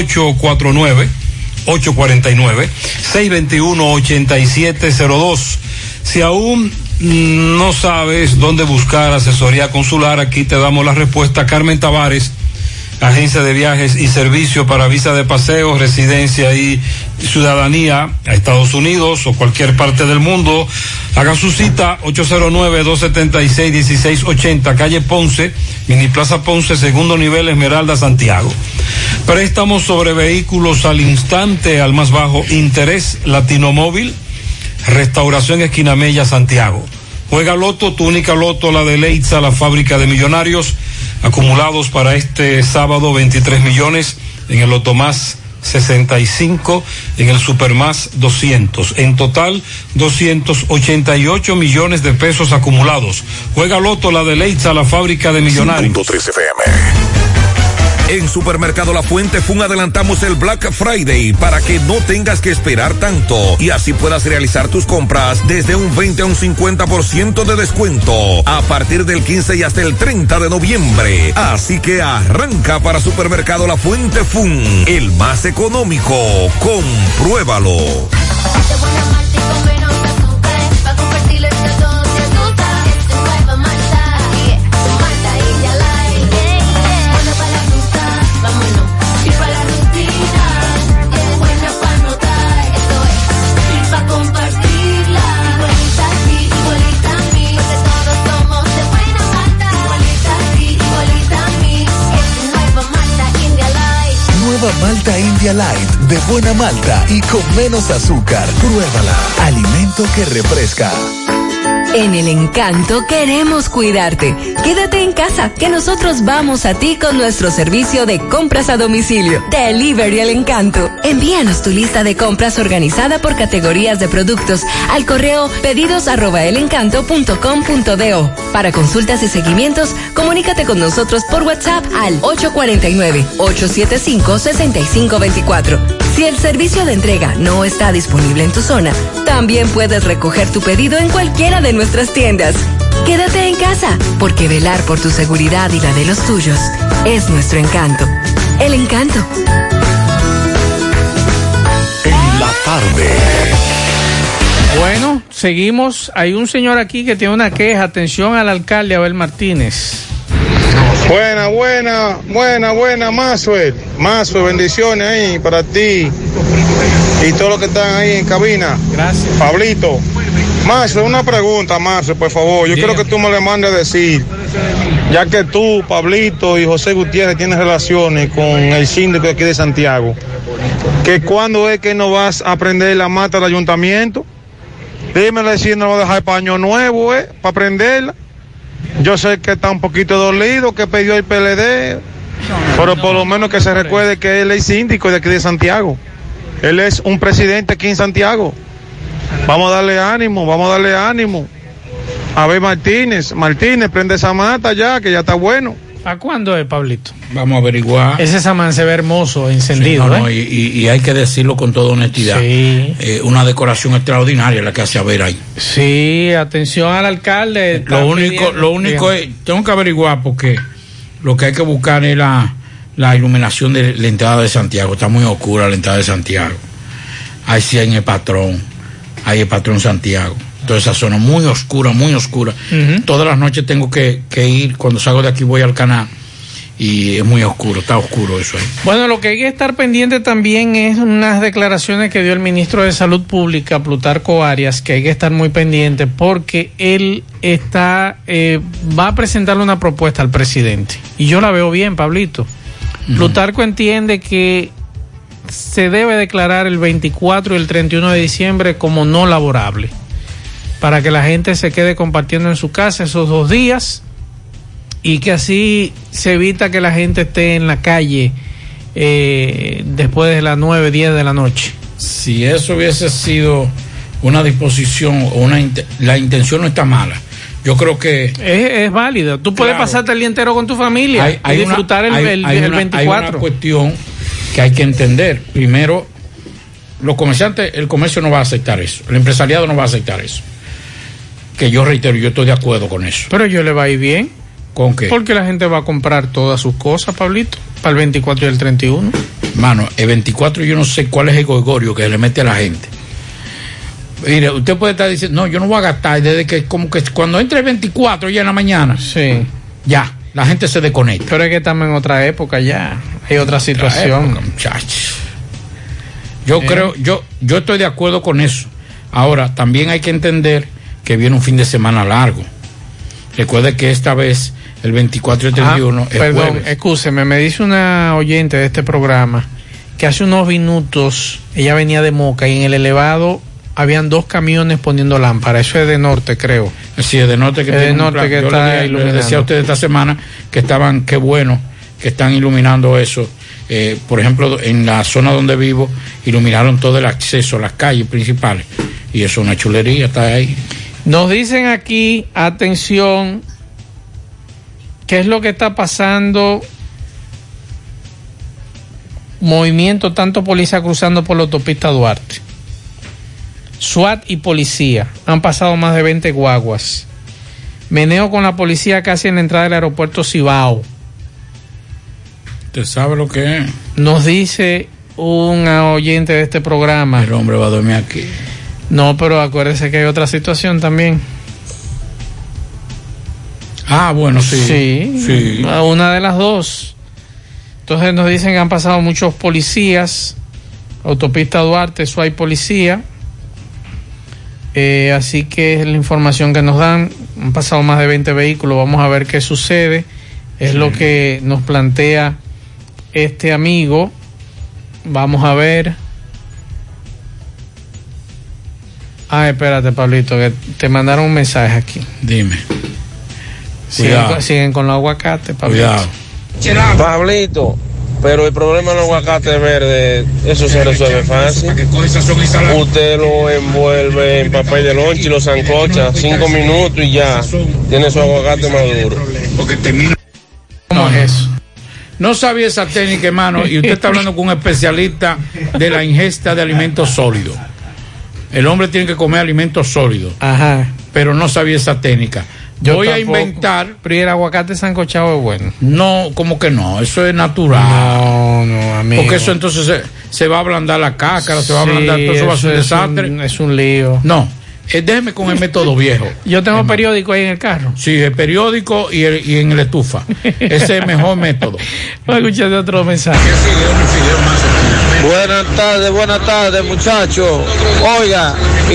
849-621-8702. Si aún no sabes dónde buscar asesoría consular, aquí te damos la respuesta. Carmen Tavares, agencia de viajes y servicio para visa de paseo, residencia y ciudadanía a Estados Unidos o cualquier parte del mundo. Haga su cita 809-276-1680, calle Ponce, Mini Plaza Ponce, segundo nivel, Esmeralda, Santiago. Préstamos sobre vehículos al instante, al más bajo interés. Latino Móvil, Restauración Esquina Mella, Santiago. Juega Loto, tu única Loto, la de Leitza, la fábrica de millonarios. Acumulados para este sábado 23 millones, en el Loto Más 65, en el Super Más 200. En total 288 millones de pesos acumulados. Juega Loto, la de Leitza, la fábrica de millonarios. 5.3 FM. En Supermercado La Fuente Fun adelantamos el Black Friday para que no tengas que esperar tanto y así puedas realizar tus compras desde un 20 a un 50% de descuento a partir del 15 y hasta el 30 de noviembre. Así que arranca para Supermercado La Fuente Fun, el más económico. Compruébalo. Malta India Light, de buena malta y con menos azúcar. Pruébala. Alimento que refresca. En El Encanto queremos cuidarte. Quédate en casa, que nosotros vamos a ti con nuestro servicio de compras a domicilio. Delivery El Encanto. Envíanos tu lista de compras organizada por categorías de productos al correo pedidos@elencanto.com.do. Para consultas y seguimientos, comunícate con nosotros por WhatsApp al 849-875-6524. Si el servicio de entrega no está disponible en tu zona, también puedes recoger tu pedido en cualquiera de nuestras tiendas. Quédate en casa, porque velar por tu seguridad y la de los tuyos es nuestro encanto. El Encanto. En la tarde. Bueno, seguimos. Hay un señor aquí que tiene una queja. Atención al alcalde Abel Martínez. Buena, Mazue, bendiciones ahí para ti y todos los que están ahí en cabina. Gracias. Pablito, Mazue, una pregunta, Mazue, por favor. Yo quiero que tú me le mandes a decir, ya que tú, Pablito y José Gutiérrez tienen relaciones con el síndico de aquí de Santiago, que cuándo es que no vas a prender la mata del ayuntamiento. Dímele si no va a dejar paño nuevo, para prenderla. Yo sé que está un poquito dolido, que pidió el PLD, pero por lo menos que se recuerde que él es síndico de aquí de Santiago. Él es un presidente aquí en Santiago. Vamos a darle ánimo. A ver, Martínez, prende esa mata ya, que ya está bueno. ¿A cuándo es, Pablito? Vamos a averiguar. Ese samán se ve hermoso, encendido. Sí, y hay que decirlo con toda honestidad. Sí. Una decoración extraordinaria la que hace a ver ahí. Sí, atención al alcalde. Lo único es, tengo que averiguar porque lo que hay que buscar es la iluminación de la entrada de Santiago. Está muy oscura la entrada de Santiago. Ahí sí en el patrón. ahí el Patrón Santiago. Toda esa zona muy oscura, muy oscura. Todas las noches tengo que ir, cuando salgo de aquí voy al canal y es muy oscuro, está oscuro eso ahí. Bueno, lo que hay que estar pendiente también es unas declaraciones que dio el ministro de Salud Pública, Plutarco Arias, que hay que estar muy pendiente porque él va a presentarle una propuesta al presidente. Y yo la veo bien, Pablito. Plutarco entiende que se debe declarar el 24 y el 31 de diciembre como no laborable, para que la gente se quede compartiendo en su casa esos 2 días y que así se evita que la gente esté en la calle después de las 9, 10 de la noche. Si eso hubiese sido una disposición o la intención no está mala. Yo creo que es válida. Tú puedes pasarte el día entero con tu familia y disfrutar el 24. Hay una cuestión que hay que entender. Primero, los comerciantes, el comercio no va a aceptar eso. El empresariado no va a aceptar eso. Que yo reitero, yo estoy de acuerdo con eso. Pero yo le va a ir bien. ¿Con qué? Porque la gente va a comprar todas sus cosas, Pablito, para el 24 y el 31. Mano, el 24 yo no sé cuál es el gogorio que le mete a la gente. Mire, usted puede estar diciendo, no, yo no voy a gastar desde que, como que cuando entre el 24 ya en la mañana. Sí. Ya, la gente se desconecta. Pero es que estamos en otra época ya. Hay otra situación. Muchachos. Yo creo, yo estoy de acuerdo con eso. Ahora, también hay que entender que viene un fin de semana largo. Recuerde que esta vez, el 24 y el 31 es perdón, jueves. Excúseme, me dice una oyente de este programa que hace unos minutos ella venía de Moca y en el elevado habían 2 camiones poniendo lámparas. Eso es de norte, creo. Sí, es de norte que es de norte que está iluminando. Le decía a usted esta semana que qué bueno que están iluminando eso. Por ejemplo, en la zona donde vivo, iluminaron todo el acceso a las calles principales. Y eso es una chulería, está ahí. Nos dicen aquí, atención, ¿qué es lo que está pasando? Movimiento, tanto policía cruzando por la autopista Duarte. SWAT y policía. Han pasado más de 20 guaguas. Meneo con la policía casi en la entrada del aeropuerto Cibao. ¿Usted sabe lo que es? Nos dice un oyente de este programa. El hombre va a dormir aquí. No, pero acuérdese que hay otra situación también. Ah, bueno, sí. Sí. Una de las dos. Entonces nos dicen que han pasado muchos policías. Autopista Duarte, SWAT y policía. Así que es la información que nos dan. Han pasado más de 20 vehículos. Vamos a ver qué sucede. Es lo que nos plantea este amigo. Vamos a ver. Espérate, Pablito, que te mandaron un mensaje aquí. Dime. Siguen con los aguacates, Pablito. Cuidado. Pablito, pero el problema del aguacate verde, eso se resuelve fácil. Usted lo envuelve en papel de lonche y lo sancocha 5 minutos y ya tiene su aguacate maduro. ¿Cómo es eso? No sabía esa técnica, hermano, y usted está hablando con un especialista de la ingesta de alimentos sólidos. El hombre tiene que comer alimentos sólidos. Ajá. Pero no sabía esa técnica. Voy a inventar. Pero el aguacate sancochado es bueno. No, como que no, eso es natural. No, amigo. Porque eso entonces se va a ablandar la cáscara, se va a ablandar, todo eso va a ser un desastre. Es un lío. No, déjeme con el método viejo. Yo tengo periódico ahí en el carro. Sí, el periódico y en la estufa. Ese es el mejor método. Voy a escuchar otro mensaje. Buenas tardes, muchachos. Oiga,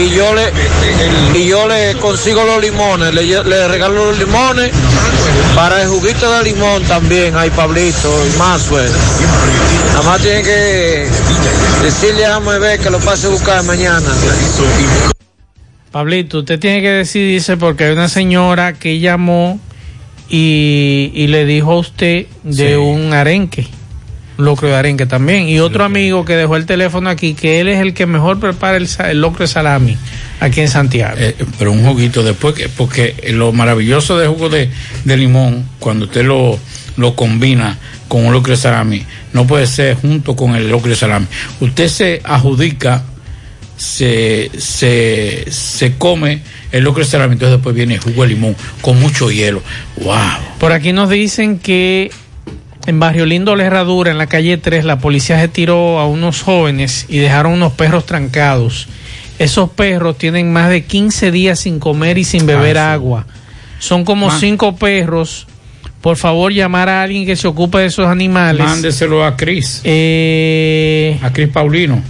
y yo le consigo los limones, le regalo los limones para el juguito de limón también. Hay Pablito y Maxwell. Nada más tiene que decirle a Moisés que lo pase a buscar mañana. Pablito, usted tiene que decidirse porque hay una señora que llamó y le dijo a usted de un arenque. Locro de arenque también, y otro amigo que dejó el teléfono aquí, que él es el que mejor prepara el locro de salami aquí en Santiago. Pero un juguito después, porque lo maravilloso del jugo de limón, cuando usted lo combina con un locro de salami, no puede ser junto con el locro de salami. Usted se adjudica, se come el locro de salami, entonces después viene el jugo de limón con mucho hielo. ¡Wow! Por aquí nos dicen que en Barrio Lindo, La Herradura, en la calle 3, la policía se tiró a unos jóvenes y dejaron unos perros trancados Esos perros tienen más de 15 días sin comer y sin beber agua. Son como 5 perros. Por favor, llamar a alguien que se ocupe de esos animales. Mándeselo a Cris. A Cris Paulino.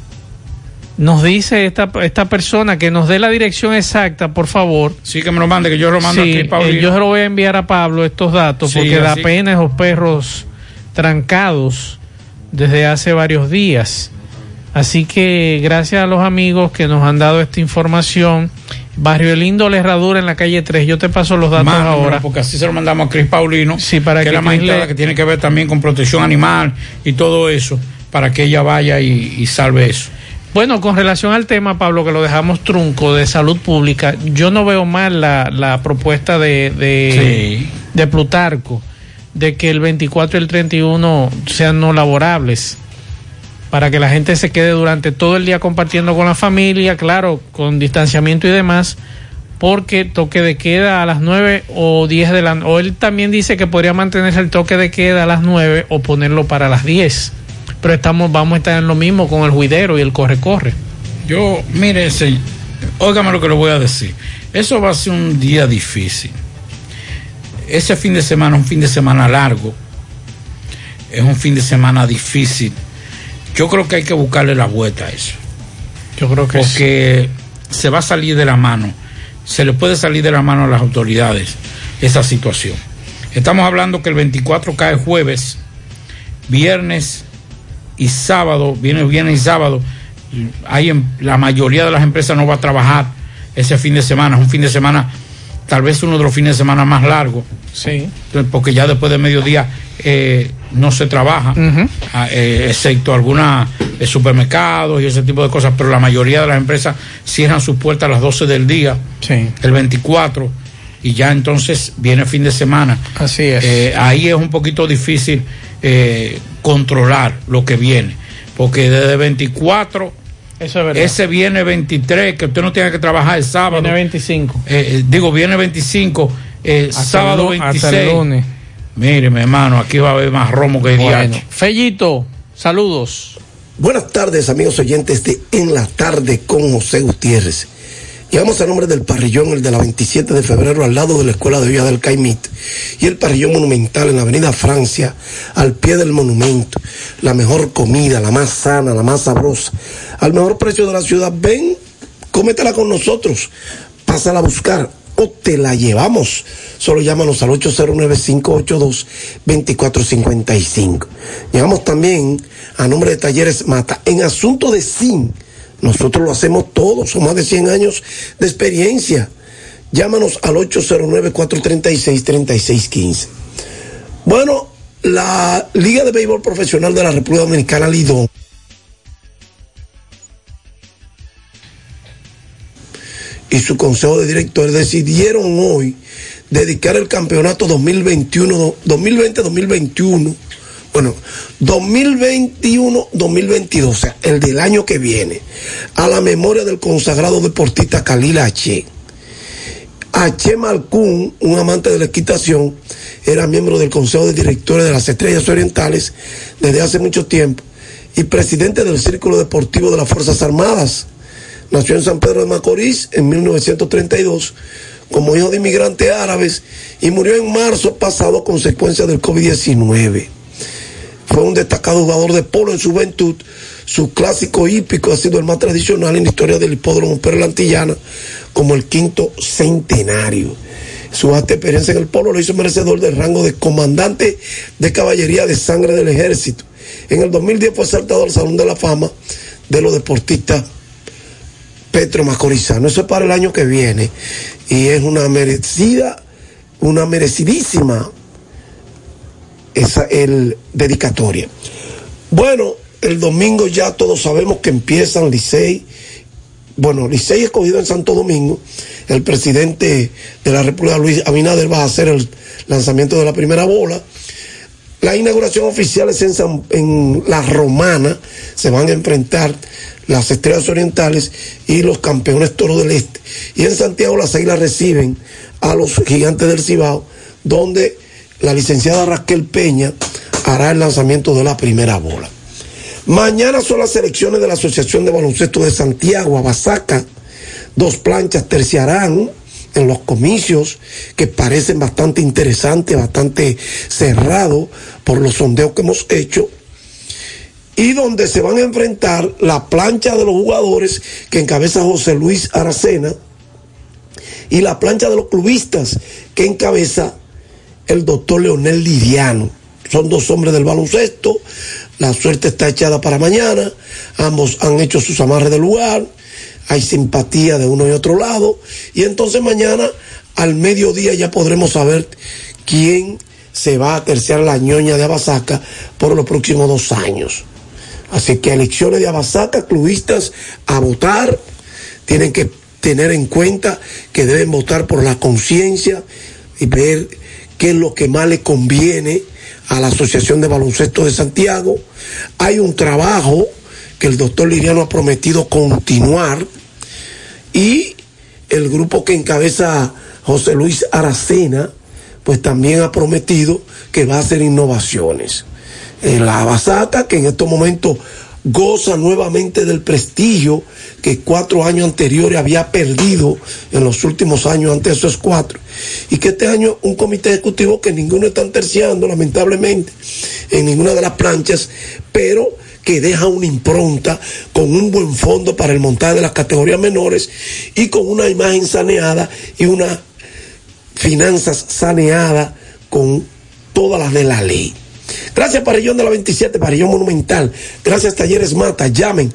Nos dice esta persona que nos dé la dirección exacta, por favor. Sí, que me lo mande, que yo lo mando a Cris Paulino. Yo se lo voy a enviar a Pablo estos datos, porque da pena esos perros trancados desde hace varios días. Así que gracias a los amigos que nos han dado esta información. Barrio Lindo, La Herradura, en la calle 3. Yo te paso los datos ahora. Porque así se lo mandamos a Cris Paulino. Sí, para que es la magistrada que tiene que ver también con protección animal y todo eso, para que ella vaya y salve eso. Bueno, con relación al tema, Pablo, que lo dejamos trunco, de salud pública, yo no veo mal la propuesta de Plutarco, de que el 24 y el 31 sean no laborables, para que la gente se quede durante todo el día compartiendo con la familia, claro, con distanciamiento y demás, porque toque de queda a las 9 o 10 de la noche, o él también dice que podría mantenerse el toque de queda a las 9 o ponerlo para las 10. Pero vamos a estar en lo mismo con el juidero y el corre-corre. Yo, mire, óigame lo que le voy a decir. Eso va a ser un día difícil. Ese fin de semana es un fin de semana largo. Es un fin de semana difícil. Yo creo que hay que buscarle la vuelta a eso. Yo creo que porque se va a salir de la mano. Se le puede salir de la mano a las autoridades esa situación. Estamos hablando que el 24 cae jueves, viernes y sábado, viernes y sábado, la mayoría de las empresas no va a trabajar ese fin de semana. Es un fin de semana, tal vez uno de los fines de semana más largos. Sí. Porque ya después de mediodía no se trabaja, excepto algunos supermercados y ese tipo de cosas, pero la mayoría de las empresas cierran sus puertas a las 12 del día, el 24, y ya entonces viene fin de semana. Así es. Ahí es un poquito difícil controlar lo que viene, porque desde 24, eso es verdad, ese viene 23, que usted no tenga que trabajar el sábado, viene 25, viene 25, sábado 26, hasta el lunes. Mire, mi hermano, aquí va a haber más romo que diacho. Fellito, saludos. Buenas tardes, amigos oyentes de En la Tarde con José Gutiérrez. Llegamos al nombre del parrillón, el de la 27 de febrero, al lado de la Escuela de Villa del Caimit, y el parrillón monumental en la Avenida Francia, al pie del monumento. La mejor comida, la más sana, la más sabrosa, al mejor precio de la ciudad. Ven, cómetela con nosotros, pásala a buscar o te la llevamos. Solo llámanos al 809-582-2455. Llegamos también a nombre de Talleres Mata. En asunto de zinc, nosotros lo hacemos todo, son más de 100 años de experiencia. Llámanos al 809-436-3615. Bueno, la Liga de Béisbol Profesional de la República Dominicana, Lidón, y su consejo de directores decidieron hoy dedicar el campeonato 2020-2021, bueno, 2021-2022, o sea, el del año que viene, a la memoria del consagrado deportista Khalil H. H. Malcún, un amante de la equitación, era miembro del consejo de directores de las Estrellas Orientales desde hace mucho tiempo y presidente del Círculo Deportivo de las Fuerzas Armadas. Nació en San Pedro de Macorís en 1932 como hijo de inmigrantes árabes y murió en marzo pasado a consecuencia del COVID-19. Fue un destacado jugador de polo en su juventud. Su clásico hípico ha sido el más tradicional en la historia del hipódromo Pérez La Antillana, como el quinto centenario. Su vasta experiencia en el polo lo hizo merecedor del rango de comandante de caballería de sangre del ejército. En el 2010 fue exaltado al Salón de la Fama de los deportistas Petro Macorizano. Eso es para el año que viene y es una merecidísima dedicatoria. Bueno, el domingo ya todos sabemos que empiezan Licey. Bueno, Licey escogido en Santo Domingo. El presidente de la República, Luis Abinader, va a hacer el lanzamiento de la primera bola. La inauguración oficial es en La Romana. Se van a enfrentar las Estrellas Orientales y los campeones Toros del Este. Y en Santiago las Águilas reciben a los Gigantes del Cibao, donde la licenciada Raquel Peña hará el lanzamiento de la primera bola. Mañana son las elecciones de la Asociación de Baloncesto de Santiago, Abasaca. 2 planchas terciarán en los comicios que parecen bastante interesantes, bastante cerrados por los sondeos que hemos hecho, y donde se van a enfrentar la plancha de los jugadores que encabeza José Luis Aracena y la plancha de los clubistas que encabeza el doctor Leonel Liriano. Son 2 hombres del baloncesto, la suerte está echada para mañana, ambos han hecho sus amarres del lugar, hay simpatía de uno y otro lado, y entonces mañana al mediodía ya podremos saber quién se va a terciar la ñoña de Abasaca por los próximos 2 años. Así que elecciones de Abasaca, clubistas a votar, tienen que tener en cuenta que deben votar por la conciencia y ver qué es lo que más le conviene a la Asociación de Baloncesto de Santiago. Hay un trabajo que el doctor Liriano ha prometido continuar, y el grupo que encabeza José Luis Aracena pues también ha prometido que va a hacer innovaciones. La Abasaca, que en estos momentos goza nuevamente del prestigio que 4 años anteriores había perdido en los últimos años, antes de esos 4, y que este año un comité ejecutivo que ninguno están terciando lamentablemente en ninguna de las planchas, pero que deja una impronta con un buen fondo para el montaje de las categorías menores y con una imagen saneada y una finanzas saneadas con todas las de la ley. Gracias Parrillón de la 27, Parrillón Monumental. Gracias Talleres Mata. Llamen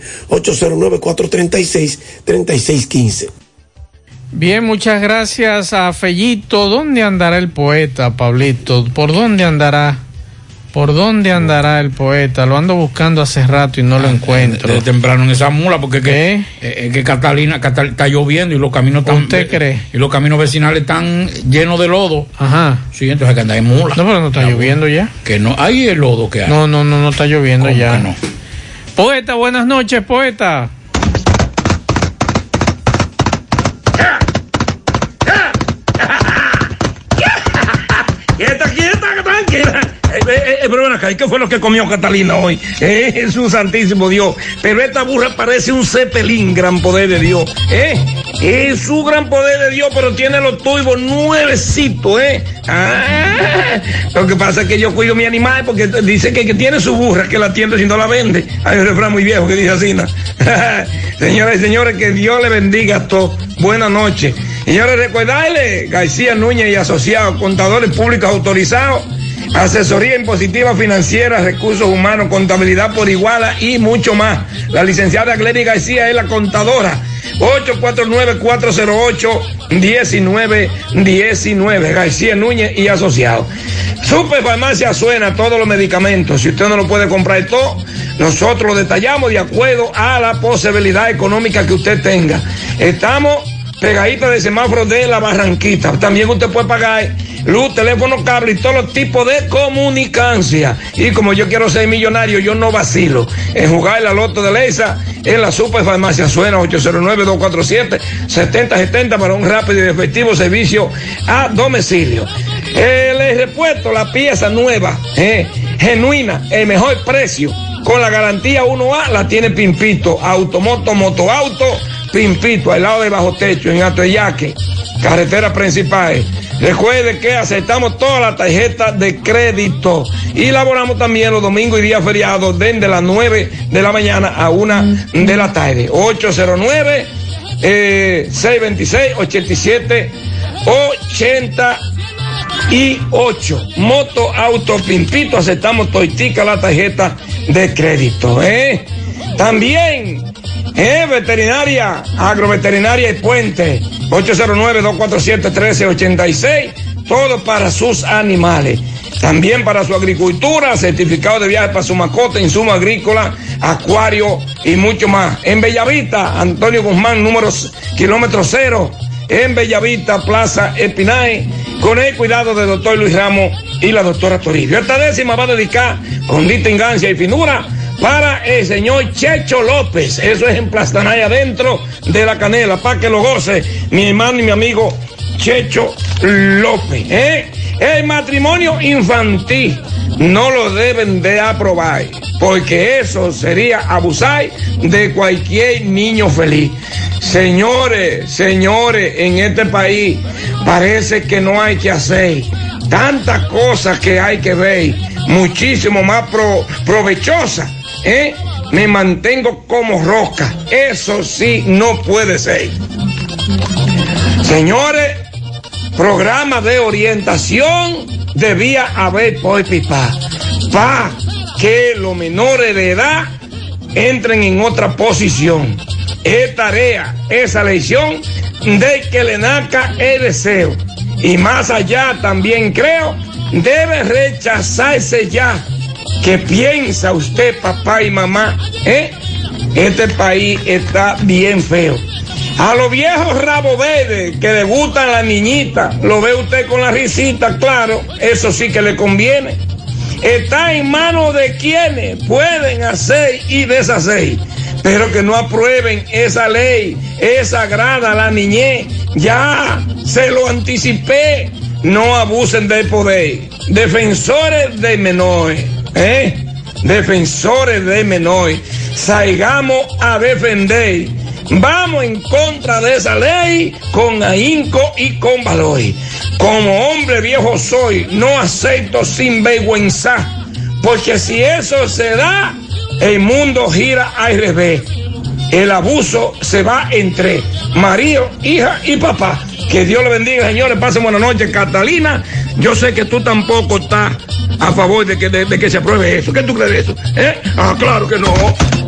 809-436-3615. Bien, muchas gracias a Fellito. ¿Dónde andará el poeta, Pablito? ¿Por dónde andará? ¿Por dónde andará el poeta? Lo ando buscando hace rato y no lo encuentro. Desde temprano en esa mula, porque que Catalina está lloviendo y los caminos están... ¿Usted cree? Y los caminos vecinales están llenos de lodo. Ajá. Sí, entonces hay que andar en mula. No, pero no está lloviendo ya. Que no, hay el lodo que hay. No está lloviendo ya. No? Poeta, buenas noches, poeta. Quieta, tranquila. Pero ven acá, ¿y qué fue lo que comió Catalina hoy? Jesús santísimo Dios. Pero esta burra parece un cepelín, gran poder de Dios. Es su gran poder de Dios, pero tiene los tuibos nuevecitos, Lo que pasa es que yo cuido mi animal porque dice que tiene su burra, que la atiende si no la vende. Hay un refrán muy viejo que dice así, ¿no? Señoras y señores, que Dios le bendiga a todos. Buenas noches. Señores, recordarle, García Núñez y Asociados, contadores públicos autorizados, asesoría impositiva financiera, recursos humanos, contabilidad por iguala y mucho más. La licenciada Glenny García es la contadora. 849-408-1919, García Núñez y Asociados. Superfarmacia Suena, todos los medicamentos. Si usted no lo puede comprar todo, nosotros lo detallamos de acuerdo a la posibilidad económica que usted tenga. Estamos pegadita de semáforo de la Barranquita. También usted puede pagar luz, teléfono, cable y todos los tipos de comunicancia. Y como yo quiero ser millonario, yo no vacilo en jugar la loto de Leisa en la Superfarmacia Suena. 809-247-7070 para un rápido y efectivo servicio a domicilio. Les repuesto la pieza nueva, genuina, el mejor precio, con la garantía 1A, la tiene Pimpito, Automoto, Motoauto, Pimpito, al lado de Bajo Techo, en Atoyaque, carretera principal. Recuerde que aceptamos todas las tarjetas de crédito y laboramos también los domingos y días feriados desde las 9 de la mañana a 1 de la tarde. 809-626-8788. Moto Auto Pimpito, aceptamos toitica la tarjeta de crédito. También veterinaria, agroveterinaria y puente, 809-247-1386, todo para sus animales. También para su agricultura, certificado de viaje para su mascota, insumo agrícola, acuario y mucho más. En Bellavista, Antonio Guzmán, kilómetro 0, en Bellavista, Plaza Espinay, con el cuidado del doctor Luis Ramos y la doctora Toribio. Esta décima va a dedicar con distingancia y finura para el señor Checho López. Eso es en Plastanaya, dentro de la Canela, para que lo goce mi hermano y mi amigo Checho López. El matrimonio infantil no lo deben de aprobar, porque eso sería abusar de cualquier niño feliz. Señores, en este país parece que no hay que hacer tantas cosas que hay que ver, muchísimo más provechosas, ¿eh? Me mantengo como rosca, eso sí no puede ser. Señores, programa de orientación debía haber por pipa, para que los menores de edad entren en otra posición. Es tarea, esa lección de que le nazca el deseo. Y más allá también creo, debe rechazarse ya. ¿Qué piensa usted, papá y mamá? Este país está bien feo. A los viejos rabo verdes que le gustan las niñitas, lo ve usted con la risita, claro, eso sí que le conviene. Está en manos de quienes pueden hacer y deshacer, pero que no aprueben esa ley, esa agrada a la niñez. Ya se lo anticipé, no abusen del poder. Defensores de menores, defensores de menores, salgamos a defender. Vamos en contra de esa ley con ahínco y con valor. Como hombre viejo soy, no acepto sin vergüenza, porque si eso se da, el mundo gira al revés. El abuso se va entre marido, hija y papá. Que Dios le bendiga, señores. Pasen buenas noches. Catalina, yo sé que tú tampoco estás a favor de que se apruebe eso. ¿Qué tú crees de eso? Claro que no.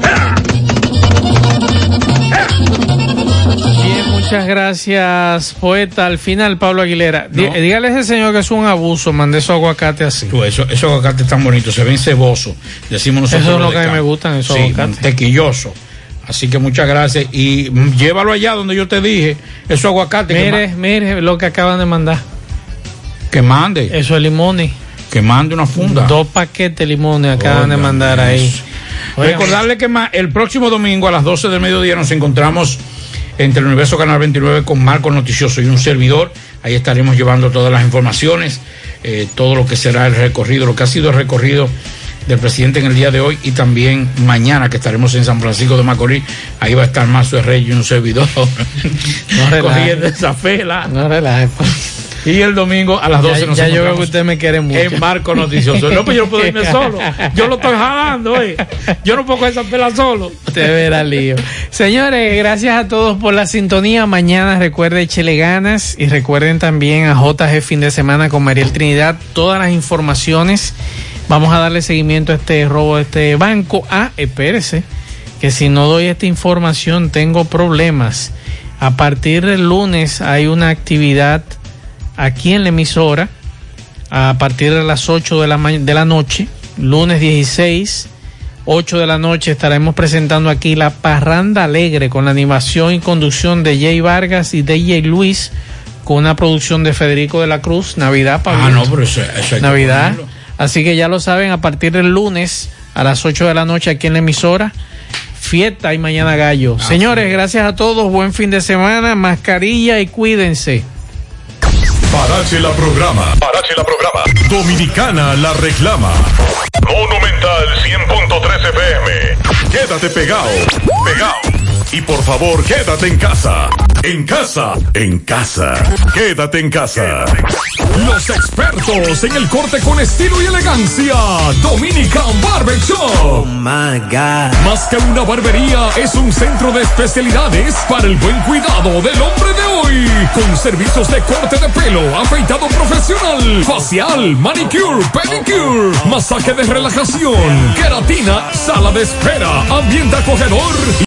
Bien, muchas gracias, poeta. Al final, Pablo Aguilera, no. Dígale a ese señor que es un abuso, mande esos aguacates así. Esos aguacates tan bonitos, se ven cebosos, decimos nosotros. Eso es lo que a mí me gustan, esos aguacates. Mantequillosos. Así que muchas gracias y llévalo allá donde yo te dije, esos aguacates. Mire lo que acaban de mandar. Que mande. Eso es limones. Que mande una funda. 2 paquetes de limones acaban de mandar ahí. Recordarle que el próximo domingo a las 12 del mediodía nos encontramos entre el Universo Canal 29 con Marco Noticioso y un servidor. Ahí estaremos llevando todas las informaciones, todo lo que será el recorrido, lo que ha sido el recorrido del presidente en el día de hoy y también mañana que estaremos en San Francisco de Macorís. Ahí va a estar Mazo Herrey y un servidor cogiendo esa fela. No relaje. Y el domingo a las 12 nos encontramos. Ya yo veo que usted me quiere mucho. En Marco Noticioso. No, pues yo no puedo irme solo. Yo lo estoy jalando, Yo no puedo coger esa pela solo. Te verá lío. Señores, gracias a todos por la sintonía. Mañana recuerde, échele ganas. Y recuerden también a JG Fin de Semana con Mariel Trinidad. Todas las informaciones. Vamos a darle seguimiento a este robo de este banco. Espérese, que si no doy esta información tengo problemas. A partir del lunes hay una actividad aquí en la emisora a partir de las 8 de la noche, lunes 16, 8 de la noche estaremos presentando aquí la Parranda Alegre con la animación y conducción de Jay Vargas y DJ Luis, con una producción de Federico de la Cruz. Navidad, Pablo. No, pero eso hay Navidad. Así que ya lo saben, a partir del lunes a las 8 de la noche aquí en la emisora, fiesta y mañana gallo. Señores, gracias a todos, buen fin de semana, mascarilla y cuídense. Parache la programa. Dominicana la reclama. Monumental 100.3 FM. Quédate pegado. Y por favor, quédate en casa. Quédate en casa. Los expertos en el corte con estilo y elegancia. Dominican Barber Shop. Oh my God. Más que una barbería, es un centro de especialidades para el buen cuidado del hombre de hoy. Con servicios de corte de pelo, afeitado profesional, facial, manicure, pedicure, masaje de relajación, queratina, sala de espera, ambiente acogedor